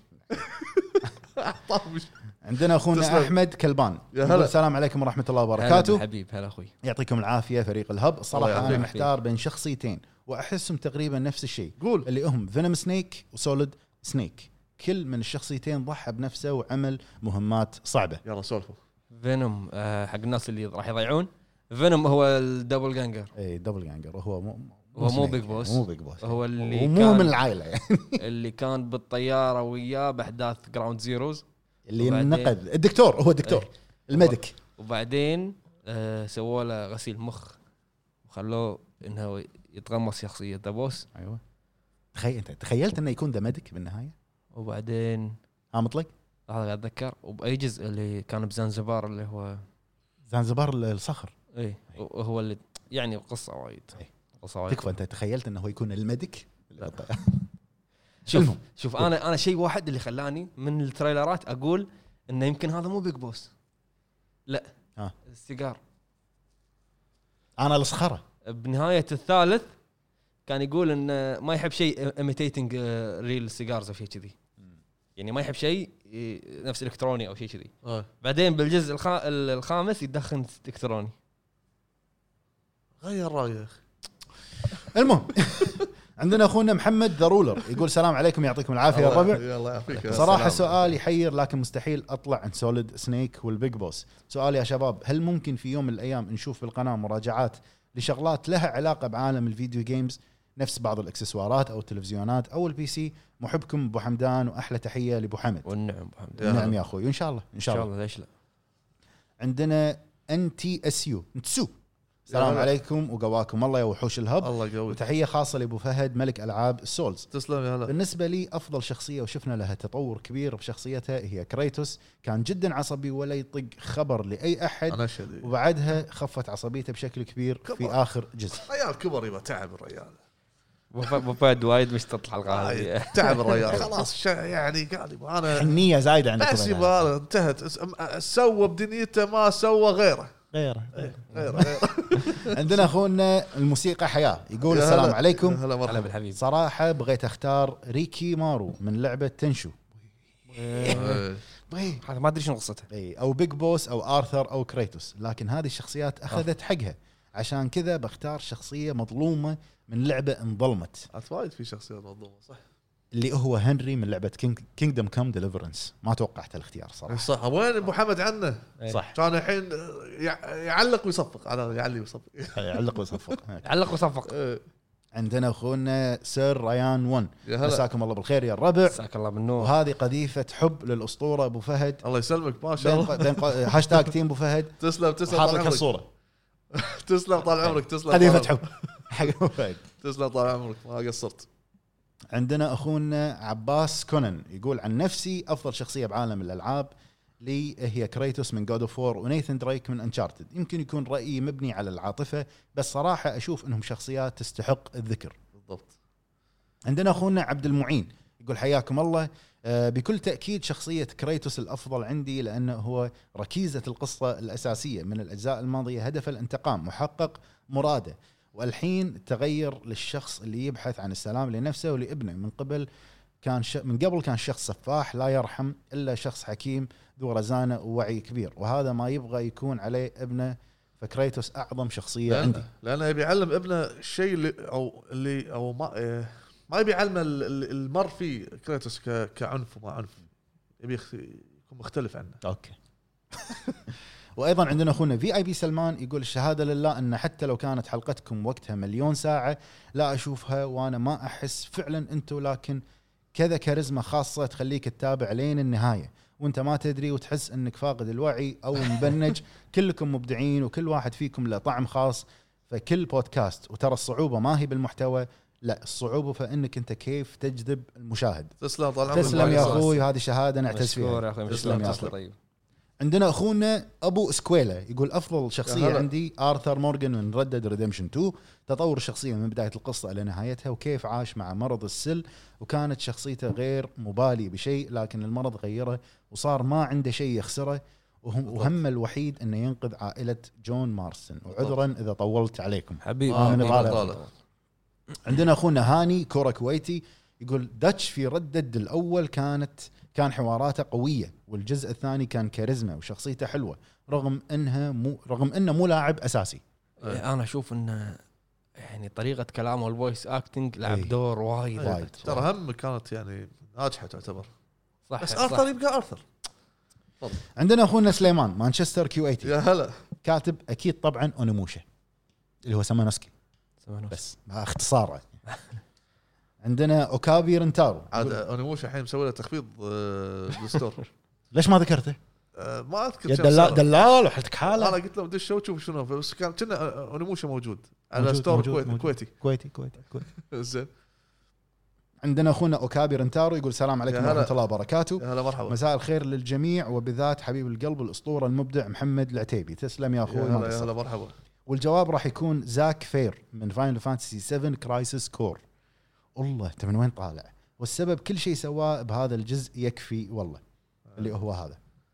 عطاه ومشى عندنا اخونا تسلم. احمد كلبان يا يقول هلا. السلام عليكم ورحمه الله هلا وبركاته. حبيب هلا اخوي. يعطيكم العافيه فريق الهب. الصراحه الله انا يعافيك. محتار بين شخصيتين واحسهم تقريبا نفس الشيء قول اللي هم فينوم سنيك وسوليد سنيك. كل من الشخصيتين ضحى بنفسه وعمل مهمات صعبه. يلا سولفوا فينوم آه، حق الناس اللي راح يضيعون. فينوم هو الدبل جانجر. اي دبل جانجر وهو مو هو مو سنيك بيج بوس. مو بيج بوس هو اللي ومو كان من العائله يعني. اللي كان بالطياره وياه باحداث جراوند زيروز. اللي وبعدين- نقد الدكتور هو الدكتور إيه. الميديك. وبعدين آه سووا له غسيل مخ وخلوه انه يتغمس شخصيه ذا بوس. ايوه تخيل انت تخيلت انه يكون ذا ميديك بالنهايه. وبعدين ها مطلق هذا قاعد اتذكر. وباي جزء اللي كان بزنزبار اللي هو زنزبار الصخر. اي هو اللي يعني قصه وايد إيه. قصه وايد. تكفى انت تخيلت انه هو يكون الميديك. شوف المهم. شوف انا انا شيء واحد اللي خلاني من التريلرات اقول انه يمكن هذا مو بيج بوس. لا ها. السيجار. انا الصخره بنهايه الثالث كان يقول انه ما يحب شيء imitating ريل سيجارز او شيء كذي. يعني ما يحب شيء نفس الكتروني او شيء كذي. آه. بعدين بالجزء الخا... الخامس يدخن الكتروني. غير رايك يا اخي المهم عندنا اخونا محمد ذا رولر يقول السلام عليكم يعطيكم العافيه يا الربع. الله يعافيك يا صراحه سلام. سؤال يحير لكن مستحيل اطلع عن سوليد سنيك والبيج بوس. سؤال يا شباب هل ممكن في يوم من الايام نشوف بالقناه مراجعات لشغلات لها علاقه بعالم الفيديو جيمز نفس بعض الاكسسوارات او التلفزيونات او البي سي؟ محبكم ابو حمدان واحلى تحيه لابو حمد. والنعم ابو حمد. يا نعم هلا. يا اخوي ان شاء الله ان ان شاء شاء الله. الله ليش لا. عندنا ان تي اس يو نتسو. السلام هلا. عليكم وقواكم الله يا وحوش الهب. الله يقويك وتحيه خاصه لابو فهد ملك العاب السولز. تسلم يا هلا بالنسبه لي افضل شخصيه وشفنا لها تطور كبير بشخصيتها هي كريتوس. كان جدا عصبي ولا يطق خبر لاي احد انا اشهد وبعدها خفت عصبيته بشكل كبير في كبر. اخر جزء. ريال كبر يبا تعب الريال ابو فهد وايد مشتط الحلقه هذه. تعب الريال خلاص شا- يعني قال يبا انا حنيه زايده عندك بس يبا انتهت سوى بدنيته ما سوى غيره غيره. غيره غيره عندنا اخونا الموسيقى حياه يقول يا السلام هلا. عليكم. هلا هلا مرحبا بالحبيب. صراحه بغيت اختار ريكي مارو من لعبه تنشو إيه. هذا ما ادري شنو قصته. اي او بيج بوس او ارثر او كريتوس لكن هذه الشخصيات اخذت حقها عشان كذا بختار شخصيه مظلومه من لعبه انظلمت عاد وايد في شخصيات مظلومه صح اللي هو هنري من لعبه كينجدم كم ديليفرنس. ما توقعت الاختيار صراحه. صح وين ابو حمد عنه صح كان الحين يع- يعلق ويصفق على يعلي ويصفق يعلق ويصفق. علق وصفق. إيه. عندنا اخونا سير ريان ون، يا هلا. مساكم الله بالخير يا الربع. مساك الله بالنور. وهذه قذيفه حب للاسطوره ابو فهد. الله يسلمك ما شاء الله. بين بين هاشتاج تيم ابو فهد. تسلم تسلم حاط طال لك عمرك. الصوره. تسلم طال عمرك. تسلم قذيفه طال- حب حق ابو فهد. تسلم طال عمرك ما قصرت. عندنا اخونا عباس كونن يقول عن نفسي افضل شخصيه بعالم الالعاب لي هي كريتوس من جود اوف وور ونيثن دريك من انشارتد. يمكن يكون رايي مبني على العاطفه بس صراحه اشوف انهم شخصيات تستحق الذكر. بالضبط. عندنا اخونا عبد المعين يقول حياكم الله. آه، بكل تاكيد شخصيه كريتوس الافضل عندي لانه هو ركيزه القصه الاساسيه من الاجزاء الماضيه، هدف الانتقام محقق مراده، والحين تغير للشخص اللي يبحث عن السلام لنفسه ولابنه. من قبل كان ش... من قبل كان شخص سفاح لا يرحم الا شخص حكيم ذو رزانه ووعي كبير، وهذا ما يبغى يكون عليه ابنه. فكريتوس اعظم شخصيه لأن عندي. لانه يبي يعلم ابنه الشيء اللي او اللي او ما إيه ما يبي يعلمه ال- ال- المر فيه كريتوس ك- كعنف وما عنف، يبي يخ- يكون مختلف عنه. اوكي. وايضا عندنا اخونا في اي بي سلمان يقول الشهاده لله ان حتى لو كانت حلقتكم وقتها مليون ساعه لا اشوفها وانا ما احس فعلا انتم، لكن كذا كاريزما خاصه تخليك تتابع لين النهايه وانت ما تدري وتحس انك فاقد الوعي او مبنج. كلكم مبدعين وكل واحد فيكم له طعم خاص. فكل بودكاست، وترى الصعوبه ما هي بالمحتوى، لا الصعوبه فانك انت كيف تجذب المشاهد. تسلم طال عمرك. تسلم يا اخوي، هذه شهاده نعتز مشكور فيها. يا اخوي. تسلم مشكور يا تسلم. أخوي. طيب عندنا اخونا ابو اسكويلا يقول افضل شخصيه هلا. عندي ارثر مورغان من ردد ريدمشن اثنين. تطور الشخصيه من بدايه القصه الى نهايتها وكيف عاش مع مرض السل، وكانت شخصيته غير مبالي بشيء لكن المرض غيره وصار ما عنده شيء يخسره، وهم وهم الوحيد انه ينقذ عائله جون مارسون. وعذرا اذا طولت عليكم حبيبي. آه، من ما طالع. طالع. عندنا اخونا هاني كورا كويتي يقول داتش في ردد الاول كانت كان حواراته قويه، والجزء الثاني كان كاريزما وشخصيته حلوه رغم انها مو رغم انه مو لاعب اساسي. انا اشوف انه يعني طريقه كلامه والفويس اكتنج لعب أي. دور وايد وايد. ترى هم كانت يعني ناجحه تعتبر. صح. بس صح. ارثر يبقى ارثر. عندنا اخونا سليمان مانشستر كيو ثمانين يا هلا. كاتب اكيد طبعا اونيموشا اللي هو سمانوسكي سمعنا. بس اختصاره. عندنا اوكابي رنتارو عاد يقول- انا مو الحين مسوي له تخفيض آه، بالستور. ليش ما ذكرته؟ آه، ما اذكر يا كم دلال سعره. دلال وحلتك انا حاله. قلت له بدي الشو تشوف شنو، بس كان كنا اونيموشا موجود على موجود- ستور موجود- كويت- موجود. كويتي. كويتي كويتي كويتي. زين. عندنا اخونا اوكابي رنتارو يقول السلام عليكم يا هلا. ورحمه الله وبركاته. يا هلا مرحبا. مساء الخير للجميع وبذات حبيب القلب الاسطوره المبدع محمد العتيبي. تسلم يا يا اخوي ما هلا يا قصرت. هلا مرحبا. والجواب راح يكون زاك فير من فاينل فانتسي سبعة كرايسيس كور. الله انت من وين طالع؟ والسبب كل شيء سواه بهذا الجزء يكفي والله. اللي هو هذا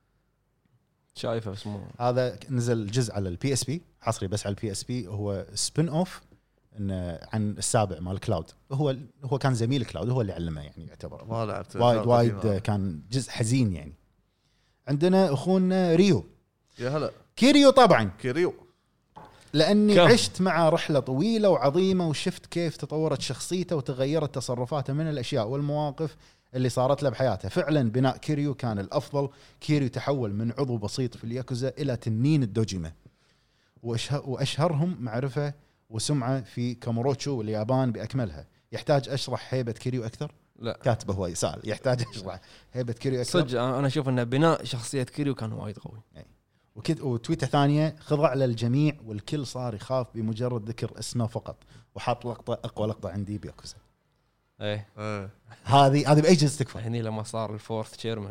شايفه بس مو هذا نزل جزء على البي اس بي حصري بس على البي اس بي، هو سبين اوف إنه عن السابع مال كلاود. هو هو كان زميل كلاود، هو اللي علمه يعني يعتبر. ما لعبت وايد وايد كان جزء حزين يعني. عندنا اخونا ريو يا هلا كيريو طبعا، كيريو. لاني كم. عشت مع رحله طويله وعظيمه وشفت كيف تطورت شخصيته وتغيرت تصرفاته من الاشياء والمواقف اللي صارت له بحياته. فعلا بناء كيريو كان الافضل. كيريو تحول من عضو بسيط في الياكوزا الى تنين الدوجيما، وأشهر واشهرهم معرفه وسمعه في كاموروتشو واليابان باكملها. يحتاج اشرح هيبه كيريو اكثر؟ لا كاتبه هو يسال يحتاج اشرح هيبه كيريو اكثر. صدق انا اشوف ان بناء شخصيه كيريو كان وايد قوي. وكت وتويته ثانيه خضع للجميع والكل صار يخاف بمجرد ذكر اسمه فقط، وحاط لقطه اقوى لقطه عندي بياكوزا. ايه ايه هذه هذه باي جزء تكفى؟ هني لما صار الفورث تشيرمان.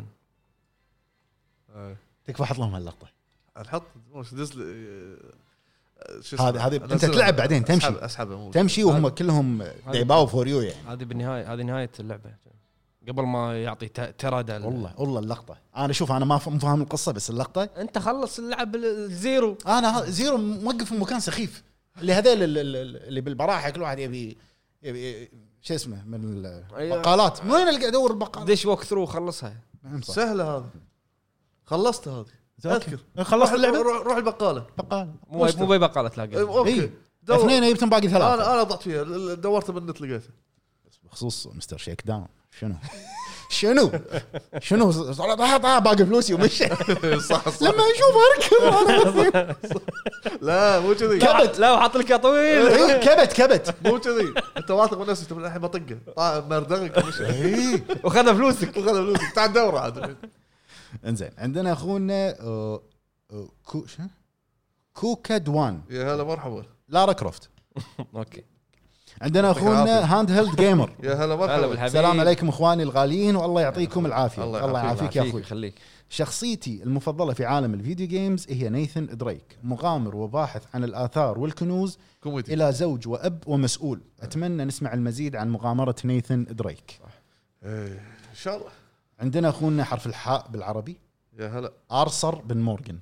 ايه. تكفى حط لهم هاللقطه. نحط مش دز لي- شو هذه اسمه؟ هذه انت أنزلها. تلعب بعدين تمشي أسحب- اسحبه مو تمشي وهم كلهم ديباو فور يو يعني. هذه بالنهايه هذه نهايه اللعبه قبل ما يعطي ت- ترى والله والله اللقطه انا شوف انا ما ف- مو فاهم القصه بس اللقطه انت خلص اللعب الزيرو. انا ه- زيرو موقف في مكان سخيف اللي هذول ال- ال- اللي بالبراحه كل واحد يبي يبي شو اسمه من البقالات. من وين القى ادور البقالات؟ دش ووك ثرو خلصها. سهله هذه. خلصت هذه. اذكر خلصت اللعبه روح روح البقاله. بقال مو مو ببقاله تلاقي. اوكي إيه. دور. اثنين جبتهم باقي ثلاثه. انا انا ضعت فيها دورت بالنت لقيته. بخصوص مستر شيك داون شنو شنو شنو صار باقي فلوسي ومشى صح صح لما يشوف اركض لا مو كذي كبت لا وحط لك طويل كبت كبت مو كذي انت واثق من نفسك الحين بطقه طا مردغك ومشى وخذ فلوسك وخذ فلوسك تعال دور عاد. انزين عندنا اخونا آه، آه، كو شو كوكا دوان يا هلا مرحبا لارا كروفت. اوكي عندنا اخونا هاند هيلد جيمر. يا هلا هلا مرحبا. بالحبيب. السلام عليكم اخواني الغاليين والله يعطيكم العافيه. الله الله يعافيك يا يعافيك اخوي. يخليك. شخصيتي المفضله في عالم الفيديو جيمز هي نيثن دريك، مغامر وباحث عن الاثار والكنوز كوميدي. الى زوج واب ومسؤول. اتمنى نسمع المزيد عن مغامره نيثن دريك. إيه، ان شاء الله. عندنا اخونا حرف الحاء بالعربي يا هلا ارصر بن مورغان.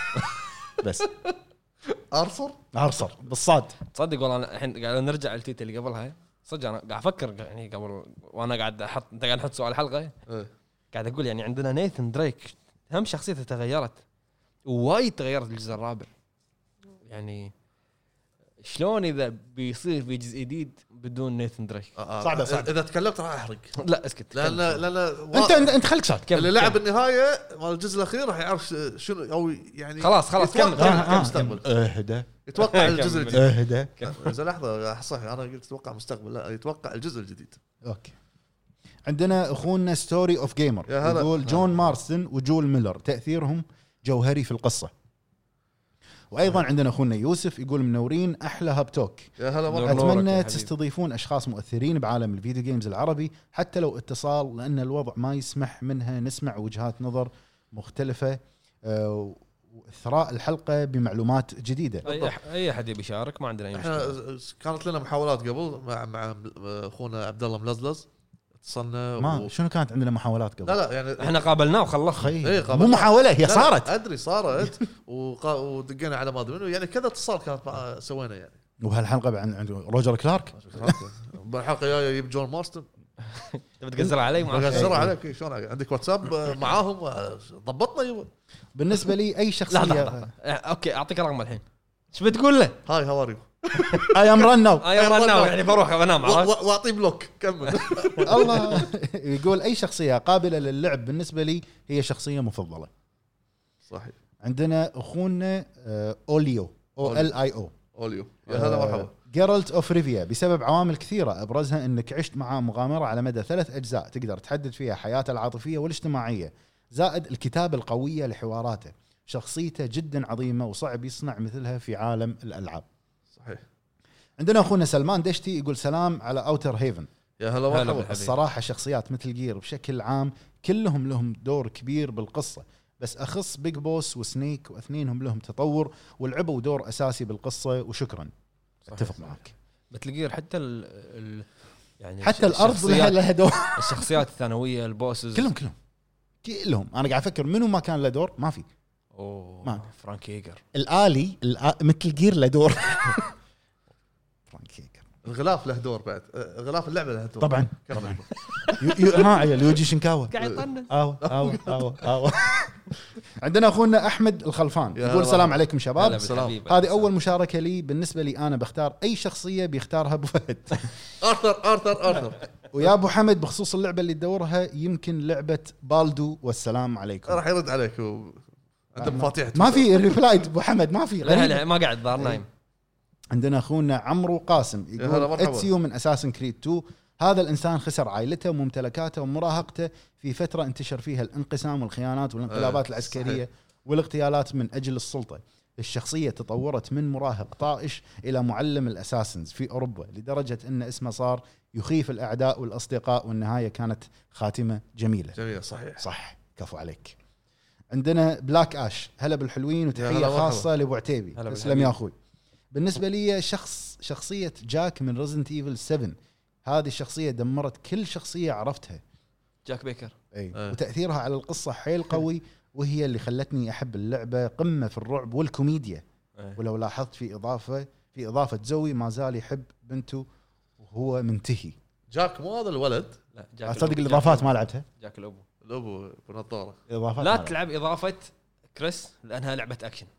بس ارصر ارصر بالصاد. تصدق والله انا الحين قاعد نرجع للتيتا اللي قبلها صدق انا قاعد افكر يعني قبل وانا قاعد احط انت قاعد تحط سؤال الحلقه إيه. قاعد اقول يعني عندنا نيثن دريك هم شخصيته تغيرت ووايد تغيرت الجزء الرابع يعني شلون اذا بيصير في جزء جديد بدون نيثن دريك. آه، آه. صعبة- صعبة. اذا تكلمت راح احرق لا اسكت لا لا لا, لا. انت انت انت خليك ساكت. كمل. اللي لعب النهايه مال الجزء الاخير راح يعرف شنو او يعني خلاص خلاص يتوقع كمل آه، آه. المستقبل. اهدى يتوقع الجزء كمل. الجديد. اهدى. اذا لحظه صح انا قلت يتوقع المستقبل لا يتوقع الجزء الجديد. اوكي. عندنا اخونا ستوري اوف جيمر يا هلا. يقول جون مارستن وجول ميلر تاثيرهم جوهري في القصه. وايضا عندنا اخونا يوسف يقول منورين احلى هاب توك. يا هلا نور. مرحبا. نورك يا اتمنى حبيبي. تستضيفون اشخاص مؤثرين بعالم الفيديو جيمز العربي حتى لو اتصال لان الوضع ما يسمح منها نسمع وجهات نظر مختلفه آه، واثراء الحلقه بمعلومات جديده. اي أح- اي احد يبي يشارك ما عندنا اي احنا مشكله. كانت لنا محاولات قبل مع مع اخونا عبد الله ملزلز اتصلنا ما و... شنو كانت عندنا محاولات قبل؟ لا لا يعني احنا قابلناه وخلصنا. خي إيه، قابلنا. مو محاوله هي لا، لا، صارت. ادري صارت وقا... ودقينا على ما ادري منو يعني كذا اتصال كانت مع- سوينا يعني وهالحلقه بعد عند روجر كلارك. بالحلقه الجايه يجيب جون مارستن تبي تقزر علي ما أعرف. بقزر عليك إيه، شلون عندك واتساب معاهم ضبطنا يبا. بالنسبه لي اي شخصيه لحظه لحظه اوكي اعطيك رقم الحين ايش بتقول له؟ هاي هاوريو اي ام رن ناو. اي رناو يعني بروح بنام عرفت؟ واعطيه بلوك كمل. الله يقول اي شخصيه قابله للعب بالنسبه لي هي شخصيه مفضله. صحيح. عندنا اخونا آه، اوليو او ال اي او اوليو يا هلا مرحبا. جيرالت اوف ريفيا بسبب عوامل كثيره ابرزها انك عشت معاه مغامره على مدى ثلاث اجزاء تقدر تحدد فيها حياته العاطفيه والاجتماعيه زائد الكتابه القويه لحواراته. شخصيته جدا عظيمه وصعب يصنع مثلها في عالم الالعاب. صحيح. عندنا اخونا سلمان دشتي يقول سلام على اوتر هيفن. يا هلا هلا مرحبا. بالحبيب. الصراحه شخصيات مثل جير بشكل عام كلهم لهم دور كبير بالقصه بس اخص بيج بوس وسنيك واثنينهم لهم تطور ولعبوا دور اساسي بالقصه وشكرا. اتفق معك. بتلقيه حتى ال ال يعني حتى الارض لها الشخصيات- لها دور. الشخصيات الثانويه البوسز كلهم كلهم كلهم انا قاعد افكر منو ما كان له دور ما في. اوه ما. فرانك ييجر الالي الآ... مثل جير له دور. فرانك ييجر. الغلاف له دور بعد آه، غلاف اللعبه له دور طبعا كمل. طبعا يو... يو... ها عيل يوجي شنكاوا. قاعد يطنز. آوة آوة آوة آوة. عندنا اخونا احمد الخلفان يا يقول هلا. السلام عليكم شباب. هلا السلام. بالحبيب. هذه اول مشاركه لي بالنسبه لي انا بختار اي شخصيه بيختارها ابو فهد. ارثر ارثر ارثر ويا ابو حمد بخصوص اللعبه اللي تدورها يمكن لعبه بالدو والسلام عليكم. راح يرد عليك و... عنده مفاتيح ما في ريبلاي ابو حمد ما في لا غريب. لا ما قاعد ظهر نايم. عندنا اخونا عمرو قاسم يا هلا يقول مرحبا. اتسيو من اساسن كريد تو. هذا الانسان خسر عائلته وممتلكاته ومراهقته في فتره انتشر فيها الانقسام والخيانات والانقلابات آه، العسكريه صحيح. والاغتيالات من اجل السلطه. الشخصيه تطورت من مراهق طائش الى معلم الاساسنز في اوروبا لدرجه ان اسمه صار يخيف الاعداء والاصدقاء والنهايه كانت خاتمه جميله. جميل صحيح. صح كفو عليك. عندنا بلاك اش هلا بالحلوين يا وتحيه هلا خاصه لابو عتيبي. هلا تسلم بالحبيب. يا اخوي. بالنسبه لي شخص شخصيه جاك من ريزنت ايفل سبعة. هذه الشخصيه دمرت كل شخصيه عرفتها. جاك بيكر. اي آه. وتاثيرها على القصه حيل قوي وهي اللي خلتني احب اللعبه قمه في الرعب والكوميديا. إيه. ولو لاحظت في اضافه في اضافه زوي ما زال يحب بنته وهو منتهي. جاك مو هذا الولد لا جاك اصدق الأبو. الاضافات ما لعبتها. جاك الابو. الابو بنطاره. اضافات لا ما لعبتها. تلعب اضافه كريس لانها لعبه اكشن.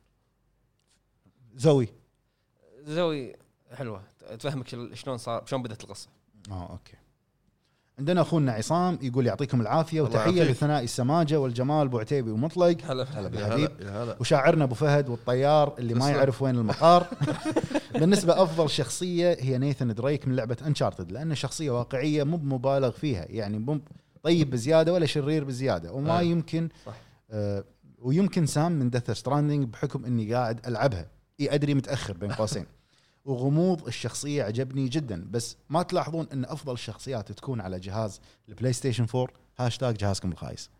زوي. زوي حلوه تفهمك شلون صار شلون بدت القصه. اه اوكي. عندنا اخونا عصام يقول يعطيكم العافيه الله وتحيه يعافيك. لثنائي السماجه والجمال ابو عتيبي ومطلق. هلا هلا يا بالحبيب. هلا يا هلا. وشاعرنا ابو فهد والطيار اللي ما تسلم. يعرف وين المطار. بالنسبه افضل شخصيه هي نيثن دريك من لعبه انشارتد، لانه شخصيه واقعيه مو مبالغ فيها، يعني مو طيب بزياده ولا شرير بزياده، وما آه. يمكن صح. آه ويمكن سام من ديث ستراندنج بحكم اني قاعد العبها، اي ادري متاخر بين قوسين. وغموض الشخصيه عجبني جدا، بس ما تلاحظون ان افضل الشخصيات تكون على جهاز البلاي ستيشن فور؟ هاشتاج جهازكم الخايس.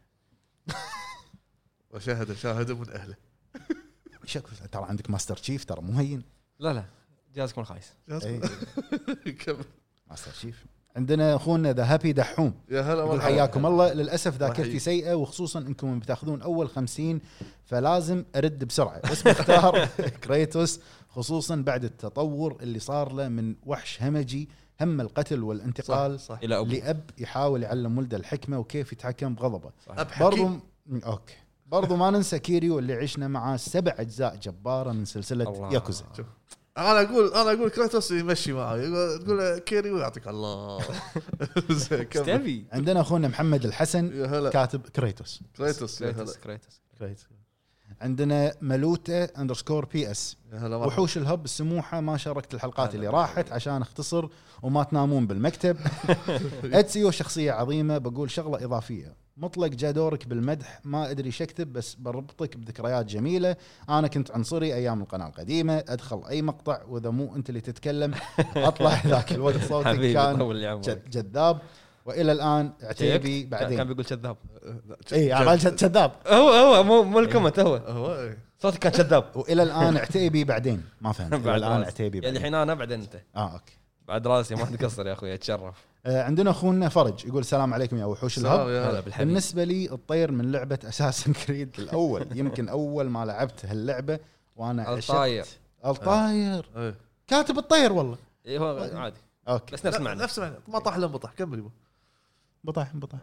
وشاهد شاهد من اهله. شكو ترى عندك ماستر تشيف ترى مو هين. لا لا جهازكم الخايس. إيه. كمل. ماستر شيف. عندنا اخونا ذا هابي دحوم يا هلا يقول مرحبا. حياكم الله. للاسف الله ذاكرتي يحييك. سيئه، وخصوصا انكم بتاخذون اول خمسين فلازم ارد بسرعه، بس بختار كريتوس، خصوصا بعد التطور اللي صار له من وحش همجي هم القتل والانتقال صح صح. الى ابو لأب يحاول يعلم ولده الحكمه وكيف يتحكم بغضبه. أب برضو حكيم. م- اوكي برضو ما ننسى كيريو اللي عشنا معاه سبع اجزاء جباره من سلسله الله. ياكوزا. انا اقول انا اقول كريتوس يمشي معي، يقول- تقول كيري ويعطيك الله. زين، كمل. تبي عندنا اخونا محمد الحسن يا هلا كاتب كريتوس. كريتوس. يا هلا كريتوس كريتوس كريتوس. عندنا ملوته اندرسكور بي اس. يا هلا مرحبا. وحوش الهب السموحه ما شاركت الحلقات اللي راحت عشان اختصر وما تنامون بالمكتب. اتسيو شخصيه عظيمه. بقول شغله اضافيه، مطلق جا دورك بالمدح، ما ادري شكتب بس بربطك بذكريات جميله. انا كنت عنصري ايام القناه القديمه، ادخل اي مقطع واذا مو انت اللي تتكلم اطلع ذاك الوقت صوتك حبيبي كان طول لي عمرك. جد- جذاب. والى الان عتيبي كان بعدين بيقول كذاب. اي عمال كذاب. هو هو مو مو الكومنت هو هو إيه. صوتك كان كذاب. والى الان عتيبي بعدين ما فهمت. الى بعد الان راسي. عتيبي يعني بعدين. الحين انا بعدين انت اه اوكي. بعد راسي ما تقصر يا اخوي اتشرف. آه عندنا اخونا فرج يقول السلام عليكم يا وحوش سلام الهب. يا هلا هلا. بالحبيب. بالنسبه لي الطير من لعبه اساسن كريد الاول. يمكن اول ما لعبت هاللعبه وانا عشقت الطاير الطاير. إيه. كاتب الطير والله. إيه هو عادي اوكي بس نفس لا، المعنى. نفس معنى ما طاح لهم بطح. كمل يبا. بطح بطح.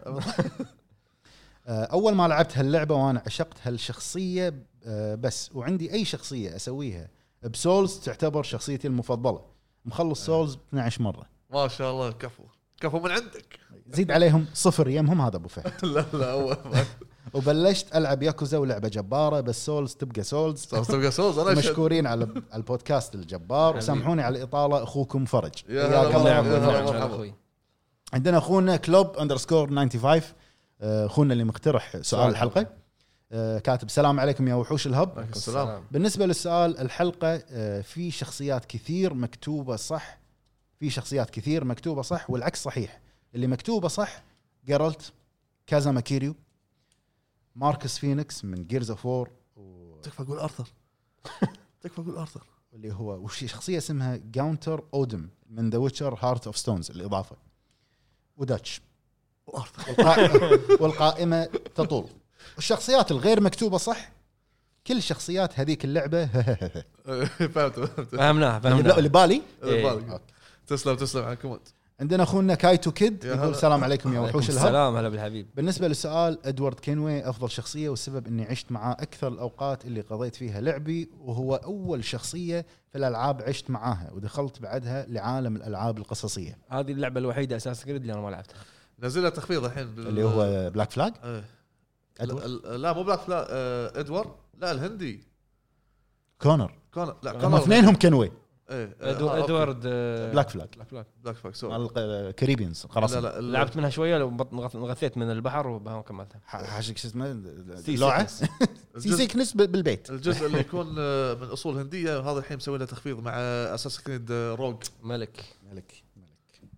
آه، اول ما لعبت هاللعبه وانا عشقت هالشخصيه. آه، بس وعندي اي شخصيه اسويها بسولز تعتبر شخصيتي المفضله. مخلص سولز اثني عشر مره. ما شاء الله. كفو كفو من عندك. زيد عليهم صفر يمهم هذا ابو فهد. لا لا هو وبلشت العب ياكوزا ولعبه جباره، بس سولز تبقى سولز. صار تبقى صوص. انا أشهد. مشكورين على على البودكاست الجبار، حبيبي. وسامحوني على الاطاله. اخوكم فرج. يا حياك هلا الله والله. يا نعم أبو هلا فرج. نعم مرحبا. اخوي. عندنا اخونا كلوب اندرسكور خمسة وتسعين. آه، اخونا اللي مقترح سؤال الحلقه. آه، كاتب السلام عليكم يا وحوش الهب. عليكم السلام. بالنسبه للسؤال الحلقه، آه، في شخصيات كثير مكتوبه صح. في شخصيات كثير مكتوبه صح والعكس صحيح. اللي مكتوبه صح جيرالت، كازاما كيريو، ماركس فينيكس من جيرز اوف وور، تكفى اقول ارثر. تكفى اقول ارثر. واللي هو وش شخصيه اسمها جاونتر اودم من ذا ويتشر هارت اوف ستونز الاضافه، وداتش. وارثر. والقا- والقائمه تطول. الشخصيات الغير مكتوبه صح كل شخصيات هذيك اللعبه. فهمت فهمت. فهمناها اللي فهمناها. بالي. إيه. بالك. تسلم تسلم على الكومنت. عندنا اخونا كايتو كيد يا يقول هلا. السلام عليكم يا عليكم وحوش الهب. السلام هلا بالحبيب. بالنسبه للسؤال، ادوارد كينوي افضل شخصيه، والسبب اني عشت معاه اكثر الاوقات اللي قضيت فيها لعبي، وهو اول شخصيه في الالعاب عشت معاها، ودخلت بعدها لعالم الالعاب القصصيه هذه اللعبه الوحيده اساس كريد اللي انا ما لعبتها. نزلها تخفيض الحين بال- اللي هو بلاك فلاج. إيه. ادوارد لا, لا مو بلاك فلا آه، ادوارد. لا الهندي كونر. كون لا هم كونر. اثنينهم كينوي. ايه إدو- آه، أوكي. ادوارد آه، بلاك فلاج بلاك فلاج. بلاك فلاج سوري. مال الكاريبيانز خلاص. لا لا ال- لعبت منها شويه لو بط- نغث- نغثيت من البحر وبها كملتها. حاشك شو اسمه سي لوعه سيكنس. سي الجزء, سيكنس بالبيت. الجزء اللي يكون آه، من اصول هنديه، هذا الحين مسوي له تخفيض مع اساس كريد روج. ملك ملك ملك.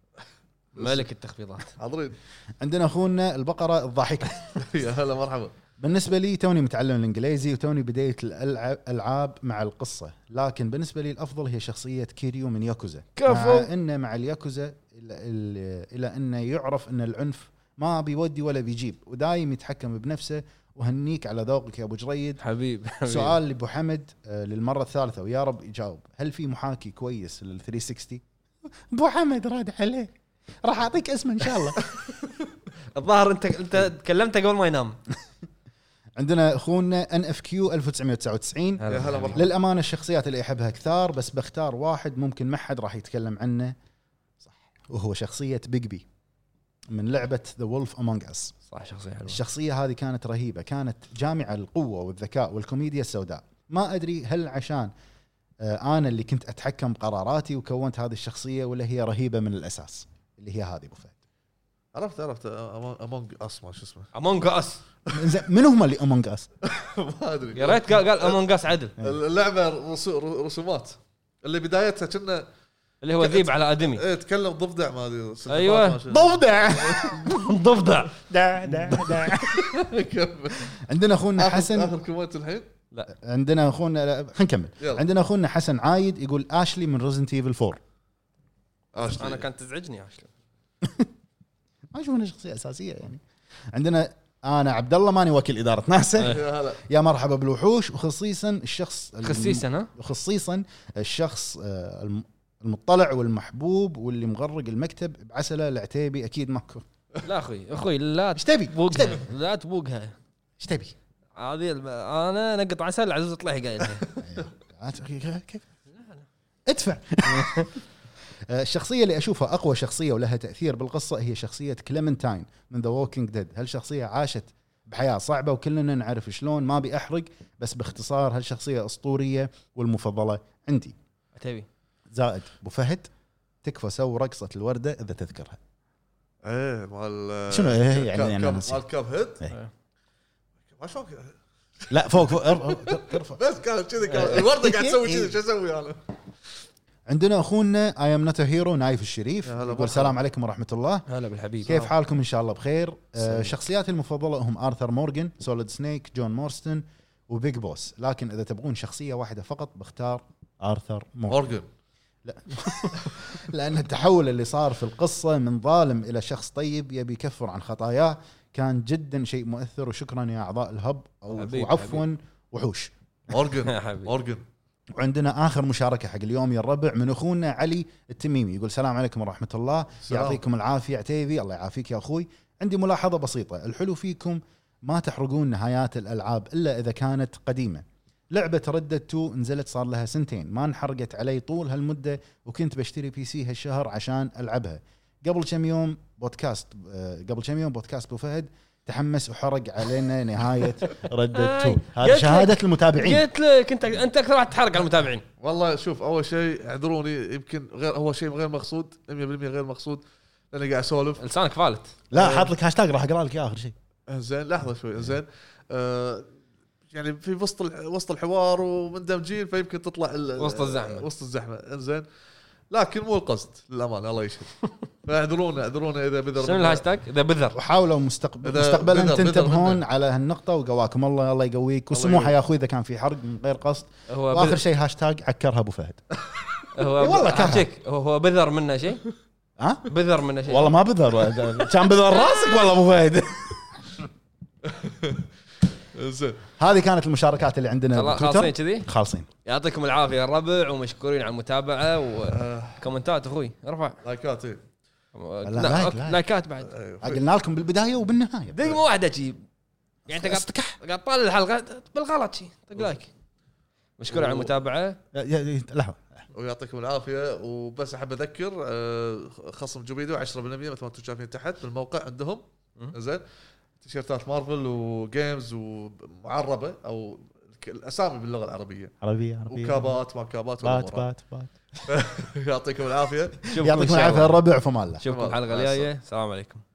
ملك التخفيضات. حاضرين. عندنا اخونا البقره الضاحكه. يا هلا مرحبا. بالنسبة لي توني متعلم الإنجليزي وتوني بداية الألعاب ألعاب مع القصة، لكن بالنسبة لي الأفضل هي شخصية كيريو من ياكوزا. كفو. مع أنه مع الياكوزا إلى, إلى, إلى أنه يعرف أن العنف ما بيودي ولا بيجيب، ودايم يتحكم بنفسه. وهنيك على ذوقك يا أبو جريد. حبيب, حبيب. سؤال لأبو حمد آه، للمرة الثالثة ويا رب يجاوب، هل في محاكي كويس لل ثلاثمية وستين؟ أبو حمد راد عليه، راح أعطيك اسمه إن شاء الله. الظاهر انت انت تكلمت قبل ما ينام. عندنا أخونا إن إف كيو ألف وتسعمية وتسعة وتسعين. يا هلا مرحبا. للأمانة الشخصيات اللي أحبها كثار، بس بختار واحد ممكن ما حد راح يتكلم عنه صح، وهو شخصية بيج بي. من لعبه ذا وولف امونج اس. صح شخصيه حلوه. الشخصيه هذه كانت رهيبه، كانت جامعه القوه والذكاء والكوميديا السوداء. ما ادري هل عشان آه انا اللي كنت اتحكم قراراتي وكونت هذه الشخصيه، ولا هي رهيبه من الاساس اللي هي هذه ابو فهد. عرفت عرفت امونج اس ما شو اسمه امونج اس. من هم اللي امونج اس؟ ما ادري يا ريت قال قال امونج اس عدل. اللعبه رسو- رسومات اللي بدايتها كنا اللي هو ذيب على ادمي. ايه تكلم ضفدع ما ادري أيوة. ضفدع ضفدع. دا دا دا. عندنا اخونا حسن. اخر كومنت الحين. لا عندنا اخونا خلينا نكمل. يلا. عندنا اخونا حسن عايد يقول اشلي من ريزنت ايفل فور. آشلي. انا كانت تزعجني اشلي. ما اشوف انها شخصيه اساسيه يعني. عندنا انا عبد الله ماني وكيل اداره ناسا. يا هلا يا مرحبا بالوحوش، وخصيصا الشخص خصيصا ها وخصيصا الشخص آه، الم- المطلع والمحبوب واللي مغرق المكتب بعسله العتيبي. اكيد ماكو. لا اخوي اخوي لا ايش تبي؟ ايش تبوقها تبي؟ لا تبوقها. ايش تبي؟ هذه الب- انا نقط عسل عزوز طلعي قايلها. كيف؟ ادفع. الشخصية اللي أشوفها أقوى شخصية ولها تأثير بالقصة هي شخصية كليمنتاين من ذا ووكينج ديد. هالشخصية عاشت بحياة صعبة وكلنا نعرف شلون، ما بأحرق بس باختصار هالشخصية أسطورية والمفضلة عندي. تبي زائد أبو فهد تكفى سو رقصة الوردة إذا تذكرها. ايه مال شنو إيه يعني كاب- يعني كاب- ناسي. مال كاب هيد إيه. ما شلون لا فوق فوق ارفع- ترفع. بس كان كذي كان الورده قاعد تسوي كذي شو اسوي انا. عندنا أخونا اي ام نوت هيرو نايف الشريف يا هلا يقول مرحبا. السلام عليكم ورحمة الله. هلا بالحبيب. كيف حالكم؟ ان شاء الله بخير. آه شخصياتي المفضله هم ارثر مورغان، سوليد سنيك، جون مورستون وبيج بوس، لكن اذا تبغون شخصيه واحده فقط بختار ارثر مورغان. مورجن لان التحول اللي صار في القصه من ظالم الى شخص طيب يبي يكفر عن خطاياه كان جدا شيء مؤثر. وشكرا يا اعضاء الهب او حبيب عفوا وحوش. مورجن يا حبيبي. مورجن وعندنا اخر مشاركه حق اليوم يا الربع من اخونا علي التميمي يقول السلام عليكم ورحمه الله. السلام. يعطيكم العافيه عتيبي. الله يعافيك يا اخوي. عندي ملاحظه بسيطه، الحلو فيكم ما تحرقون نهايات الالعاب الا اذا كانت قديمه. لعبه ردد تو نزلت صار لها سنتين، ما انحرقت علي طول هالمده وكنت بشتري بي سي هالشهر عشان العبها. قبل كم يوم بودكاست آه، قبل كم يوم بودكاست ابو فهد تحمس وحرق علينا نهايه ردد تو. هذه قلت شهاده لك- المتابعين. قلت لك انت انت اكثر واحد تحرق على المتابعين. والله شوف اول شيء اعذروني يمكن غير هو شيء غير مقصود مية بالمية غير مقصود لاني قاعد اسولف. لسانك فالت. لا حاط لك هاشتاج راح اقرا لك اياه اخر شيء. زين لحظه شوي زين آه يعني في وسط ال- وسط الحوار ومندمجين فيمكن تطلع ال- وسط الزحمة. وسط الزحمه زين لكن مو القصد للامانه الله يشهد. فاعذرونا اعذرونا اذا بذر شنو الهاشتاج اذا بذر؟ وحاولوا مستقبل إذا مستقبلا بدر- بدر تنتبهون منه. على هالنقطه وقواكم الله. الله يقويك الله وسموحه يقويك. يا اخوي اذا كان في حرق من غير قصد. هو واخر بذر. شيء هاشتاج عكرها ابو فهد. هو والله كان. شيك هو هو بذر منه شيء. ها بذر منه شيء. والله ما بذر كان بذر راسك والله ابو فهد. زين هذه كانت المشاركات اللي عندنا خلاص بتويتر. خالصين كذي. خالصين. يعطيكم العافيه يا الربع ومشكورين على المتابعه وكومنتات اخوي ارفع. لايكات إيه. لا لايك، أوكي، لايك. لايكات بعد. أيوة. قلنا لكم بالبدايه وبالنهايه. دقيقه واحده شي يعني انت قاعد استكح. قاعد طالع الحلقه بالغلط شي طق لايك. مشكور على المتابعه. يا- يا- لحظه ويعطيكم العافيه وبس احب اذكر آه، خصم جوبيدو عشرة بالمية مثل ما انتم شايفين تحت بالموقع عندهم زين تيشيرتات مارفل وجيمز ومعربه او الاسامي باللغه العربيه عربيه عربيه وكابات ما كابات بات بات بات. يعطيكم العافيه نشوفكم إن يعطيكم شاء العافيه الله. الربع فما الله. نشوفكم الحلقه الجايه. السلام عليكم.